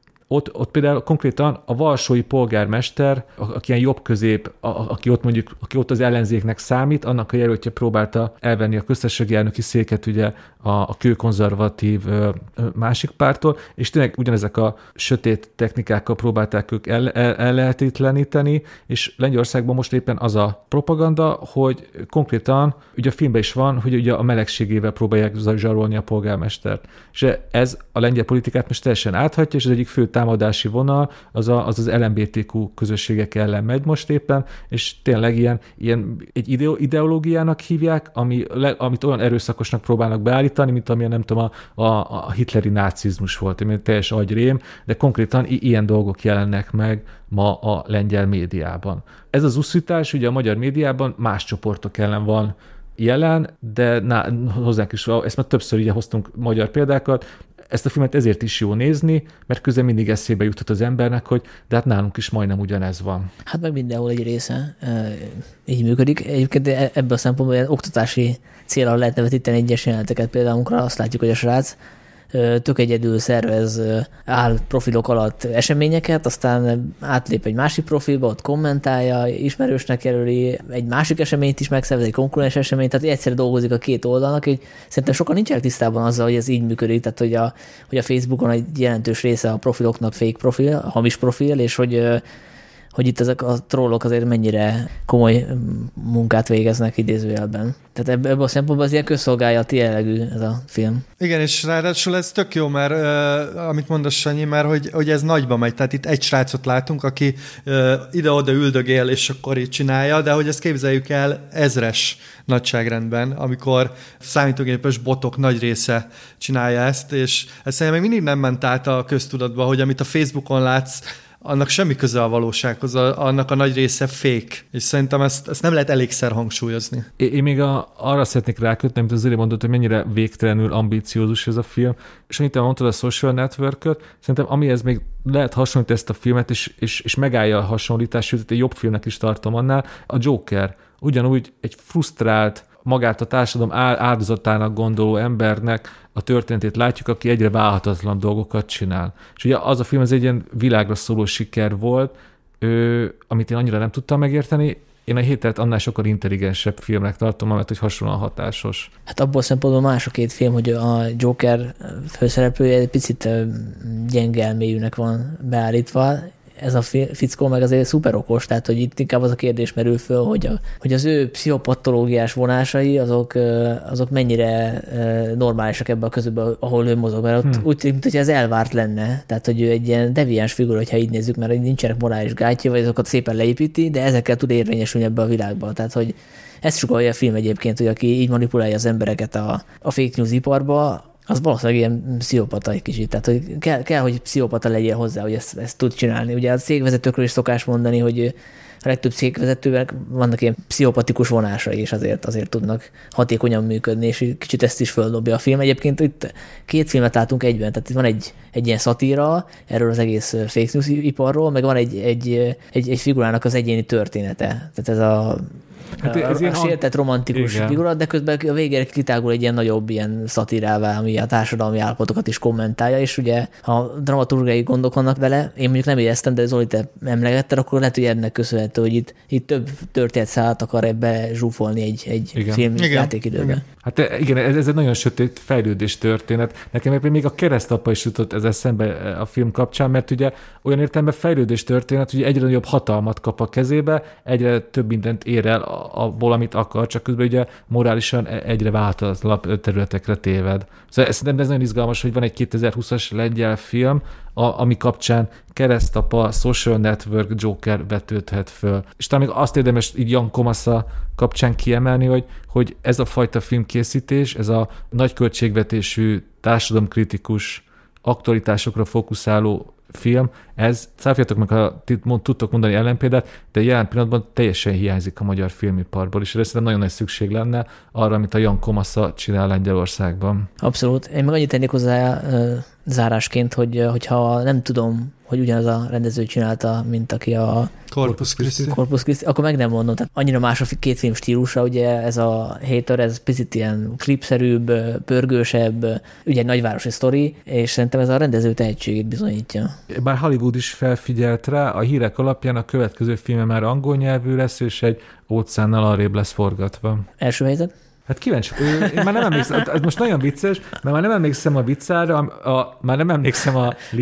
ott például konkrétan a varsói polgármester, aki ilyen jobb-közép, aki ott az ellenzéknek számít, annak a jelöltje próbálta elvenni a köztársasági elnöki széket ugye a kőkonzervatív másik pártól, és tényleg ugyanezek a sötét technikákkal próbálták ők ellehetetleníteni, és Lengyelországban most éppen az a propaganda, hogy konkrétan, ugye a filmben is van, hogy ugye a melegségével próbálják zsarolni a polgármestert. És ez a lengyel politikát most teljesen áthatja, és az egyik fő támadási vonal az LMBTQ közösségek ellen megy most éppen, és tényleg ilyen egy ideológiának hívják, amit olyan erőszakosnak próbálnak beállítani, mint amilyen nem tudom, a hitleri nácizmus volt, ami teljes agyrém, de konkrétan ilyen dolgok jelennek meg ma a lengyel médiában. Ez az uszítás ugye a magyar médiában más csoportok ellen van jelen, de hozzánk is, ezt már többször ugye hoztunk magyar példákat, ezt a filmet ezért is jó nézni, mert közben mindig eszébe juthat az embernek, hogy de hát nálunk is majdnem ugyanez van. Hát meg mindenhol egy része így működik. Egyébként ebből a szempontból ilyen oktatási célra lehetne vetíteni egyes jeleneteket. Például azt látjuk, hogy a srác tök egyedül szervez profilok alatt eseményeket, aztán átlép egy másik profilba, ott kommentálja, ismerősnek jelöli, egy másik eseményt is megszervez, egy konkurens eseményt, tehát egyszerre dolgozik a két oldalnak, hogy szerintem sokan nincsenek tisztában azzal, hogy ez így működik, tehát hogy a Facebookon egy jelentős része a profiloknak fake profil, hamis profil, és hogy hogy itt ezek a trollok azért mennyire komoly munkát végeznek idézőjelben. Tehát ebből a szempontból az ilyen közszolgálati jellegű ez a film. Igen, és ráadásul ez tök jó, mert amit mondasz, Sanyi, mert hogy ez nagyba megy. Tehát itt egy srácot látunk, aki ide-oda üldögél, és akkor így csinálja, de hogy ezt képzeljük el ezres nagyságrendben, amikor számítógépes botok nagy része csinálja ezt, és ez szerintem még mindig nem ment át a köztudatba, hogy amit a Facebookon látsz, annak semmi köze a valósághoz, annak a nagy része fake. És szerintem ezt nem lehet elégszer hangsúlyozni. Én még arra szeretnék rákötni, amit az előbb mondott, hogy mennyire végtelenül ambíciózus ez a film. És amit mondtad a Social Network-öt, szerintem amihez még lehet hasonlítani ezt a filmet, és megállja a hasonlítást, sőt, egy jobb filmnek is tartom annál, a Joker. Ugyanúgy egy frusztrált, magát a társadalom áldozatának gondoló embernek a történetét látjuk, aki egyre válhatatlan dolgokat csinál. És ugye az a film az egy ilyen világra szóló siker volt, amit én annyira nem tudtam megérteni. Én a hételt annál sokkal intelligensebb filmnek tartom, mert hogy hasonlóan hatásos. Hát abból szempontból más a két film, hogy a Joker főszereplője egy picit gyenge elmélyűnek van beállítva, ez a fickó meg azért szuper okos, tehát hogy itt inkább az a kérdés merül föl, hogy az ő pszichopatológiás vonásai, azok mennyire normálisak ebben a közöbben, ahol ő mozog, mert ott úgy tűnik, hogy ez elvárt lenne, tehát hogy ő egy ilyen deviáns figura, hogyha így nézzük, mert nincsenek morális gátja, vagy azokat szépen leépíti, de ezekkel tud érvényesülni ebbe a világban, tehát hogy ezt sugallja a film egyébként, hogy aki így manipulálja az embereket a fake news iparba, az valószínűleg ilyen pszichopata egy kicsit. Tehát, hogy kell, hogy pszichopata legyél hozzá, hogy ezt tud csinálni. Ugye a cégvezetőkről is szokás mondani, hogy a legtöbb cégvezetőnek vannak ilyen pszichopatikus vonásai, és azért tudnak hatékonyan működni, és kicsit ezt is földobja a film. Egyébként itt két filmet látunk egyben, tehát itt van egy ilyen szatíra erről az egész fake news iparról, meg van egy figurának az egyéni története. Tehát ez a sértett romantikus figura, de közben a végére kitágul egy ilyen nagyobb ilyen szatírává, ami a társadalmi állapotokat is kommentálja, és ugye ha dramaturgiai gondok vannak vele, én mondjuk nem éreztem, de Zoli, te emlegetted, akkor lehet, hogy ennek köszönhető, hogy itt több történetszállat akar ebbe zsúfolni egy film játékidőben. Hát igen, ez egy nagyon sötét fejlődés történet. Nekem még a Keresztapa is jutott ez eszembe a film kapcsán, mert ugye olyan értelemben fejlődés történet, hogy egyre nagyobb hatalmat kap a kezébe, egyre több mindent ér el abból, amit akar, csak közben ugye morálisan egyre változatlanabb területekre téved. Szóval szerintem ez nagyon izgalmas, hogy van egy 2020-as lengyel film, ami kapcsán Keresztapa, Social Network, Joker vetődhet föl. És talán még azt érdemes így Jan Komasa kapcsán kiemelni, hogy ez a fajta filmkészítés, ez a nagy költségvetésű, társadalomkritikus aktualitásokra fókuszáló film, ez, szálljatok meg, ha tudtok mondani ellenpéldát, de jelen pillanatban teljesen hiányzik a magyar filmiparból, és szerintem nagyon nagy szükség lenne arra, amit a Jan Komasa csinál Lengyelországban. Abszolút. Én meg annyit tennék hozzá zárásként, hogyha nem tudom, hogy ugyanaz a rendező csinálta, mint aki a Corpus Christi, akkor meg nem mondom. Tehát annyira más a két film stílusa, ugye ez a Hater, ez picit ilyen klipszerűbb, pörgősebb, ugye egy nagyvárosi sztori, és szerintem ez a rendező tehetségét bizonyítja. Bár Hollywood is felfigyelt rá, a hírek alapján a következő filme már angol nyelvű lesz, és egy óceánnal arrébb lesz forgatva. Első helyzet? Hát kíváncsi. Én már nem emlékszem, ez most nagyon vicces, mert már nem emlékszem a viccára, már nem emlékszem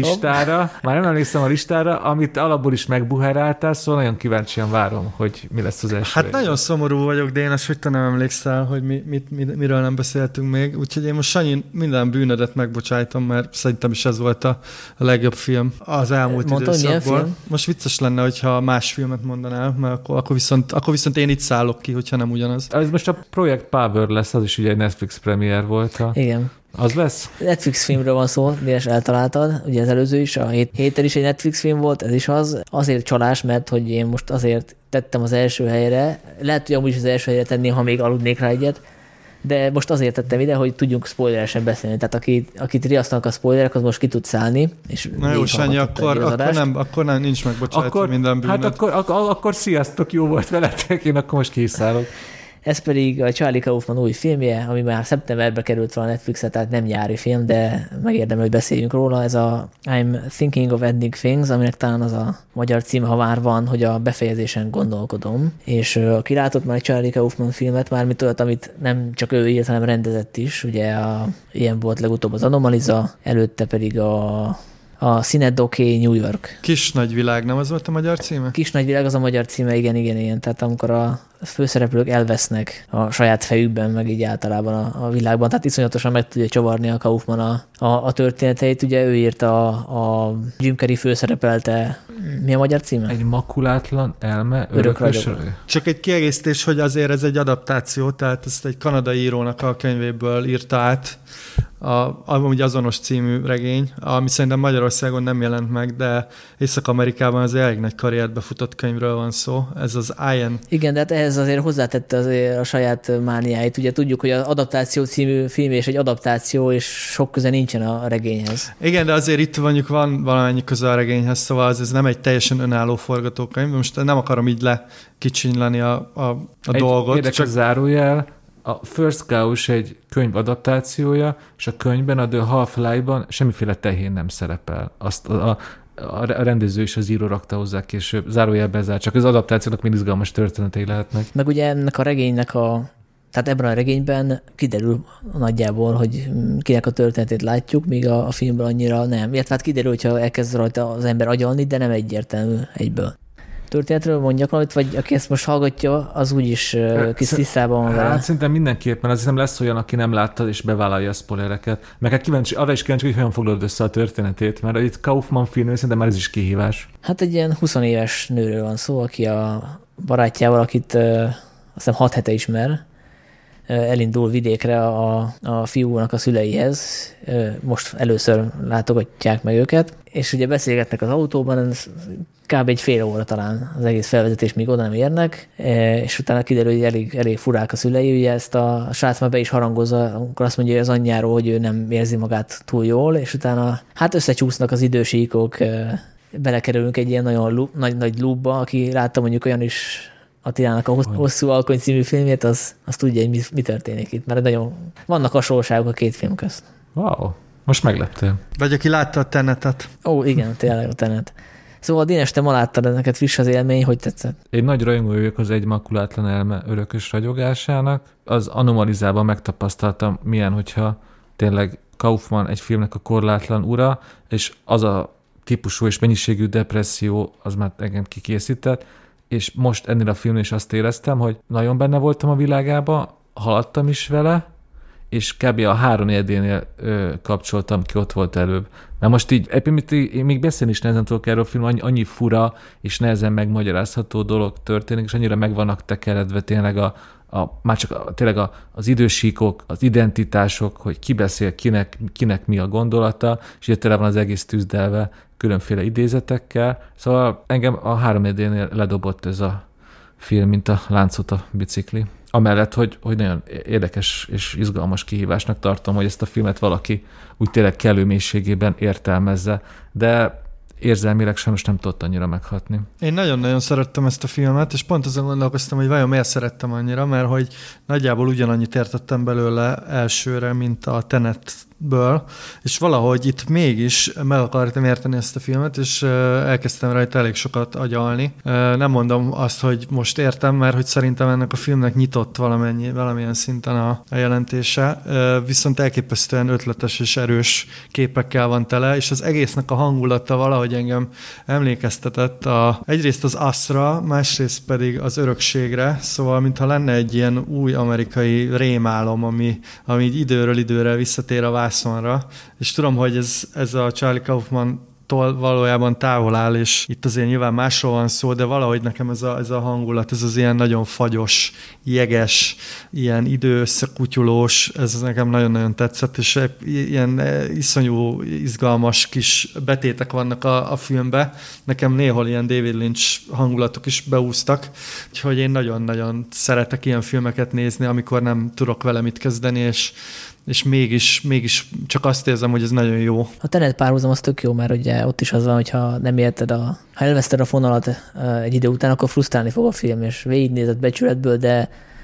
a listára, amit alapból is megbuheráltál, szóval nagyon kíváncsian várom, hogy mi lesz az első. Hát nagyon szomorú vagyok, Dénes, hogy te nem emlékszel, hogy miről nem beszéltünk még, úgyhogy én most Sanyi minden bűnödet megbocsájtom, mert szerintem is ez volt a legjobb film az elmúlt időszakból. Most vicces lenne, hogyha más filmet mondanál, mert akkor viszont én itt szállok ki, hogyha nem ugyanaz. Ez most a Projekt Power lesz, az is ugye egy Netflix premier volt. Igen. Az lesz? Netflix filmről van szó, Dénes eltaláltad, ugye az előző is, a héten is egy Netflix film volt, ez is az. Azért csalás, mert hogy én most azért tettem az első helyre, lehet, hogy amúgy is az első helyre tenném, ha még aludnék rá egyet, de most azért tettem ide, hogy tudjunk spoileresen beszélni. Tehát akit riasztanak a spoilerek, az most ki tud szállni. És na jó, Sanyi, akkor nem nincs megbocsájtva minden bűnöd. Hát akkor sziasztok, jó volt veletek, én akkor most kiszállok. Ez pedig a Charlie Kaufman új filmje, ami már szeptemberben került fel a Netflixre, tehát nem nyári film, de megérdemel, hogy beszéljünk róla. Ez a I'm Thinking of Ending Things, aminek talán az a magyar címe, ha már van, hogy a befejezésen gondolkodom. És aki látott már egy Charlie Kaufman filmet, mármint olyat, amit nem csak ő írt, hanem rendezett is. Ugye ilyen volt legutóbb az Anomaliza, előtte pedig a A Synecdoche New York. Kis nagy világ, nem az volt a magyar címe? Kis nagy világ az a magyar címe, igen. Tehát amikor a főszereplők elvesznek a saját fejükben, meg így általában a világban, tehát iszonyatosan meg tudja csavarni a Kaufman a történeteit. Ugye ő írta a Jim Carrey főszerepelte, mi a magyar címe? Egy makulátlan elme örökragyogó. Csak egy kiegészítés, hogy azért ez egy adaptáció, tehát ezt egy kanadai írónak a könyvéből írta át, amúgy azonos című regény, ami szerintem Magyarországon nem jelent meg, de Észak-Amerikában az elég nagy karriert befutott könyvről van szó. Ez az Ian. Igen, de hát ehhez azért hozzátette azért a saját mániáit. Ugye tudjuk, hogy az Adaptáció című film és egy adaptáció, és sok köze nincsen a regényhez. Igen, de azért itt mondjuk van valamennyi köze a regényhez, szóval ez nem egy teljesen önálló forgatókönyv. Most nem akarom így lekicsinyleni a dolgot. Érdekes zárójel, a First Cow egy könyv adaptációja, és a könyvben, a The Half-Life-ban semmiféle tehén nem szerepel. Azt a rendező és az író rakta hozzá később. Zárójelbe zár, csak az adaptációnak még izgalmas történetei lehetnek. Meg ugye ennek a regénynek tehát ebben a regényben kiderül nagyjából, hogy kinek a történetét látjuk, míg a filmben annyira nem. Illetve hát kiderül, hogyha elkezd rajta az ember agyalni, de nem egyértelmű egyből. Történetről mondjak valamit, vagy aki ezt most hallgatja, az úgyis kis tisztában van vele. Hát szerintem mindenképpen, az hiszem lesz olyan, aki nem látta és bevállalja a spoilereket. Meg hát kíváncsi, arra is kíváncsi, hogy hogyan foglalod össze a történetét, mert itt Kaufman film, szerintem már ez is kihívás. Hát egy ilyen 20 éves nőről van szó, aki a barátjával, akit azt hiszem 6 hete ismer, elindul vidékre a fiúnak a szüleihez, most először látogatják meg őket, és ugye beszélgetnek az autóban, kb. Egy fél óra talán az egész felvezetés, míg oda nem érnek, és utána kiderül, hogy elég furák a szülei, ugye ezt a srác már be is harangozza, amikor azt mondja az anyjáról, hogy ő nem érzi magát túl jól, és utána hát összecsúsznak az idősíkok, belekerülünk egy ilyen nagyon nagy loopba, aki látta mondjuk olyan is Attilának a Hosszú Alkony című filmjét, az tudja, hogy mi történik itt, mert nagyon vannak hasonlóságok a két film közt. Wow, most megleptél. Vagy aki látta a Tenetet. Ó, igen, tényleg a Tenet. Szóval Dénes, te ma láttad, neked friss az élmény, hogy tetszett? Én nagy rajongó vagyok az Egy makulátlan elme örökös ragyogásának. Az Anomalizában megtapasztaltam, milyen, hogyha tényleg Kaufman egy filmnek a korlátlan ura, és az a típusú és mennyiségű depresszió, az már engem kikészített, és most ennél a filmnél is azt éreztem, hogy nagyon benne voltam a világába, haladtam is vele, és kb. A 3-4-nél kapcsoltam ki, ott volt előbb. Mert most így, én még beszélni is nehezen tudok erről a film, annyi fura és nehezen megmagyarázható dolog történik, és annyira meg vannak tekeredve tényleg már csak tényleg az idősíkok, az identitások, hogy ki beszél, kinek mi a gondolata, és ugye tele van az egész tűzdelve különféle idézetekkel. Szóval engem a 3D-nél ledobott ez a film, mint a láncot a bicikli. Amellett, hogy nagyon érdekes és izgalmas kihívásnak tartom, hogy ezt a filmet valaki úgy tényleg kellő mélységében értelmezze, de érzelmileg sajnos nem tudott annyira meghatni. Én nagyon-nagyon szerettem ezt a filmet, és pont azon gondolkoztam, hogy vajon miért szerettem annyira, mert hogy nagyjából ugyanannyit értettem belőle elsőre, mint a Tenetből, és valahogy itt mégis meg akartam érteni ezt a filmet, és elkezdtem rajta elég sokat agyalni. Nem mondom azt, hogy most értem, mert hogy szerintem ennek a filmnek nyitott valamilyen szinten a jelentése, viszont elképesztően ötletes és erős képekkel van tele, és az egésznek a hangulata valahogy engem emlékeztetett egyrészt az Us-ra, másrészt pedig az Örökségre, szóval mintha lenne egy ilyen új amerikai rémálom, ami így időről időre visszatér a vászonra, és tudom, hogy ez a Charlie Kaufman valójában távol áll, és itt azért nyilván másról van szó, de valahogy nekem ez a hangulat, ez az ilyen nagyon fagyos, jeges, ilyen időösszekutyulós, ez nekem nagyon-nagyon tetszett, és ilyen iszonyú, izgalmas kis betétek vannak a filmbe. Nekem néhol ilyen David Lynch hangulatok is beúztak, úgyhogy én nagyon-nagyon szeretek ilyen filmeket nézni, amikor nem tudok vele mit kezdeni, és mégis csak azt érzem, hogy ez nagyon jó. A Tenet párhuzam az tök jó, mert ugye ott is az van, hogyha nem érted ha elveszted a fonalat egy idő után, akkor frusztrálni fog a film, és végignézed becsületből, de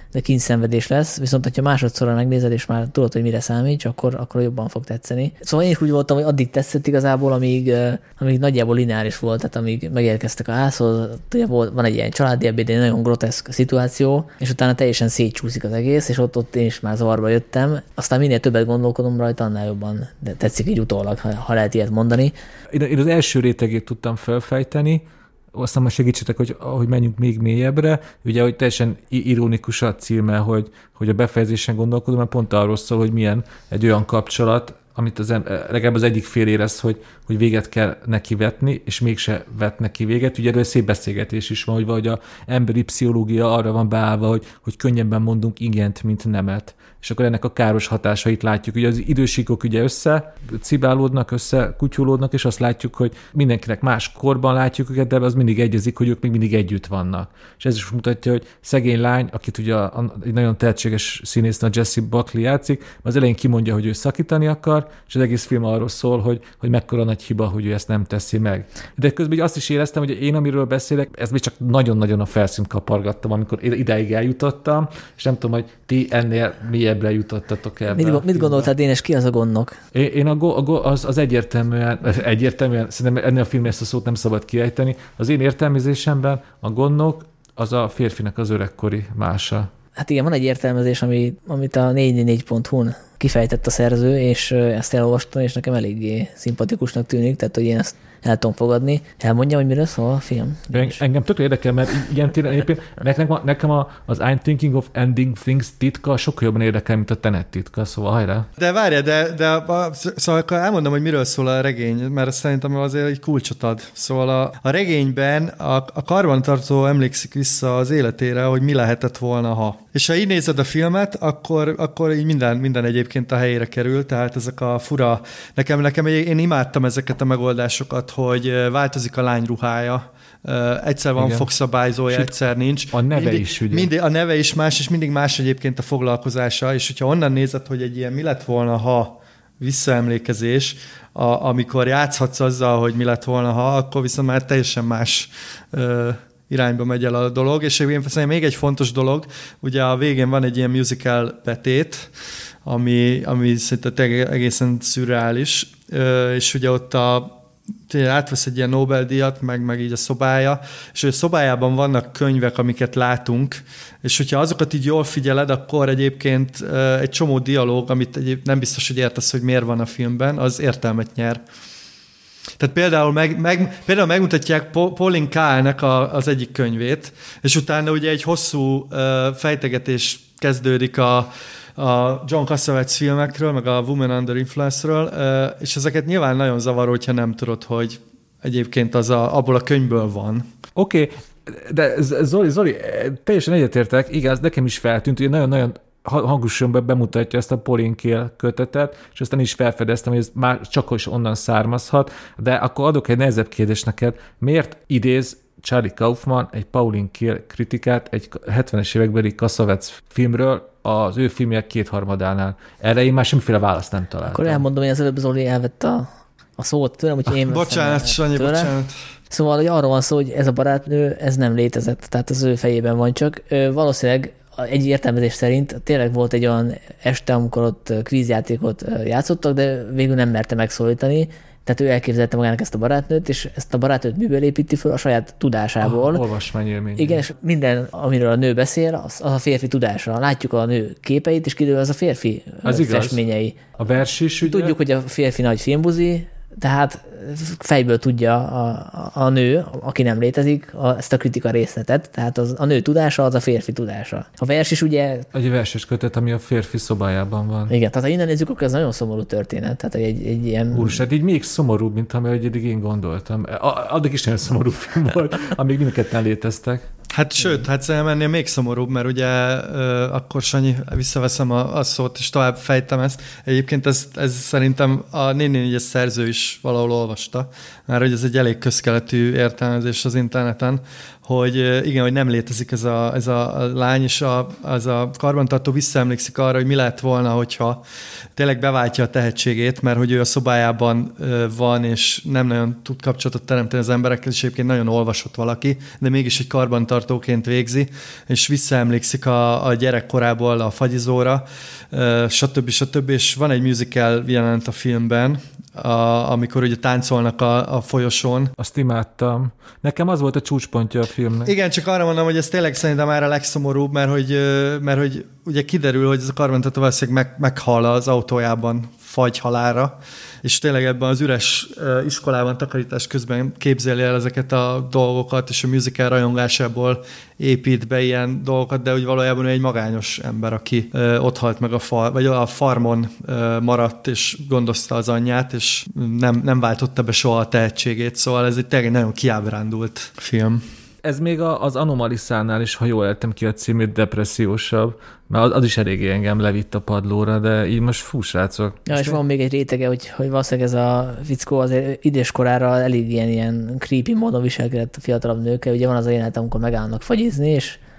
de kínyszenvedés lesz, viszont hogyha másodszorra megnézed, és már tudod, hogy mire számíts, akkor jobban fog tetszeni. Szóval én is úgy voltam, hogy addig tetszett igazából, amíg nagyjából lineáris volt, tehát amíg megérkeztek a házhoz, ugye van egy ilyen családi ebéd, egy nagyon groteszk szituáció, és utána teljesen szétcsúszik az egész, és ott én is már zavarba jöttem. Aztán minél többet gondolkodom rajta, annál jobban tetszik így utólag, ha lehet ilyet mondani. Én az első rétegét tudtam felfejteni, aztán már segítsetek, hogy menjünk még mélyebbre. Ugye, hogy teljesen ironikus a címe, hogy a befejezésen gondolkodom, mert pont arról szól, hogy milyen egy olyan kapcsolat, amit legalább az egyik fél érez, hogy véget kell neki vetni, és mégse vet neki véget. Ugye erről szép beszélgetés is van, hogy a emberi pszichológia arra van beállva, hogy könnyebben mondunk igent, mint nemet. És akkor ennek a káros hatásait látjuk. Ugye az idősíkok ugye cibálódnak, kutyulódnak, és azt látjuk, hogy mindenkinek más korban látjuk őket, de az mindig egyezik, hogy ők még mindig együtt vannak. És ez is mutatja, hogy szegény lány, akit ugye egy nagyon tehetséges színésznő, a Jessie Buckley játszik, az elején kimondja, hogy ő szakítani akar, és az egész film arról szól, hogy mekkora nagy hiba, hogy ő ezt nem teszi meg. De közben azt is éreztem, hogy én, amiről beszélek, ez még csak nagyon-nagyon a felszínt kapargattam, amikor idáig eljutottam, és nem tudom, hogy ti ennél mélyebbre jutottatok el. Mit gondoltál, Dénes, ki az a gondnok? Én az egyértelműen, szerintem ennél a filmnél ezt a szót nem szabad kiejteni. Az én értelmezésemben a gondnok az a férfinak az öregkori mása. Hát igen, van egy értelmezés, amit a 444.hu-n kifejtett a szerző, és ezt elolvastam, és nekem eléggé szimpatikusnak tűnik, tehát hogy én ezt el tudom fogadni. Elmondjam, hogy miről szól a film? Engem tökre érdekel, mert ilyen tényleg nekem az I'm thinking of ending things titka sokkal jobban érdekel, mint a Tenet titka, szóval hajrá. De várjál, szóval akkor elmondom, hogy miről szól a regény, mert szerintem azért egy kulcsot ad. Szóval a regényben a karbantartó emlékszik vissza az életére, hogy mi lehetett volna, ha. És ha így nézed a filmet, akkor így minden egyébként a helyére kerül, tehát ezek a fura... Nekem én imádtam ezeket a megoldásokat, hogy változik a lány ruhája, egyszer van fogszabályzója, egyszer nincs. A neve is, ugye? A neve is más, és mindig más egyébként a foglalkozása, és hogyha onnan nézed, hogy egy ilyen mi lett volna, ha visszaemlékezés, amikor játszhatsz azzal, hogy mi lett volna, ha, akkor viszont már teljesen más irányba megy el a dolog, és én szerintem még egy fontos dolog, ugye a végén van egy ilyen musical betét, ami szerintem egészen szürreális, és ugye ott átvesz egy ilyen Nobel-díjat, meg így a szobája, és a szobájában vannak könyvek, amiket látunk, és hogyha azokat így jól figyeled, akkor egyébként egy csomó dialóg, amit nem biztos, hogy értesz, hogy miért van a filmben, az értelmet nyer. Tehát például megmutatják Pauline Kaelnek az egyik könyvét, és utána ugye egy hosszú fejtegetés kezdődik a John Cassavetes filmekről, meg a Woman Under Influence-ről, és ezeket nyilván nagyon zavaró, hogyha nem tudod, hogy egyébként az abból a könyvből van. Oké, de Zoli, teljesen egyetértek, igaz, nekem is feltűnt, hogy nagyon-nagyon hangosan bemutatja ezt a Pauline Kael kötetet, és aztán is felfedeztem, hogy ez már csak is onnan származhat, de akkor adok egy nehezebb kérdést neked. Miért idéz Charlie Kaufman egy Pauline Kael kritikát egy 70-es évekbeli Cassavetes filmről az ő filmjek 2/3-ánál? Erre én már semmiféle választ nem találtam. Akkor elmondom, hogy az előbb Zoli elvette a szót tőlem, úgyhogy én bocsánat, Sanyi, bocsánat. Szóval, hogy arról van szó, hogy ez a barátnő, ez nem létezett, tehát az ő fejében van csak. Valószínűleg egy értelmezés szerint tényleg volt egy olyan este, amikor ott kvízjátékot játszottak, de végül nem merte megszólítani, tehát ő elképzelte magának ezt a barátnőt, és ezt a barátnőt miből építi föl? A saját tudásából. Olvasmányélmény. Igen, és minden, amiről a nő beszél, az a férfi tudása. Látjuk a nő képeit, és kiderül az a férfi festményei. A vers is, ugye? Tudjuk, hogy a férfi nagy filmbuzi, tehát fejből tudja a nő, aki nem létezik, ezt a kritika részletet, tehát a nő tudása az a férfi tudása. A vers is ugye... Egy verses kötet, ami a férfi szobájában van. Igen, tehát ha innen nézzük, akkor ez nagyon szomorú történet. Tehát egy ilyen... Úristen, így még szomorúbb, mint amely eddig én gondoltam. Addig is nagyon szomorú film volt, amíg mindketten léteztek. Hát sőt, szerintem ennél még szomorúbb, mert ugye akkor Sanyi, visszaveszem a szót, és tovább fejtem ezt. Egyébként ez szerintem a 444-es szerző is valahol olvasta, mert hogy ez egy elég közkeletű értelmezés az interneten, hogy igen, hogy nem létezik ez a lány, és az a karbantartó visszaemlékszik arra, hogy mi lett volna, hogyha tényleg beváltja a tehetségét, mert hogy ő a szobájában van, és nem nagyon tud kapcsolatot teremteni az emberekkel, és egyébként nagyon olvasott valaki, de mégis egy karbantartóként végzi, és visszaemlékszik a gyerekkorából a fagyizóra, stb. És van egy musical jelenet a filmben, amikor ugye táncolnak a folyosón. Azt imádtam. Nekem az volt a csúcspontja a filmnek. Igen, csak arra mondom, hogy ez tényleg szerintem már a legszomorúbb, mert hogy ugye kiderül, hogy ez a karbantartó valószínűleg meghal az autójában fagyhalálra, és tényleg ebben az üres iskolában takarítás közben képzeli el ezeket a dolgokat, és a musical rajongásából épít be ilyen dolgokat, de úgy valójában ő egy magányos ember, aki ott halt meg vagy a farmon maradt, és gondozta az anyját, és nem váltotta be soha a tehetségét, szóval ez egy tényleg nagyon kiábrándult film. Ez még az Anomaliszánál is, ha jól éltem ki a címét, depressziósabb, mert az is eléggé engem levitt a padlóra, de így most fú, srácok. Ja, és van még egy rétege, hogy valószínűleg ez a fickó azért időskorára elég ilyen creepy módon viselkedett a fiatalabb nőkkel. Ugye van az a jelenet, amikor megállnak fagyizni,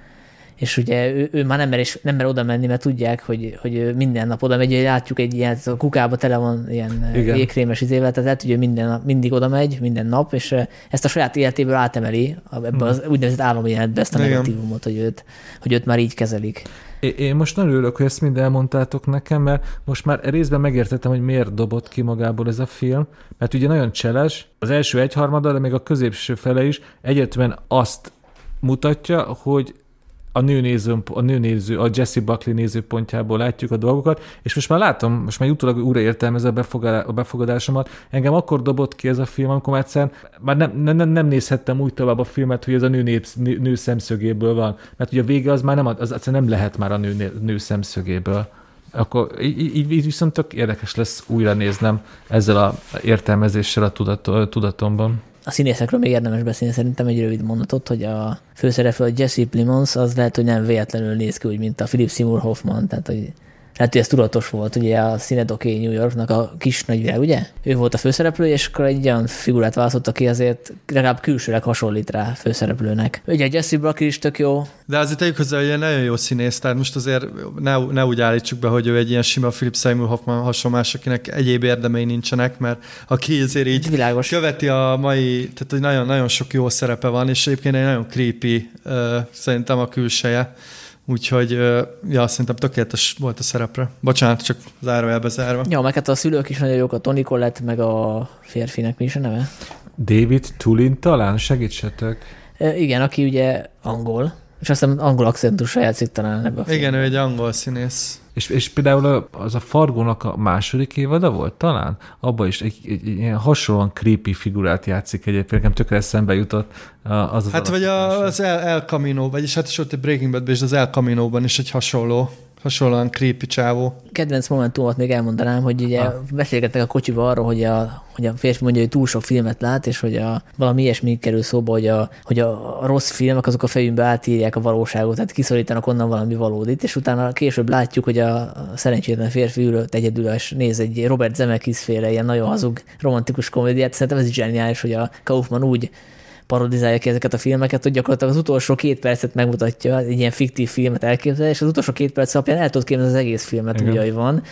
és ugye ő már nem mer oda menni, mert tudják, hogy minden nap oda megy, látjuk egy ilyen, a kukába tele van ilyen jégkrémes izével, tehát lehet, hogy mindig oda megy, minden nap, és ezt a saját életéből átemeli ebbe az úgynevezett álomjelenetbe ezt a negatívumot, hogy őt már így kezelik. Én most nagyon örülök, hogy ezt mind elmondtátok nekem, mert most már részben megértettem, hogy miért dobott ki magából ez a film, mert ugye nagyon cseles, az első egyharmada, de még a középső fele is egyértelműen azt mutatja, hogy a nőnéző, a Jessie Buckley nézőpontjából látjuk a dolgokat, és most már látom, most már utólag újra értelmezem a befogadásomat. Engem akkor dobott ki ez a film, amikor egyszerűen már nem nézhettem úgy tovább a filmet, hogy ez a nő szemszögéből van. Mert ugye a vége az már az egyszerűen nem lehet már a nő szemszögéből. Akkor így viszont tök érdekes lesz újra néznem ezzel a értelmezéssel a tudatomban. A színészekről még érdemes beszélni, szerintem egy rövid mondatot, hogy a főszereplő, a Jesse Plemons, az lehet, hogy nem véletlenül néz ki úgy, mint a Philip Seymour Hoffman, tehát hogy lehet, hogy ez tudatos volt, ugye a Synecdoche New Yorknak a kis nagyvilág, ugye? Ő volt a főszereplő, és akkor egy olyan figurát választott, aki azért legalább külsőleg hasonlít rá főszereplőnek. Ugye a Jessie Buckley is tök jó. De azért tegyük hozzá, hogy egy nagyon jó színész, tehát most azért ne úgy állítsuk be, hogy ő egy ilyen sima Philip Seymour Hoffman hasonlás, akinek egyéb érdemei nincsenek, mert aki azért így világos. Követi a mai, tehát hogy nagyon-nagyon sok jó szerepe van, és egyébként egy nagyon creepy szerintem a külseje. Úgyhogy, szerintem tökéletes volt a szerepre. Bocsánat, csak zárójelbe zárva. Ja, meg hát a szülők is nagyon jók, a Toni Collette, meg a férfinek mi is a neve? David Tulin talán, segítsetek. Igen, aki ugye angol, és azt hiszem angol akcentusra játszik talán ebben a filmben. Igen, ő egy angol színész. És például az a Fargónak a második évada volt talán? Abban is egy ilyen hasonlóan creepy figurát játszik egyébként. Nekem tökre eszembe jutott az hát vagy az El Camino, vagyis hát is ott egy Breaking Badben és az El Camino-ban is egy hasonlóan creepy csávó. Kedvenc momentumot még elmondanám, hogy ugye beszélgettek a kocsiba arról, hogy a férfi mondja, hogy túl sok filmet lát, és hogy valami ilyesmi kerül szóba, hogy a rossz filmek azok a fejünkbe átírják a valóságot, tehát kiszorítanak onnan valami valódit, és utána később látjuk, hogy a szerencsétlen férfi ülött egyedül, és néz egy Robert Zemeckis-féle ilyen nagyon hazug romantikus komédiát. Szerintem ez is zseniális, hogy a Kaufman úgy parodizálja ki ezeket a filmeket, hogy gyakorlatilag az utolsó 2 percet megmutatja, egy ilyen fiktív filmet elképzel, és az utolsó 2 perc alapján el tudod képzelni az egész filmet, úgy, ahogy van.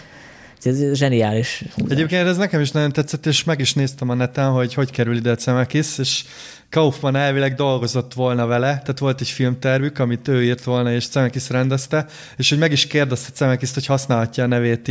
Ez zseniális. Egyébként ez nekem is nagyon tetszett, és meg is néztem a neten, hogy kerül ide a Zemeckis, és Kaufman elvileg dolgozott volna vele, tehát volt egy filmtervük, amit ő írt volna, és Zemeckis rendezte, és hogy meg is kérdezte Zemeckist, hogy használhatja a nevét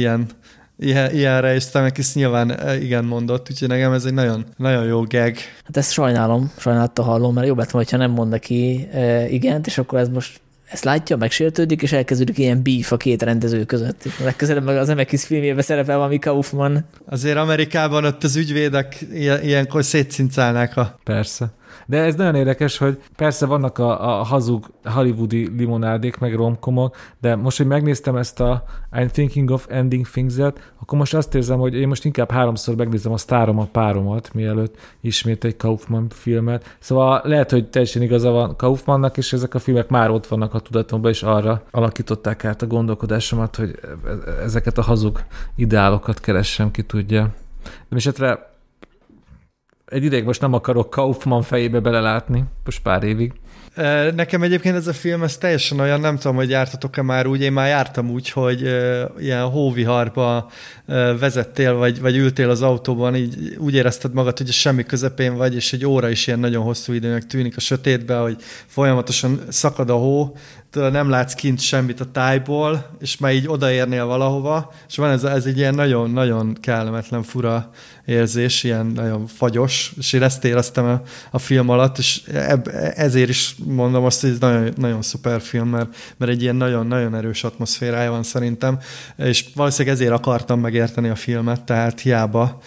ilyenre, és Zemeckis nyilván igen mondott, úgyhogy nekem ez egy nagyon, nagyon jó gag. Hát ezt sajnálattal hallom, mert jobb lett volna, ha nem mond neki igent, és akkor ez most ezt látja, megsértődik, és elkezdődik ilyen beef a 2 rendező között. Legközelebb meg az Zemeckis filmjében szerepel valami Kaufman. Azért Amerikában ott az ügyvédek ilyenkor szétszincálnák Persze. De ez nagyon érdekes, hogy persze vannak a hazug hollywoodi limonádék, meg romkomok, de most, hogy megnéztem ezt a I'm Thinking of Ending Things-et, akkor most azt érzem, hogy én most inkább 3-szor megnézem a Sztárom a páromat, mielőtt ismét egy Kaufman filmet. Szóval lehet, hogy teljesen igaza van Kaufmannak, és ezek a filmek már ott vannak a tudatomban, és arra alakították át a gondolkodásomat, hogy ezeket a hazug ideálokat keressem, ki tudja. De esetre egy ideig most nem akarok Kaufman fejébe belelátni, most pár évig. Nekem egyébként ez a film, ez teljesen olyan, nem tudom, hogy jártatok-e már úgy, én már jártam úgy, hogy ilyen hóviharba vezettél, vagy ültél az autóban, így úgy érezted magad, hogy semmi közepén vagy, és egy óra is ilyen nagyon hosszú időnek tűnik a sötétbe, hogy folyamatosan szakad a hó, nem látsz kint semmit a tájból, és már így odaérnél valahova, és van ez egy ilyen nagyon-nagyon kellemetlen, fura érzés, ilyen nagyon fagyos, és én ezt éreztem a film alatt, és ezért is mondom azt, hogy ez nagyon, nagyon szuper film, mert egy ilyen nagyon-nagyon erős atmoszférája van szerintem, és valószínűleg ezért akartam megérteni a filmet, tehát hiába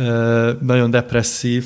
nagyon depresszív,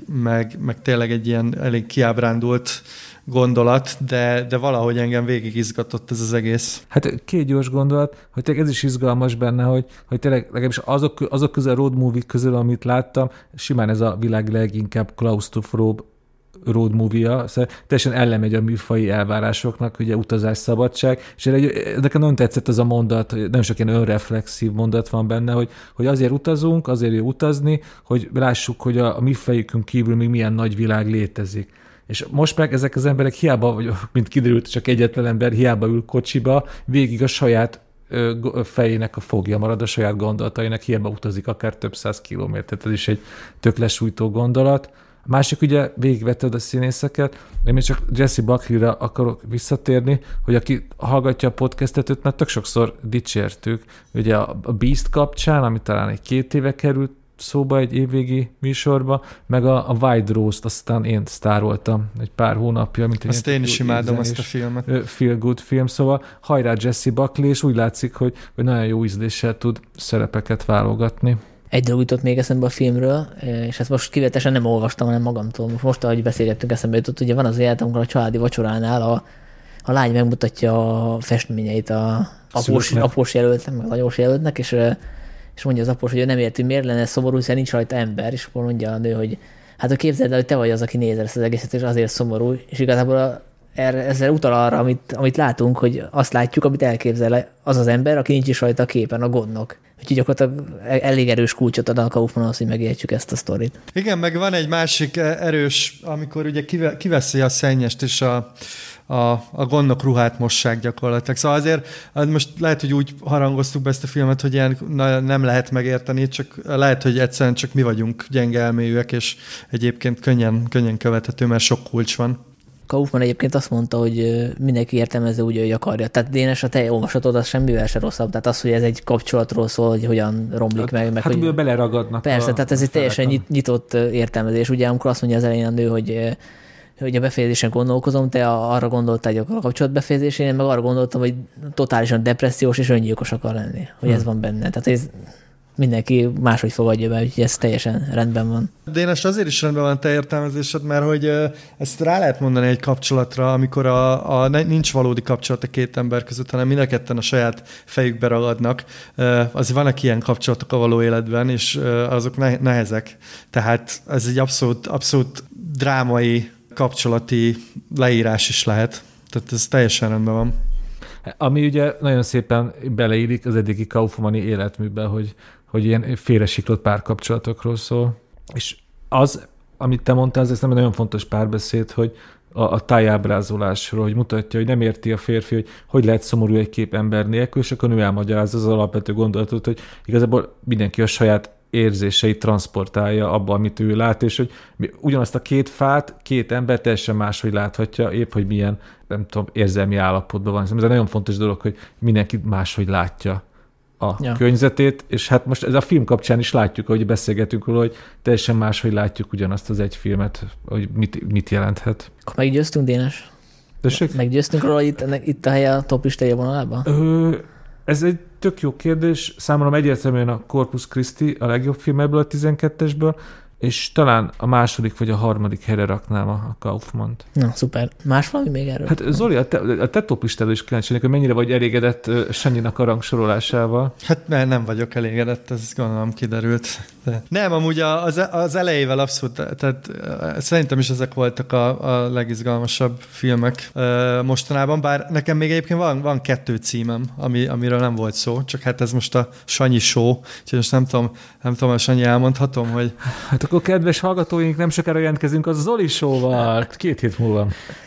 meg tényleg egy ilyen elég kiábrándult gondolat, de valahogy engem végig izgatott ez az egész. Hát két gyors gondolat, hogy tényleg ez is izgalmas benne, hogy tényleg legalábbis azok közül a road movie közül, amit láttam, simán ez a világ leginkább klausztrofób road movie-ja, szóval teljesen ellemegy a műfaji elvárásoknak, ugye utazás, szabadság, és nekem nagyon tetszett az a mondat, hogy nagyon sok ilyen önreflexív mondat van benne, hogy azért utazunk, azért jó utazni, hogy lássuk, hogy a mi fejükön kívül még milyen nagy világ létezik. És most meg ezek az emberek hiába, vagy mint kiderült, csak egyetlen ember hiába ül kocsiba, végig a saját fejének a fogja marad, a saját gondolatainak, hiába utazik akár több 100 kilométert. Ez is egy tök lesújtó gondolat. A másik ugye végigvetted a színészeket, én még csak Jesse Buckley-ra akarok visszatérni, hogy aki hallgatja a podcastet, őt már tök sokszor dicsértük. Ugye a Beast kapcsán, ami talán egy 2 éve került szóba egy évvégi műsorba, meg a Wide Rose-t aztán én sztároltam egy pár hónapja. Mint azt én is imádom azt a filmet. Feel good film, szóval hajrá Jesse Buckley, és úgy látszik, hogy nagyon jó ízléssel tud szerepeket válogatni. Egy dolog jutott még eszembe a filmről, és ezt most kivetesen nem olvastam, hanem magamtól. Most, ahogy beszélgettünk, eszembe jutott, ugye van az élet, amikor a családi vacsoránál a lány megmutatja a festményeit a após jelöltnek, meg az anyós jelöltnek, és mondja az após, hogy ő nem érti, miért lenne szomorú, hiszen nincs rajta ember, és akkor mondja a nő, hogy hát képzeld el, hogy te vagy az, aki nézel ezt az egészet, és azért szomorú, és igazából ezzel utal arra, amit látunk, hogy azt látjuk, amit elképzel az az ember, aki nincs is rajta a képen, a gondnok. Úgyhogy gyakorlatilag elég erős kulcsot ad a Kaufman az, hogy megértsük ezt a sztorit. Igen, meg van egy másik erős, amikor ugye kiveszi a szennyest, és a gondnok ruhát mossák gyakorlatilag. Szóval azért most lehet, hogy úgy harangoztuk be ezt a filmet, hogy ilyen nem lehet megérteni, csak lehet, hogy egyszerűen csak mi vagyunk gyenge elmélyűek, és egyébként könnyen követhető, mert sok kulcs van. Kaufman egyébként azt mondta, hogy mindenki értelmezze úgy, hogy akarja. Tehát Dénes, a te olvasatod az semmivel se rosszabb. Tehát az, hogy ez egy kapcsolatról szól, hogy hogyan romlik meg. Hát hogy beleragadnak. Persze, tehát ez egy teljesen nyitott értelmezés. Ugye amikor azt mondja az elején a nő, hogy a befejezésen gondolkozom, te arra gondoltál, hogy a kapcsolat befejezésén, én meg arra gondoltam, hogy totálisan depressziós és öngyilkos akar lenni, hogy ez van benne. Tehát ez mindenki máshogy fogadja be, úgyhogy ez teljesen rendben van. Dénes, azért is rendben van te értelmezésed, mert hogy ezt rá lehet mondani egy kapcsolatra, amikor nincs valódi kapcsolat a két ember között, hanem mind a ketten a saját fejükbe ragadnak. Azért vannak ilyen kapcsolatok a való életben, és azok nehezek. Tehát ez egy abszolút drámai kapcsolati leírás is lehet. Tehát ez teljesen rendben van. Ami ugye nagyon szépen beleillik az eddigi Kaufmani életműbe, hogy ilyen félresiklott párkapcsolatokról szól. És az, amit te mondtál, ez nem nagyon fontos párbeszéd, hogy a tájábrázolásról, hogy mutatja, hogy nem érti a férfi, hogy lehet szomorú egy kép ember nélkül, és akkor nő elmagyarázza az alapvető gondolatot, hogy igazából mindenki a saját érzéseit transportálja abba, amit ő lát, és hogy ugyanazt a két fát, két ember teljesen máshogy láthatja, épp, hogy milyen, nem tudom, érzelmi állapotban van. Ez egy nagyon fontos dolog, hogy mindenki máshogy látja a környezetét, és hát most ez a film kapcsán is látjuk, ahogy beszélgetünk róla, hogy teljesen máshogy látjuk ugyanazt az egy filmet, hogy mit jelenthet. Akkor meggyőztünk, Dénes? Tessék? Meggyőztünk róla, hogy itt a helye a top listája vonalában? Ez egy tök jó kérdés. Számomra egyértelműen a Corpus Christi a legjobb film ebből a 12-esből, és talán a második vagy a harmadik helyre raknám a Kaufmant. Na, szuper. Más valami még erről? Hát Zoli, a te top listáról is kíváncsi, hogy mennyire vagy elégedett Sanyinak a rangsorolásával? Hát nem vagyok elégedett, ez gondolom kiderült. De nem, amúgy az elejével abszolút, tehát szerintem is ezek voltak a legizgalmasabb filmek mostanában, bár nekem még egyébként van 2 címem, amiről nem volt szó, csak hát ez most a Sanyi show, úgyhogy most nem tudom, a Sanyi elmondhatom, hogy... Hát akkor kedves hallgatóink, nem sokára jelentkezünk a Zoli show-val, 2 hét múlva.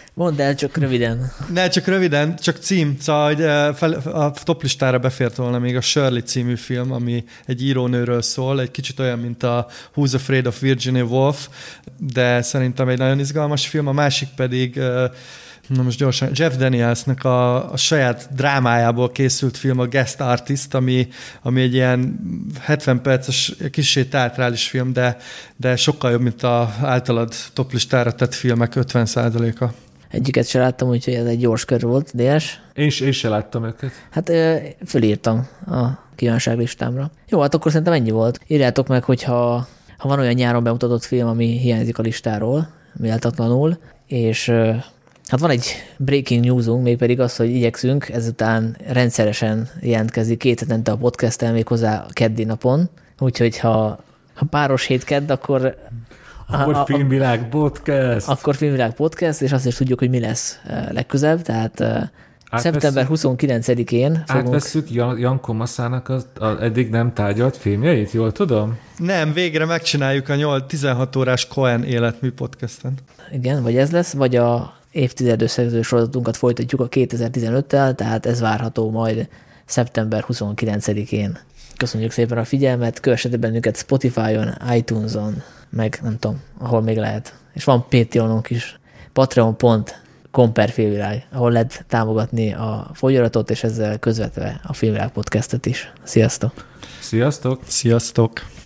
Mondd el csak röviden. Ne, csak röviden, csak cím. Szóval, hogy a toplistára befért volna még a Shirley című film, ami egy írónőről szól, egy kicsit olyan, mint a Who's Afraid of Virginia Woolf, de szerintem egy nagyon izgalmas film. A másik pedig, na most gyorsan, Jeff Danielsnek a saját drámájából készült film, a Guest Artist, ami egy ilyen 70 perces, kissé teátrális film, de sokkal jobb, mint az általad toplistára tett filmek 50%-a. Egyiket se láttam, úgyhogy ez egy gyors kör volt, DS. Én se láttam őket. Hát fölírtam a kívánság listámra. Jó, hát akkor szerintem ennyi volt. Írjátok meg, hogyha van olyan nyáron bemutatott film, ami hiányzik a listáról, méltatlanul, és hát van egy breaking newsunk, mégpedig az, hogy igyekszünk, ezután rendszeresen jelentkezik 2 hetente a podcast-tel, méghozzá keddi napon, úgyhogy ha páros hét kedd, akkor Filmvilág Podcast. Akkor Filmvilág Podcast, és azt is tudjuk, hogy mi lesz legközelebb, tehát szeptember 29-én fogunk... Átvesszük Janko Massának az eddig nem tárgyalt filmjeit, jól tudom? Nem, végre megcsináljuk a 16 órás Coen életmű podcasten. Igen, vagy ez lesz, vagy a évtized összegző sorozatunkat folytatjuk a 2015-tel, tehát ez várható majd szeptember 29-én. Köszönjük szépen a figyelmet, kövessetek bennünket Spotify-on, iTunes-on, meg nem tudom, ahol még lehet. És van Patreonunk is, patreon.com/filmvilág, ahol lehet támogatni a folyóiratot, és ezzel közvetve a Filmvilág podcastet is. Sziasztok! Sziasztok! Sziasztok!